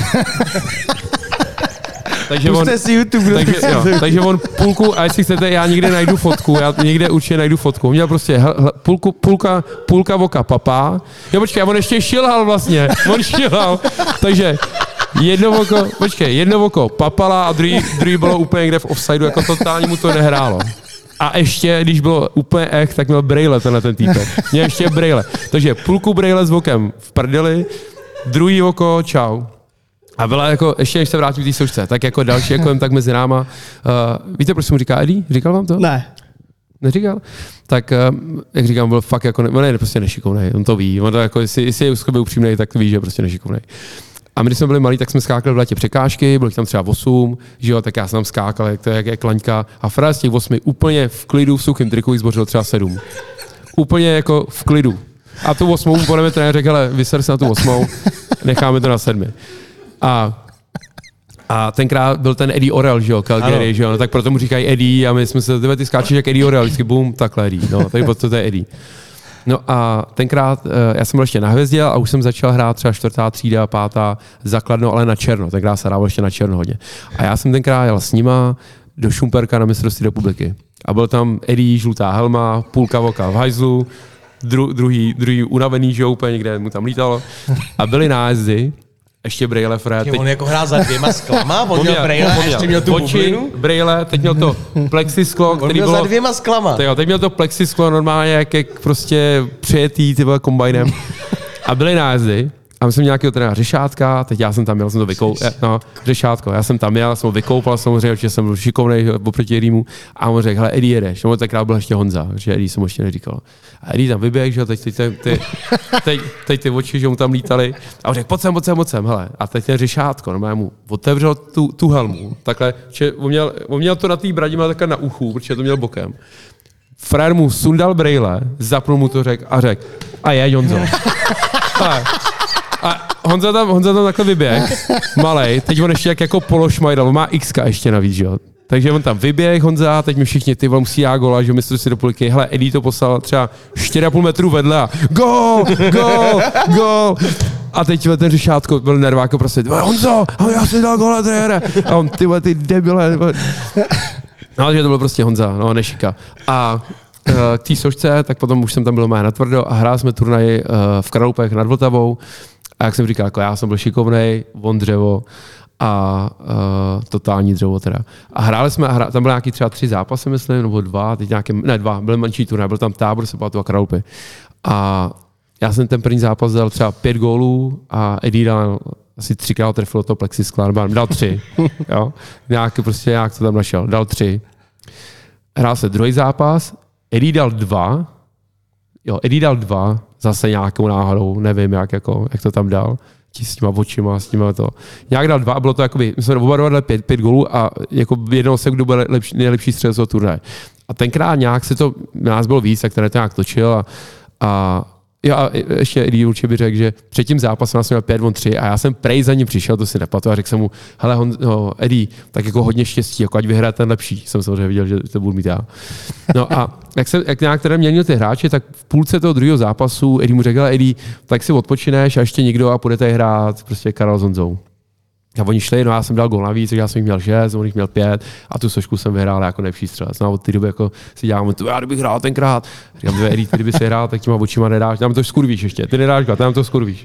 Takže on půlku, a jestli chcete, já někde najdu fotku, já někde určitě najdu fotku. On měl prostě půlka voka papá. Jo, počkej, on ještě šilhal vlastně. On šilhal. Takže jedno oko papala a druhý bylo úplně někde v offsideu, jako totálně mu to nehrálo. A ještě, když bylo úplně tak měl brejle ten týpek. Měl ještě brejle. Takže půlku brejle s vokem v prdeli, druhý oko čau. A byla jako, ještě než se vrátím k té sošce, tak jako další, jako jen tak mezi náma. Víte, proč se mu říká Eddie? Říkal vám to? Ne. Neříkal? Tak, jak říkám, byl fakt jako, on je prostě nešikovnej, on to ví. On to jako, jestli je u upřímnej, tak ví, že je prostě nešikovnej. A my, když jsme byli malí, tak jsme skákali v létě překážky, bylo tam třeba 8, že jo, tak já jsem tam skákal, jak je klaňka. A Fred z těch 8 úplně v klidu, v suchým triku zbořil třeba 7. Úplně jako v klidu. A tu 8, podle mě trenér řekl, hele, vyser se na tu 8, necháme to na 7. A tenkrát byl ten Eddie Orel, že jo, Calgary, že jo, no, tak proto mu říkají Eddie a my jsme se, ty skáčeš jak Eddie Orel, vždycky bum, takhle Eddie, no, tady to je Eddie. No a tenkrát já jsem byl ještě na Hvězdě a už jsem začal hrát třeba 4. třída, 5. základno, ale na černo, tenkrát se hrával ještě na černo hodně. A já jsem tenkrát jel s nima do Šumperka na mistrovství republiky. A byl tam Eddie, žlutá helma, půlka voka v hajzlu, druhý unavený, že jo, úplně někde mu tam lítalo. A byli nájezdy. Ještě brejle, Fred. On jako hrál za 2 sklama, on měl brejle a ještě měl tu bublinu. Brejle, teď měl to plexisklo, který bylo... On měl za 2 sklama. Teď měl to plexisklo normálně, jak prostě přejetý tyhle kombajnem. A byly nájezdy. A my jsme měli nějakého trenéra Řešátka, teď já jsem tam jel, jsem to vykoupal, no, Řešátko, já jsem tam jel, jsem ho vykoupal samozřejmě, že jsem byl šikovnej oproti Rýmu a on řekl, hele, Eddie jedeš, no tenkrát byl ještě Honza, že Eddie jsem mu ještě neříkal. A Eddie tam vyběh, že teď ty oči, že mu tam lítali a on řekl, pojď sem, hele. A teď ten Řešátko, no, já mu otevřel tu helmu, takhle, že on měl to na té bradě, takhle na uchu, protože to měl bokem. Frér mu sundal brejle, zapnul mu to a řekl, a jeď, Honzo. A Honza tam takhle vyběh, malej, teď on ještě jako pološmajdal, on má X-ka ještě navíc, že jo. Takže on tam vyběh, Honza, teď mi všichni, ty vole, musí já gola, že mistrovství republiky, hele, Eddie to poslal třeba 4,5 metru vedle a gól. A teď ten Řešátko byl nervák, prostě, Honzo, já si dal gola, trenére. A on, ty debile. No, takže to byl prostě Honza, no, nešika. A k té sošce, tak potom už jsem tam byl má natvrdo a hráli jsme turnaj v Kralupech nad Vltavou. A jak jsem říkal, jako já jsem byl šikovnej, on dřevo a totální dřevo teda. A hráli jsme, tam byly nějaký třeba 3 zápasy, myslím, nebo 2, teď nějaké, ne 2, byl menší turnaj, byl tam Tábor, Sepatu a Kralupy. A já jsem ten první zápas dal třeba 5 gólů a Eddie dal asi 3krát trefilo to plexiskla, dal 3. Jo? Nějak to tam našel, dal 3. Hrál se druhý zápas, Eddie dal 2. Jo, Eddie dal 2, zase nějakou náhodou, nevím jak to tam dal. S těma očima, s těma to. Nějak dal 2 a bylo to jakoby, my jsme oba dali 5 gólů a jako jednou se, kdo byl nejlepší střelec toho turnaje. A tenkrát nějak se to, nás bylo víc, tak ten to nějak točil a ještě Eddie určitě by řekl, že před tím zápasem jsem měl 5, on 3 a já jsem prej za ním přišel, to si nepamatuju a řekl jsem mu, hele Eddie, tak jako hodně štěstí, jako ať vyhraje ten lepší. Jsem samozřejmě viděl, že to budu mít já. No a jak nějak teda měnil ty hráče, tak v půlce toho druhého zápasu Eddie mu řekl, Eddie, tak si odpočineš a ještě někdo a půjdete hrát prostě Karel s Honzou. A oni šli, no já jsem dal gól navíc, takže já jsem jich měl 6, on jich měl 5 a tu sošku jsem vyhrál jako nejlepší střelec. No a od té doby jako si dělám, já kdybych hrál tenkrát, říkám, Eddie, ty kdyby si hrál, tak těma očima nedáš, tam to skurvíš ještě, ty nedáš go, tam to skurvíš.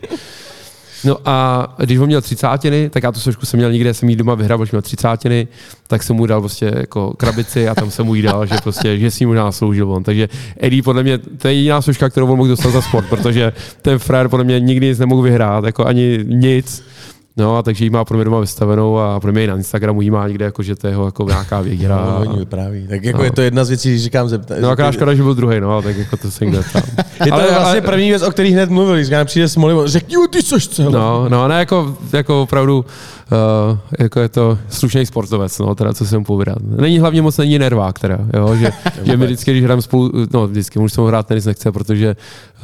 No a když on měl 30, tak já tu sošku jsem měl nikde, jsem jí doma vyhrál, když měl 30, tak jsem mu dal prostě jako krabici a tam jsem mu jí dal, že prostě, že si možná sloužil on. Takže Eddie podle mě, to je jediná soška, kterou on mohl dostat za sport, protože ten frajer podle mě nikdy nic nemohl vyhrát, jako ani nic. No a takže jí má pro mě doma vystavenou a pro mě i na Instagramu jí má někde, jako, že to je jeho jako nějaká výhra. No, oni vypráví. Tak jako je to jedna z věcí, když říkám zeptat. No a škoda, že byl druhý, no, tak jako to se někde tam. Je to vlastně první věc, o který hned mluvil, když přijde Smolivon, řekni, ty což No, ne, jako opravdu, jako je to slušný sportovec, no, teda co jsem povídat. Hlavně moc není nervák, teda, jo, že my vždycky, když hrám spolu, no vždycky, už jsem hrát tenis nechce, protože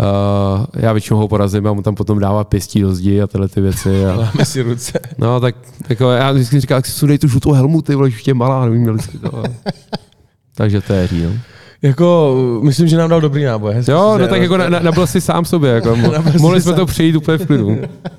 já většinou ho porazím a on tam potom dává pěstí do zdi a tyhle ty věci. Láme si ruce. No, tak jako já vždycky říkám, tak si sundej tu žlutou helmu, ty vole, už tě malá, nevím, měli si to. Takže to je no. Jako, myslím, že nám dal dobrý náboj. Jo, no tak jako nabil si sám sobě, jako, mohli jsme to přejít úplně v klidu.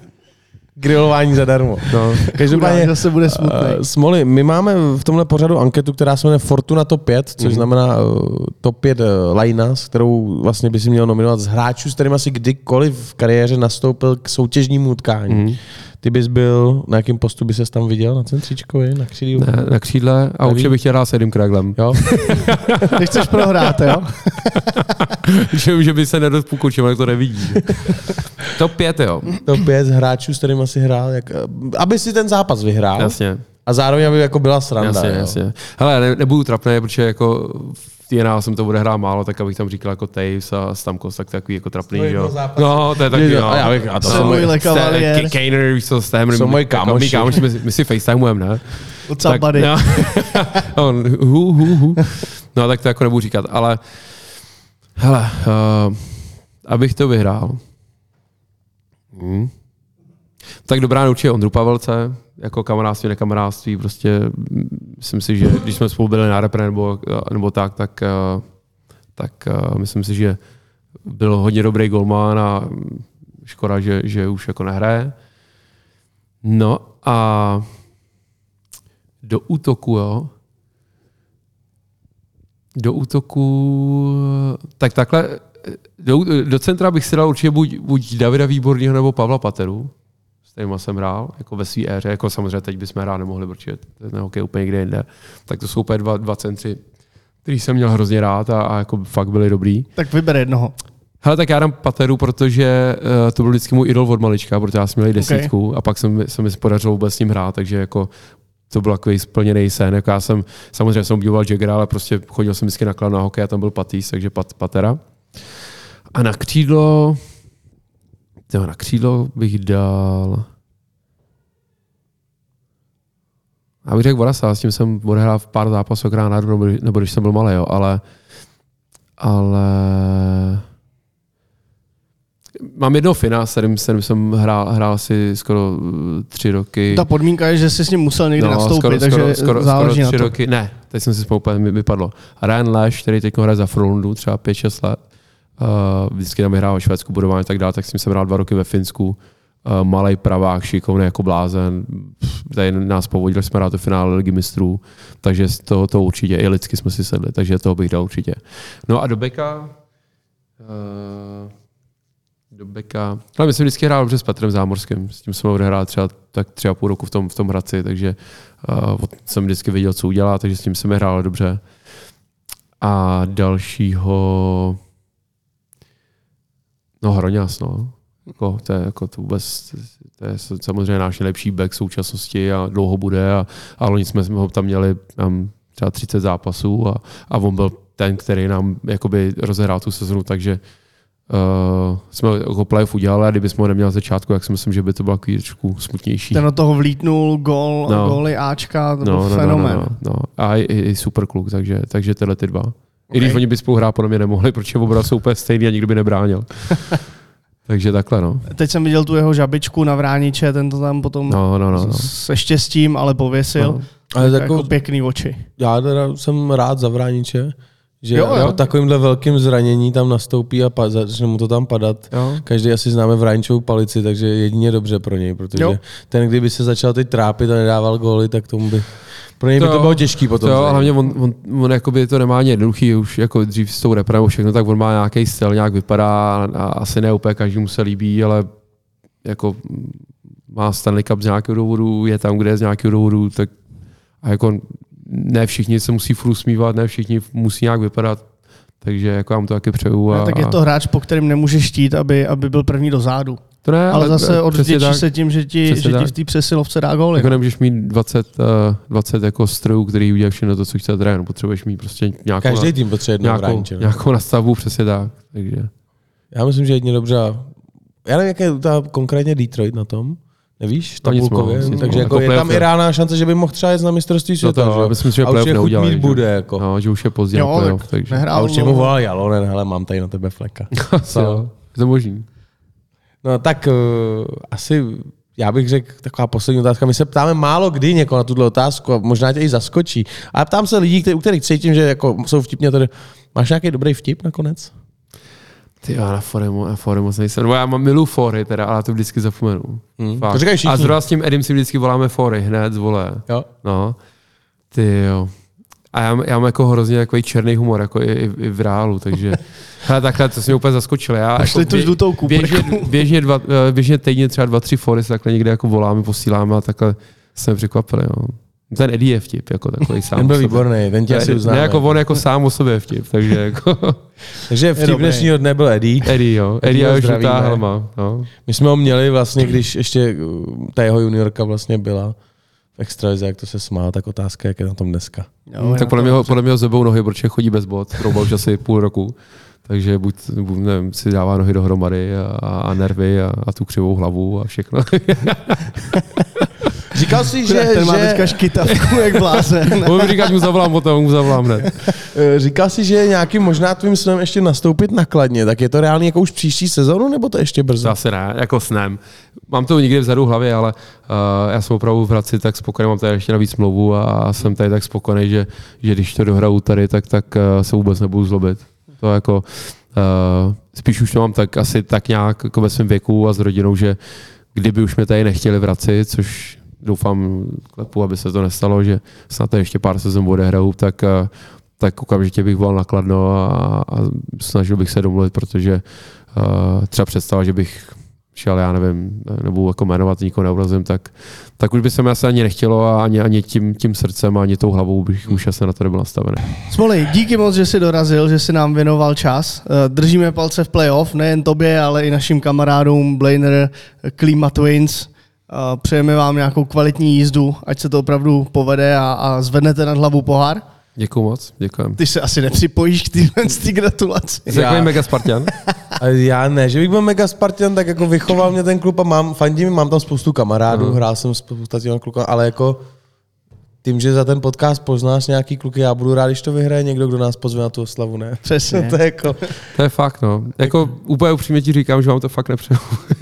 Grilování zadarmo. No. Každopádně zase bude smutný. Smoli, my máme v tomhle pořadu anketu, která se jmenuje Fortuna Top 5, což znamená Top 5 lajna, s kterou vlastně by si měl nominovat z hráčů, s kterým asi kdykoliv v kariéře nastoupil k soutěžnímu utkání. Ty bys byl, na jakém postu by ses tam viděl? Na centříčkovi, na křídle? Ne, na křídle a určitě bych chtěl hrát s Edim Kraglem. Jo? Ty chceš prohrát, jo? že by se nedopukl, čemu to nevidí. Top 5, jo. Top 5 hráčů, s kterým asi hrál, aby si ten zápas vyhrál. Jasně. A zároveň, aby jako byla sranda. Jasně. Hele, nebudu trapný, protože jako v TNA jsem to bude hrát málo, tak abych tam říkal jako Taves a Stamkos, tak takový jako trapný, jo. No, to je taky, no. A to jsou moji Kejner, víš co, s Témrem. Jsou moji kámoši. My si FaceTimujeme, ne? What's up, buddy? No, tak to jako nebudu říkat, ale hele, abych to vyhrál. Tak dobrá určitě Ondru Pavelce, jako kamarádství, nekamarádství, prostě myslím si, že když jsme spolu byli na repre nebo tak myslím si, že byl hodně dobrý golman a škoda, že už jako nehraje. No a do útoku, tak takhle, do centra bych si dal určitě buď Davida Výborného nebo Pavla Pateru, s kterýma jsem hrál, jako ve své éře, jako samozřejmě teď bychom hrát nemohli, protože ten hokej úplně někde jinde. Tak to jsou úplně dva centry, který jsem měl hrozně rád a jako fakt byli dobrý. Tak vyber jednoho. Hele, tak já dám Pateru, protože to byl vždycky můj idol od malička, protože já jsem měl 10 a pak se mi podařilo vůbec s ním hrát, takže jako to byl takový splněný sen. Jako já jsem obdivoval Jaggera, ale prostě chodil jsem vždycky na hokej a tam byl Patýs, takže Patera. A na křídlo bych dal... Já bych řekl Vorasa, s tím jsem odehrál v pár zápasů akorát nebo když jsem byl malý, jo, ale mám jednoho Fina, s kterým jsem hrál asi skoro 3 roky. Ta podmínka je, že jsi s ním musel někdy nastoupit, takže záleží skoro 3 na to. roky. Ne, teď jsem si úplně vypadlo. Ryan Lash, který teď hraje za Frölundu, třeba 5-6 let. Vždycky tam hrál ve Švédsku budování a tak dále, tak s ním jsem hrál 2 roky ve Finsku. Malej pravák, šikovný jako blázen. Tady nás povodili, jsme hrát do finále Ligy mistrů, takže to určitě, i lidsky jsme si sedli, takže toho bych dal určitě. No a do beka, ale my jsem vždycky hrál dobře s Petrem Zámorským, s tím jsem odehrál třeba tak 3,5 roku v tom Hradci, takže jsem vždycky viděl, co udělá, takže s tím jsem hrál dobře. A dalšího, Hroňas, no. To je samozřejmě náš nejlepší back v současnosti a dlouho bude a loni jsme ho tam měli třeba 30 zápasů a on byl ten, který nám jakoby rozehrál tu sezonu, takže jsme jako playoff udělali a kdybychom ho neměli z začátku, tak si myslím, že by to bylo trošku smutnější. Ten od toho vlítnul góly Ačka, to byl fenomén. No. A i super kluk, takže tyhle ty dva. Okay. I když oni by spolu hrát podle mě nemohli, protože oba jsou úplně stejný a nikdo by nebránil. Takže takhle, no. Teď jsem viděl tu jeho žabičku na Vrániče, ten to tam potom se štěstím, ale pověsil. No. Ale jako pěkný oči. Já teda jsem rád za Vrániče, že jo. Takovýmhle velkým zranění tam nastoupí a začne mu to tam padat. Jo. Každý asi známe Vráničovu palici, takže jedině dobře pro něj, protože ten, kdyby se začal teď trápit a nedával góly, tak tomu by... Pro něj by to bylo těžký potom. Jo, hlavně on jakoby to nemá ani jednoduchý, už jako dřív s tou repremou všechno, tak on má nějaký styl, nějak vypadá a asi ne úplně každému se líbí, ale jako má Stanley Cup z nějakého důvodu, je tam, kde je z nějakého důvodu, tak a jako ne všichni se musí furt usmívat, ne všichni musí nějak vypadat, takže jako já mu to taky přeju. Tak je to hráč, po kterém nemůžeš chtít, aby byl první do zádu. To ne, ale zase odvděčí se tím, že ti v té přesilovce dá góly. Jako nemůžeš mít 20 jako strojů, který udělají všechno to, co chce trénu. Potřebuješ mít prostě každý tým potřebuje nějakou nastavbu, přesně tak. Takže. Já myslím, že jedně dobře. Já nevím, jak je konkrétně Detroit na tom. Nevíš, tabulkově, takže jako je tam i reálná šance, že by mohl třeba jet na mistrovství světa. No myslím, že playoff neudělají. Bude, jako. No, že už je pozdě na playoff. Takže. A určitě mu volal Jalonen, hele, mám tady na tebe fleka. Je to možný. No tak asi já bych řekl, taková poslední otázka. My se ptáme málo kdy někoho na tuto otázku a možná tě i zaskočí. Ale ptám se lidí, u kterých cítím, že jako jsou vtipně tady. Máš nějaký dobrý vtip nakonec? Ty já na fóry moc nejsem. No já miluji fóry teda, ale to vždycky zapomenu. To říkají všichni. A zrovna s tím Edim si vždycky voláme fóry hned, vole. Jo. No. Ty jo. A já mám jako hrozně takový černý humor, jako i v reálu, takže hele, takhle, to jsem mě úplně zaskočil. Já pošli tu žlutou běžně týdně třeba 2-3 fóry se takhle někde jako voláme, posíláme a takhle jsme překvapili. Jo. Ten Eddie je vtip, jako takový sám. Ten byl výborný, ten tě asi uznáme. Ne, jako on jako sám o sobě je vtip, takže jako... Takže vtip dnešního dne byl Eddie. Eddie a žlutá helma. No. My jsme ho měli vlastně, když ještě ta jeho juniorka vlastně byla v extralize, jak to se smál, tak otázka, jak je na tom dneska. Tak podle mě ho zebou nohy, protože chodí bez bot, roubal už asi půl roku. Takže buď nevím, si dává nohy dohromady a nervy a tu křivou hlavu a všechno. Říkal jsi, že... Ten má teďka škytavku, jak blázen. Můžu říkat, mu zavolám hned. Říkal jsi, že je nějakým možná tvým snem ještě nastoupit na Kladně, tak je to reálně jako už příští sezónu, nebo to ještě brzo? Zase ne, jako snem. Mám to někde vzadu v hlavě, ale já jsem opravdu v Hradci tak spokojený, mám tady ještě navíc smlouvu a jsem tady tak spokojený, že když to dohraju tady, tak se vůbec nebudu zlobit. To jako, spíš už to mám tak asi tak nějak jako ve svém věku a s rodinou, že kdyby už mě tady nechtěli vracet, což doufám klepu, aby se to nestalo, že snad to ještě pár sezon odehraju, tak okamžitě bych volal na Kladno a snažil bych se domluvit, protože třeba představa, že bych šel, já nevím, nebudu jako jmenovat, nikoho neurazím, tak už by se mi asi ani nechtělo a ani tím srdcem, ani tou hlavou bych už asi na to nebyl nastavený. Smolej, díky moc, že jsi dorazil, že jsi nám věnoval čas. Držíme palce v playoff, nejen tobě, ale i našim kamarádům Blainer, Klima Twins. Přejeme vám nějakou kvalitní jízdu, ať se to opravdu povede a zvednete nad hlavu pohár. Děkuju moc, děkujem. Ty se asi nepřipojíš k té gratulaci. Jsi takový mega Spartan? Já ne, že bych byl mega Spartan, tak jako vychoval mě ten klub a mám tam spoustu kamarádů, hrál jsem spoustu těm klukům, ale jako tím, že za ten podcast poznáš nějaký kluky, já budu rád, když to vyhraje někdo, kdo nás pozve na tu oslavu, ne? Přesně. To je fakt, no. Jako úplně upřímně ti říkám, že vám to fakt nepřeju.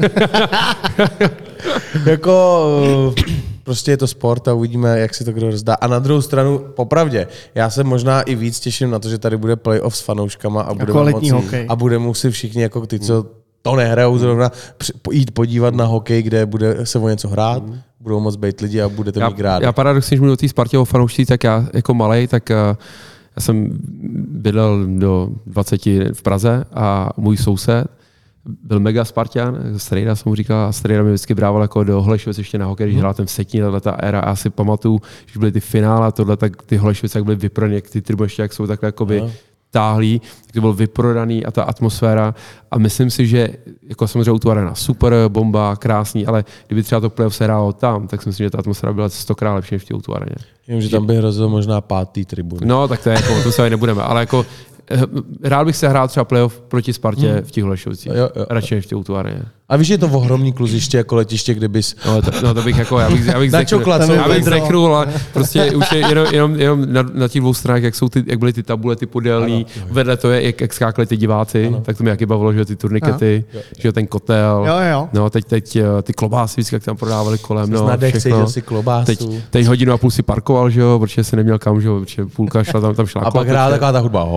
Jako prostě je to sport a uvidíme, jak si to kdo rozdá. A na druhou stranu, popravdě, já se možná i víc těším na to, že tady bude playoff s fanouškama a budeme muset všichni, jako ty, co to nehrajou zrovna, jít podívat na hokej, kde bude se o něco hrát, budou moc být lidi a budete mít rádi. Já paradoxně, když mluvím o té Spartě o fanoušcích, tak já jako malej, tak já jsem bydlel do 20 v Praze a můj soused byl mega Spartan, Strejda jsem mu říkal, a Strejda mě vždycky brával jako do Holešovic ještě na hokej, když hrál ten v Vsetín, ta éra, a já si pamatuju, když byly ty finále a tohle, tak ty Holešovice jak byly vyprodané, ty tribuny ještě jak jsou takhle jakoby táhlý, to bylo vyprodaný a ta atmosféra a myslím si, že jako samozřejmě u tu arena super, bomba, krásný, ale kdyby třeba to playoff se hrálo tam, tak si myslím, že ta atmosféra byla 100krát lepší než v té areně. Vím, že tam by hrozilo možná 5. tribuny. No, tak to je jako, to se nebudeme, ale jako rád bych se hrál třeba playoff proti Spartě v těch Holešovicích, radši než v té areně. A víš, že je to ohromný kluziště jako letiště, kde bys... No to bych jako, já bych zdechnul, ale prostě už je jenom na těch dvou stranách, jak byly ty tabule, ty podélný, vedle to je, jak skákali ty diváci, tak to mě jaký bavilo, že ty turnikety, že ten kotel, no teď ty klobásy, jak tam prodávali kolem, no všechno. Si klobásu. Teď hodinu a půl si parkoval, že jo, protože si neměl kam, že jo, protože půlka šla tam šla. A pak hrála taková ta hudba.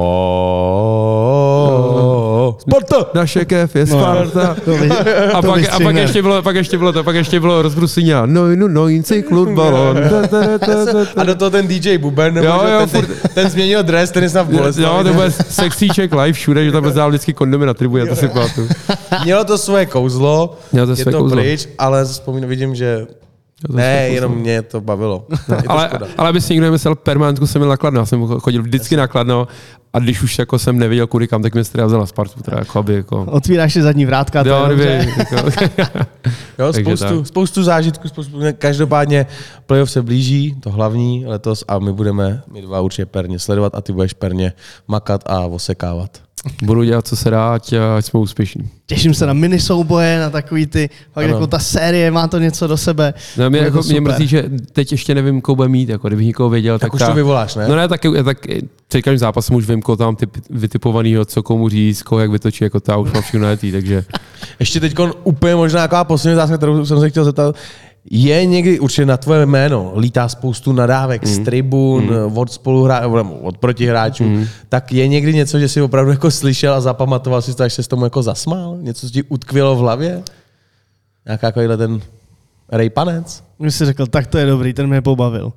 Sparta! Naše kev je Sparta. A pak ještě bylo rozbrusině. No, cyklur balon. A do toho ten DJ Buben, ten změnil dres, ten je snad v Boleslavi. Jo, to bude sexíček live všude, že tam byl vždycky kondomy na tribuně, to si pamatuju. Mělo to svoje kouzlo, je to pryč, ale vidím, že ne, jenom mě to bavilo. Ale by si nikdo nemyslel, permanentku jsem měl na Kladno, já jsem chodil vždycky na Kladno a když už jako jsem nevěděl kudy kam, tak mě strýha vzala Spartu. Teda jako... Otvíráš si zadní vrátka, jo, to je spoustu zážitků, každopádně playoff se blíží, to hlavní letos a my dva určitě perně sledovat a ty budeš perně makat a osekávat. Budu dělat, co se dá, ať jsme úspěšní. Těším se na mini souboje, na takový ty, jako ta série, má to něco do sebe. No, mě mrzí, že teď ještě nevím, koho bude mít, jako kdybych někoho věděl. Tak už to vyvoláš, ne? No ne, tak před každým zápasem už vím, koho tam vytipovanýho, co komu říct, koho jak vytočí, jako ta už mám všechno najetý, takže... Ještě teď úplně možná taková poslední otázka, kterou jsem se chtěl zeptat. Je někdy určitě na tvoje jméno, lítá spoustu nadávek z tribun, od protihráčů, tak je někdy něco, že jsi opravdu jako slyšel a zapamatoval si to, až se s tomu jako zasmál? Něco ti utkvělo v hlavě? Nějaká takovýhle ten rejpanec? Když jsi řekl, tak to je dobrý, ten mě pobavil.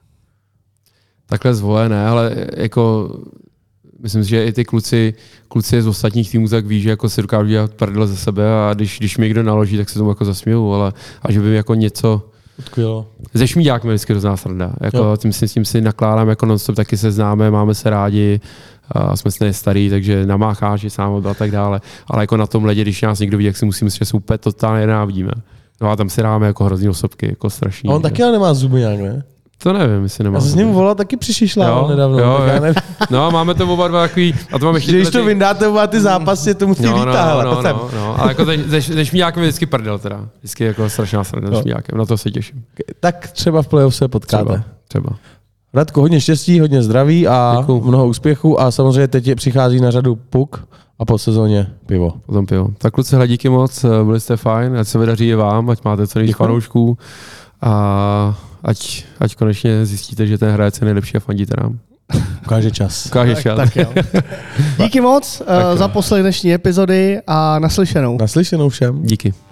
Takhle zvolené, ale jako... Myslím si, že i ty kluci z ostatních týmů tak ví, že jako si dokážu dělat prdele ze sebe a když mi někdo naloží, tak se tomu jako zasměju, ale a že by mi jako něco utkvělo. Ze šmíďákmi vždycky hrozná sranda. Jako s tím si nakládám jako non-stop, taky se známe, máme se rádi, jsme si starý, takže namácháš sám a tak dále. Ale jako na tom ledě, když nás někdo vidí, jak si musím myslet, že se úplně totálně nenávidíme. No a tam si dáme jako hrozný osobky, jako strašný. A on taky ale nemá zuby nějak, ne? To nevím, jestli nemá. Já jsem s ním volal, taky přišla nedávno. Jo. No, máme to oba dva takový... A to mám ještě když to vyndáte oba ty zápasy, to musí lítat. No. Ale jako ze šmíďákem je vždycky prdel teda. Vždycky jako strašná sranda se šmíďákem. Na to se těším. Tak třeba v playoff se potkáte. Třeba. Radko, hodně štěstí, hodně zdraví a mnoho úspěchů a samozřejmě teď přichází na řadu puk a po sezóně pivo. Potom pivo. Tak kluci, díky moc, byli jste fajn, ať se vydaří i vám, ať máte co nejvíc fanoušků a ať konečně zjistíte, že ten hráč je nejlepší a fandíte nám. Ukáže čas. Tak jo. Díky moc za poslech dnešní epizody a naslyšenou. Naslyšenou všem. Díky.